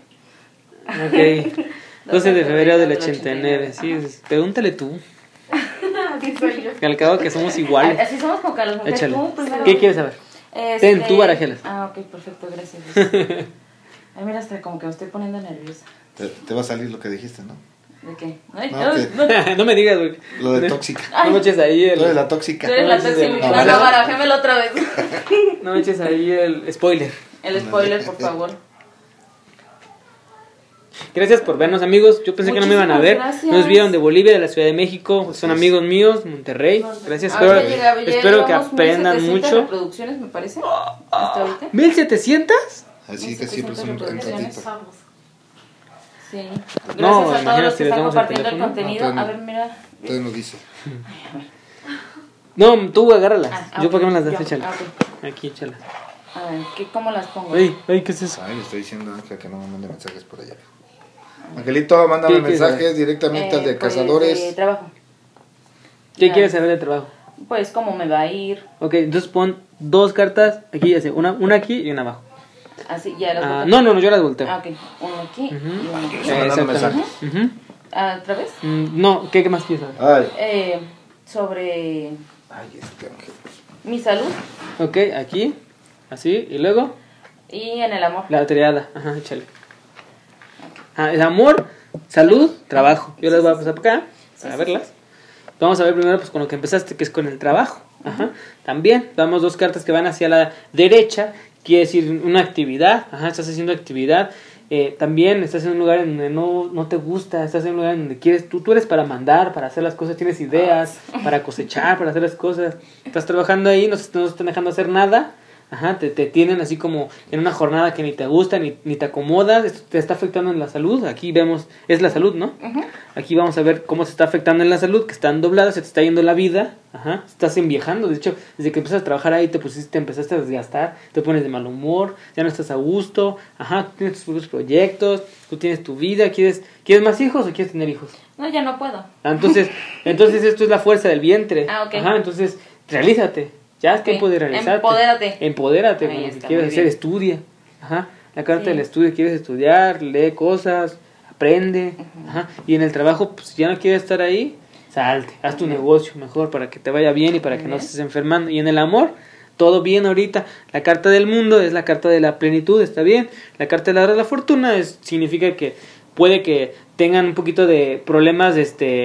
Ok. 12 de febrero del 89. Sí, pregúntale tú. Así soy yo. Que al cabo que somos iguales. Así somos con Carlos. Mujer. Échale. Tú primero. ¿Qué quieres saber? Ten, tú barajelas. Ah, ok, perfecto, gracias. Ay, mira, hasta como que me estoy poniendo nerviosa. te va a salir lo que dijiste, ¿no? ¿De qué? Ay, No, ay, que- no. No me digas, güey. Lo de tóxica. No me eches ahí Lo de el. la tóxica. Tú eres la No, ese es tóxica. el- No, no, barajémelo otra vez. No me eches ahí el spoiler. El spoiler, por favor. Gracias por vernos, amigos. Yo pensé que no me iban a ver. Muchísimas gracias. Nos vieron de Bolivia, de la Ciudad de México. Son amigos míos, Monterrey. Gracias. Ahorita Espero que llevamos aprendan 1700 mucho. reproducciones, me parece. Hasta ahorita. ¿1700? Así que siempre son un reproducciones. ratito. Sí. Gracias No, a todos imagínate los si que les están damos el compartiendo el teléfono. contenido. No, A ver, mira. Todavía nos dice. No, tú agárralas. Yo ok, para qué me las das, yo. échala. Ok. Aquí, échala. A ver, ¿cómo las pongo? Ay, ¿qué es eso? Ay, le estoy diciendo a Ángel que no me mande mensajes por allá. Angelito, mándame ¿Qué quieres mensajes saber? directamente al de Pues, Cazadores. de trabajo. ¿Qué Ya. quieres saber de trabajo? Pues cómo me va a ir. Ok, entonces pon dos cartas aquí, ya sé, una aquí y una abajo. Así, ya las volteo. No, yo las volteo. Ah, ok. Uno aquí y uno aquí. Está mandando Exactamente. mensajes. Ujú. ¿Otra vez? No, ¿qué más quieres saber? Ay, Sobre ay, Ángel. mi salud Ok, aquí, así, y luego y en el amor. la triada. Ajá, échale. El amor, salud, trabajo. Yo las voy a pasar por acá para verlas. Vamos a ver primero pues con lo que empezaste, que es con el trabajo. Ajá. También damos dos cartas que van hacia la derecha, quiere decir una actividad. Ajá, estás haciendo actividad. También estás en un lugar en donde no te gusta, estás en un lugar en donde quieres, tú eres para mandar, para hacer las cosas, tienes ideas, para cosechar, para hacer las cosas. Estás trabajando ahí, no te están dejando hacer nada. Ajá, te tienen así como en una jornada que ni te gusta, ni te acomodas, esto te está afectando en la salud. Aquí vemos, es la salud, ¿no? Aquí vamos a ver cómo se está afectando en la salud, que están dobladas, se te está yendo la vida. Ajá, estás enviejando. De hecho, desde que empezaste a trabajar ahí te empezaste a desgastar, te pones de mal humor, ya no estás a gusto. Ajá, tú tienes tus propios proyectos, tú tienes tu vida, ¿quieres más hijos o quieres tener hijos? No, ya no puedo. Entonces esto es la fuerza del vientre. Ah, ok. Ajá, entonces realízate. Ya es Ok. tiempo de realizarte. Ahí Empodérate. Con lo que está, quieres muy hacer, bien. estudia. Ajá. La carta Sí. del estudio, quieres estudiar, lee cosas, aprende. Ajá. Y en el trabajo, pues si ya no quieres estar ahí, salte. Haz tu negocio mejor para que te vaya bien y para que no estés enfermando. Y en el amor, todo bien ahorita. La carta del mundo es la carta de la plenitud, está bien. La carta de la fortuna significa que puede que tengan un poquito de problemas,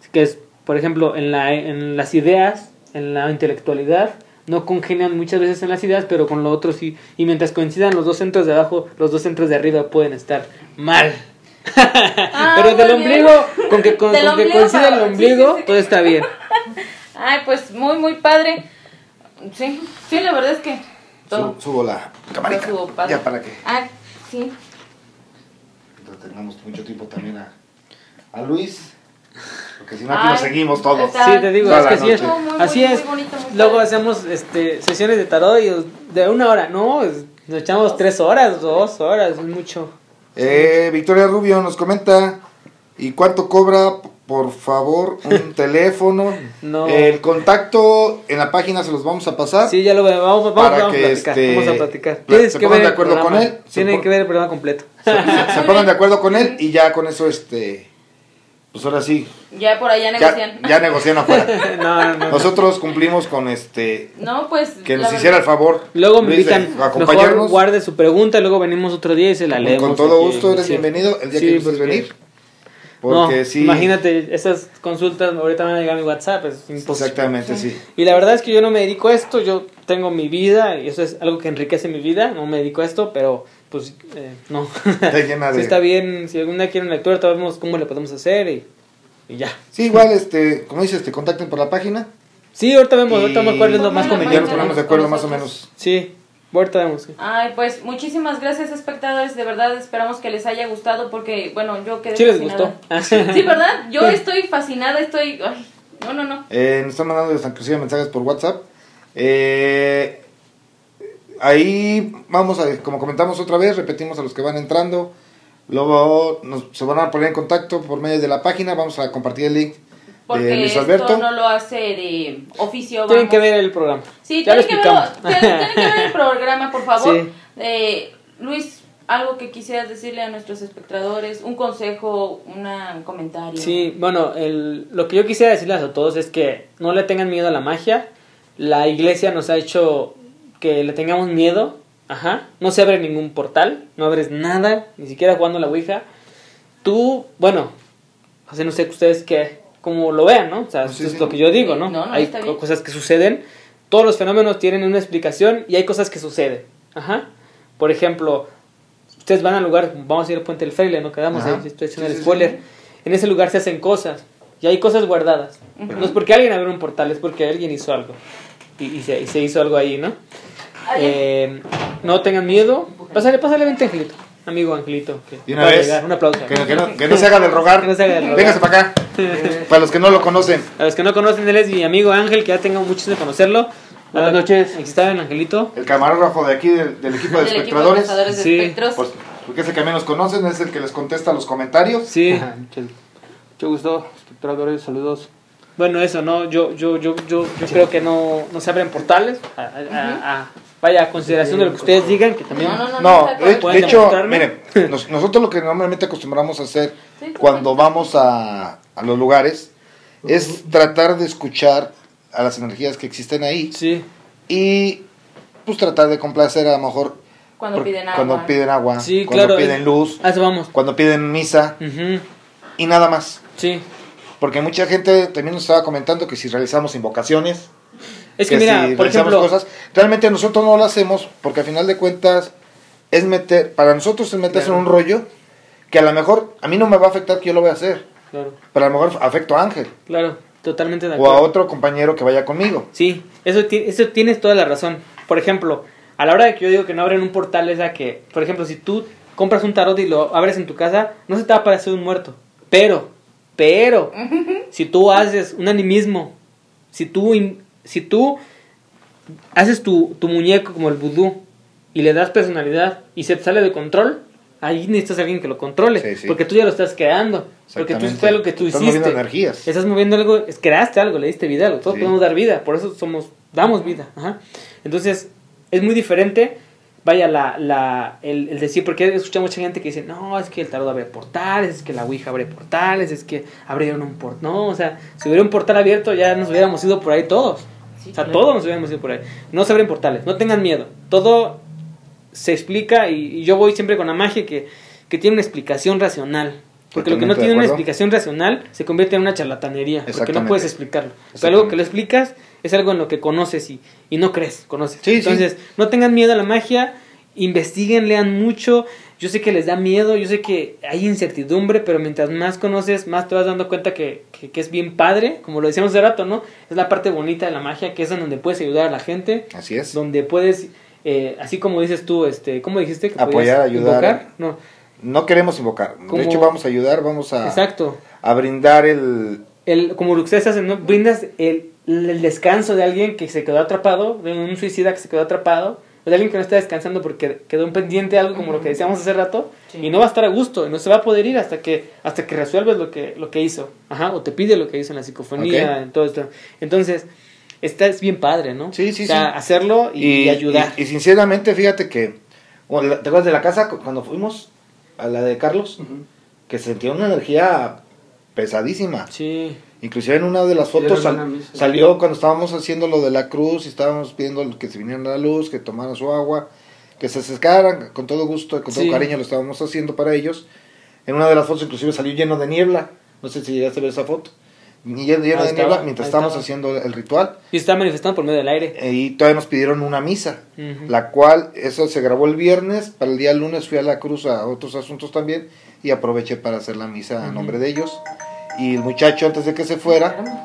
que es, por ejemplo, en las ideas, en la intelectualidad, no congenian muchas veces en las ideas, pero con lo otro sí. Y mientras coincidan los dos centros de abajo, los dos centros de arriba pueden estar mal. Pero del ombligo, con que coincida el ombligo, sí. Todo está bien. Ay, pues muy, muy padre. Sí, la verdad es que todo. Subo la camarita. Ya para que. Sí. Tengamos mucho tiempo también a Luis. Porque si no, aquí nos seguimos todos. Sí, te digo, es que así es. Muy bonito, muy luego hacemos sesiones de tarot y de 1 hora. No, nos echamos 3 horas, 2 horas, es mucho. Victoria Rubio nos comenta: ¿y cuánto cobra? Por favor, un teléfono. No. El contacto en la página se los vamos a pasar. Sí, ya lo vemos. Vamos a platicar. Tienes se que pongan ver de acuerdo con él. Tienen que ver el programa completo. Se pongan de acuerdo con él y ya con eso, pues ahora sí. Ya por allá negocian. Ya negocian afuera. No. Nosotros cumplimos con No, pues. que nos hiciera el favor. Luego me invitan a acompañarnos. Mejor guarde su pregunta, luego venimos otro día y se la leemos. Con todo gusto, eres bienvenido el día que quieras venir. Porque sí. Imagínate, esas consultas ahorita van a llegar a mi WhatsApp, es imposible. Exactamente, sí. Y la verdad es que yo no me dedico a esto, yo tengo mi vida y eso es algo que enriquece mi vida, no me dedico a esto, pero pues no. Está llena de... Sí, está bien, si algún día quieren lectura, vemos cómo le podemos hacer y ya. Sí, igual, como dices, te contacten por la página. Sí, ahorita vemos cuál es lo más conveniente. Ya nos ponemos de acuerdo más o menos. Sí. Ahorita vemos. Ay, pues muchísimas gracias, espectadores, de verdad esperamos que les haya gustado porque, bueno, yo quedé fascinada. Les gustó. Sí, ¿verdad? Yo estoy fascinada, no. Nos están mandando inclusive mensajes por WhatsApp. Ahí vamos como comentamos otra vez, repetimos a los que van entrando. Luego se van a poner en contacto por medio de la página, vamos a compartir el link. Porque Luis Alberto. Esto no lo hace de oficio. Tienen que ver el programa. Sí, tienen que ver el programa, por favor. Sí. Luis, algo que quisieras decirle a nuestros espectadores, un consejo, un comentario. Sí, bueno, lo que yo quisiera decirles a todos es que no le tengan miedo a la magia. La iglesia nos ha hecho que le tengamos miedo. No se abre ningún portal, no abres nada, ni siquiera jugando la Ouija. Tú, bueno, no sé ustedes como lo vean, ¿no? O sea, eso es lo que yo digo, ¿no? Hay cosas que suceden, todos los fenómenos tienen una explicación y hay cosas que suceden. Por ejemplo, ustedes van al lugar, vamos a ir al Puente del Fraile, ¿no? Quedamos ahí, estoy haciendo el spoiler. Sí. En ese lugar se hacen cosas y hay cosas guardadas. No es porque alguien abrió un portal, es porque alguien hizo algo y se hizo algo ahí, ¿no? No tengan miedo. Pásale 20, Angelito. Amigo Angelito. Y una vez, un aplauso. Que no se haga del rogar. Véngase para acá. Para los que no lo conocen. Para los que no conocen, él es mi amigo Ángel, que ya tengo mucho de conocerlo. Buenas noches. Aquí está el Angelito. El camarógrafo de aquí del equipo de espectadores. Sí. Porque es el que menos conocen, es el que les contesta los comentarios. Sí. Mucho gusto, espectadores, saludos. Bueno, eso, ¿no? Yo creo que no se abren portales. Vaya, a consideración de lo que ustedes digan, que también... De hecho, miren, nosotros lo que normalmente acostumbramos a hacer cuando vamos a los lugares es tratar de escuchar a las energías que existen ahí. Sí. Y pues tratar de complacer a lo mejor... Cuando piden agua, sí, cuando piden luz, vamos. Cuando piden misa, y nada más. Sí. Porque mucha gente también nos estaba comentando que si realizamos invocaciones... Es que mira, si por ejemplo, cosas, realmente nosotros no lo hacemos porque al final de cuentas para nosotros es meterse en un rollo que a lo mejor a mí no me va a afectar que yo lo voy a hacer. Claro. Pero a lo mejor afecto a Ángel. Claro, totalmente de acuerdo. O a otro compañero que vaya conmigo. Sí, eso tienes toda la razón. Por ejemplo, a la hora de que yo digo que no abren un portal es a que, por ejemplo, si tú compras un tarot y lo abres en tu casa, no se te va a parecer un muerto. Pero, si tú haces un animismo, si tú haces tu muñeco como el vudú y le das personalidad y se te sale de control, ahí necesitas a alguien que lo controle, porque tú ya lo estás creando, porque tú fue algo que tú hiciste. Estás moviendo energías. Estás moviendo algo, creaste algo, le diste vida a algo, todos podemos dar vida, por eso damos vida. Entonces, es muy diferente, vaya, el decir, porque he escuchado mucha gente que dice, no, es que el tarot abre portales, es que la Ouija abre portales, es que abrieron un portal. No, o sea, si hubiera un portal abierto ya nos hubiéramos ido por ahí todos. Sí, o sea, todos nos hubiéramos ido por ahí. No se abren portales, no tengan miedo. Todo se explica y yo voy siempre con la magia que tiene una explicación racional. Porque lo que no Totalmente tiene de una acuerdo. explicación racional se convierte en una charlatanería, porque no Exactamente. puedes explicarlo. Pero Exactamente. algo que lo explicas es algo en lo que conoces y no crees, conoces. Sí, sí. Entonces, no tengan miedo a la magia, investiguen, lean mucho. Yo sé que les da miedo, yo sé que hay incertidumbre, pero mientras más conoces, más te vas dando cuenta que es bien padre, como lo decíamos hace rato, ¿no? Es la parte bonita de la magia, que es en donde puedes ayudar a la gente, Así es. donde puedes, así como dices tú, ¿cómo dijiste? Que Apoyar, podías ayudar. invocar? No, No queremos invocar. Como- De hecho, vamos a ayudar, vamos a, exacto. a brindar el... Como ustedes hacen, ¿no? Brindas el descanso de alguien que se quedó atrapado, de un suicida que se quedó atrapado, o de alguien que no está descansando porque quedó un pendiente algo como lo que decíamos hace rato, Sí. y no va a estar a gusto, y no se va a poder ir hasta que resuelves lo que hizo, o te pide lo que hizo en la psicofonía, Ok. en todo esto. Entonces, es bien padre, ¿no? Sí, sí, o sea, sí. hacerlo y ayudar. Y sinceramente, fíjate que... ¿Te acuerdas de la casa cuando fuimos a la de Carlos? Que sentía una energía pesadísima. Sí. Inclusive en una de las fotos Dieron una misa. salió cuando estábamos haciendo lo de la cruz y estábamos pidiendo que se vinieran a la luz, que tomaran su agua, que se acercaran, con todo gusto, con todo Sí. cariño lo estábamos haciendo para ellos. En una de las fotos inclusive salió lleno de niebla, no sé si llegaste a ver esa foto, lleno Ahí de estaba, niebla mientras ahí estábamos estaba. haciendo el ritual. Y se está manifestando por medio del aire. Y todavía nos pidieron una misa, Ujú. la cual, eso se grabó el viernes, para el día lunes fui a la cruz a otros asuntos también y aproveché para hacer la misa a nombre de ellos. Y el muchacho antes de que se fuera,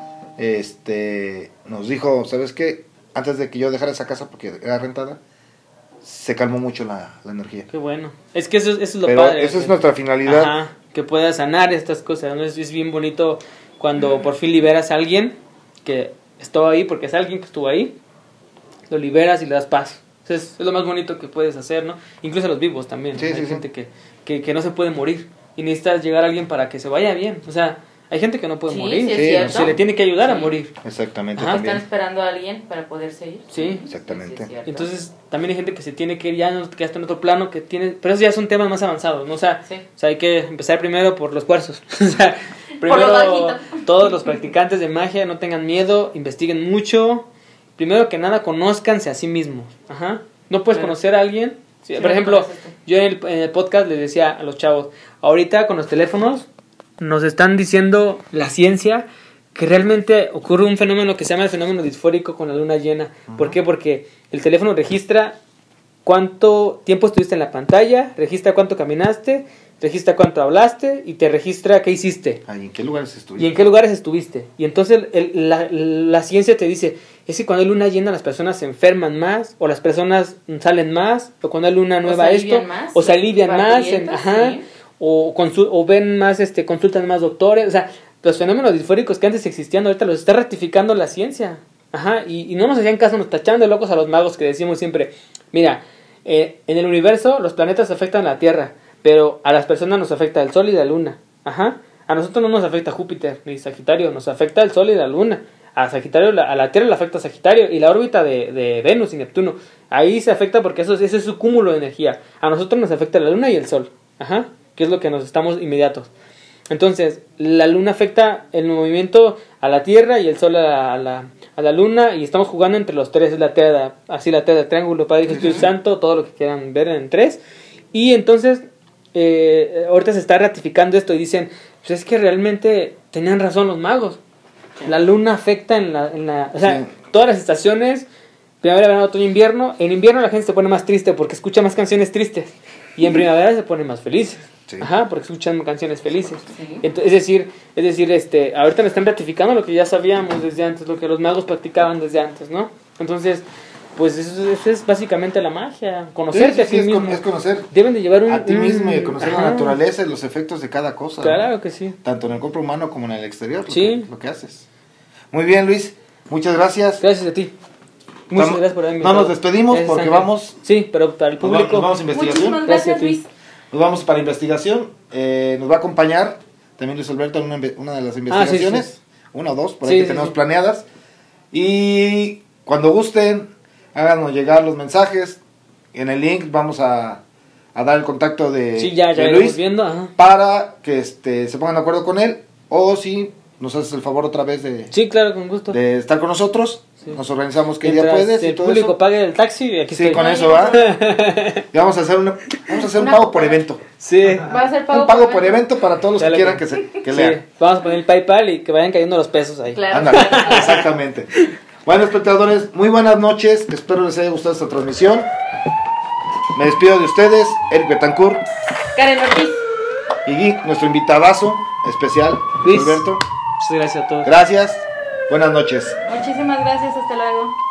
nos dijo, ¿sabes qué? Antes de que yo dejara esa casa porque era rentada, se calmó mucho la energía. Qué bueno. Es que eso es lo Pero padre. esa es que- nuestra finalidad. Ajá, que pueda sanar estas cosas, ¿no? Es bien bonito cuando por fin liberas a alguien que estuvo ahí, porque es alguien que estuvo ahí, lo liberas y le das paz. Es lo más bonito que puedes hacer, ¿no? Incluso a los vivos también. Sí, Hay sí, sí. gente que no se puede morir y necesitas llegar a alguien para que se vaya bien. O sea, hay gente que no puede Sí, morir. sí es Sí, cierto. Se le tiene que ayudar a Sí. morir. Exactamente Ajá. Están también. esperando a alguien para poderse ir. Sí. Exactamente. Sí, es cierto. Entonces, también hay gente que se tiene que ir ya, que ya está en otro plano, que tiene... Pero esos ya son temas más avanzados, ¿no? O sea, Sí. hay que empezar primero por los cuarzos. O sea, Por lo primero bajito. todos los practicantes de magia no tengan miedo, investiguen mucho. Primero que nada, conózcanse a sí mismos. Ajá. No puedes Claro. conocer a alguien. Sí, Sí, por no te ejemplo, conoces tú. yo en el podcast les decía a los chavos, ahorita con los teléfonos nos están diciendo la ciencia que realmente ocurre un fenómeno que se llama el fenómeno disfórico con la luna llena. ¿Por qué? Porque el teléfono registra cuánto tiempo estuviste en la pantalla, registra cuánto caminaste, registra cuánto hablaste y te registra qué hiciste Ay, ¿en qué lugares estuviste? y en qué lugares estuviste. Y entonces la ciencia te dice, es que cuando hay luna llena las personas se enferman más, o las personas salen más, o cuando hay luna nueva se esto, alivian más, o se alivian más, parturientas, sí. o ven más, consultan más doctores. O sea, los fenómenos disfóricos que antes existían ahorita los está ratificando la ciencia. Ajá, y no nos hacían caso, nos tachaban de locos a los magos que decimos siempre, mira, en el universo los planetas afectan a la Tierra, pero a las personas nos afecta el Sol y la Luna. Ajá, a nosotros no nos afecta Júpiter ni Sagitario, nos afecta el Sol y la Luna. A Sagitario, a la Tierra le afecta Sagitario y la órbita de Venus y Neptuno. Ahí se afecta porque eso es su cúmulo de energía. A nosotros nos afecta la Luna y el Sol. Ajá, que es lo que nos estamos inmediatos. Entonces, la Luna afecta el movimiento a la Tierra y el Sol a la Luna, y estamos jugando entre los tres, es la teoría, así la teoría del triángulo, Padre, Hijo y Espíritu Santo, todo lo que quieran ver en tres. Y entonces, ahorita se está ratificando esto y dicen, pues es que realmente tenían razón los magos. La Luna afecta o sea, Sí. todas las estaciones, primavera, verano, otoño, invierno. En invierno la gente se pone más triste porque escucha más canciones tristes, y en primavera se pone más felices. Sí. Ajá, porque escuchan canciones felices. Sí. Entonces, es decir, ahorita nos están ratificando lo que ya sabíamos desde antes, lo que los magos practicaban desde antes, ¿no? Entonces, pues eso es básicamente la magia, conocerte a ti es, mismo. es conocer Deben de llevar a ti mismo y conocer la ajá. naturaleza y los efectos de cada cosa. Claro ¿no? que sí. Tanto en el cuerpo humano como en el exterior, Sí. lo que haces. Muy bien, Luis, muchas gracias. Gracias a ti. Muchas Vamos- gracias por haberme no nos invitado. despedimos Gracias, porque Ángel. vamos- Sí, pero para el público. Nos vamos a investigación. Muchísimas Gracias a gracias, ti. Luis. Nos vamos para investigación. Nos va a acompañar también Luis Alberto en una de las investigaciones. sí. Una o dos, por Sí, ahí que sí, tenemos sí. planeadas. Y cuando gusten, háganos llegar los mensajes. En el link vamos a dar el contacto de, Sí, ya de iremos Luis viendo. Ajá. para que se pongan de acuerdo con él. O si nos haces el favor otra vez de, Sí, claro, con gusto. de estar con nosotros. Sí. Nos organizamos qué día Mientras puedes y el todo público eso. pague el taxi y aquí Sí, estoy. con eso, ¿va? Y vamos a hacer un pago por evento. Sí. Va a ser Un pago por evento para todos los que Dale, quieran pues. que Sí, lean. vamos a poner el PayPal y que vayan cayendo los pesos ahí. Claro. Ándale, exactamente. Bueno, espectadores, muy buenas noches. Espero les haya gustado esta transmisión. Me despido de ustedes, Eric Betancourt Karen Ortiz. y nuestro invitadazo especial, Luis. Alberto. Muchas gracias a todos. Gracias, buenas noches. Muchísimas gracias, hasta luego.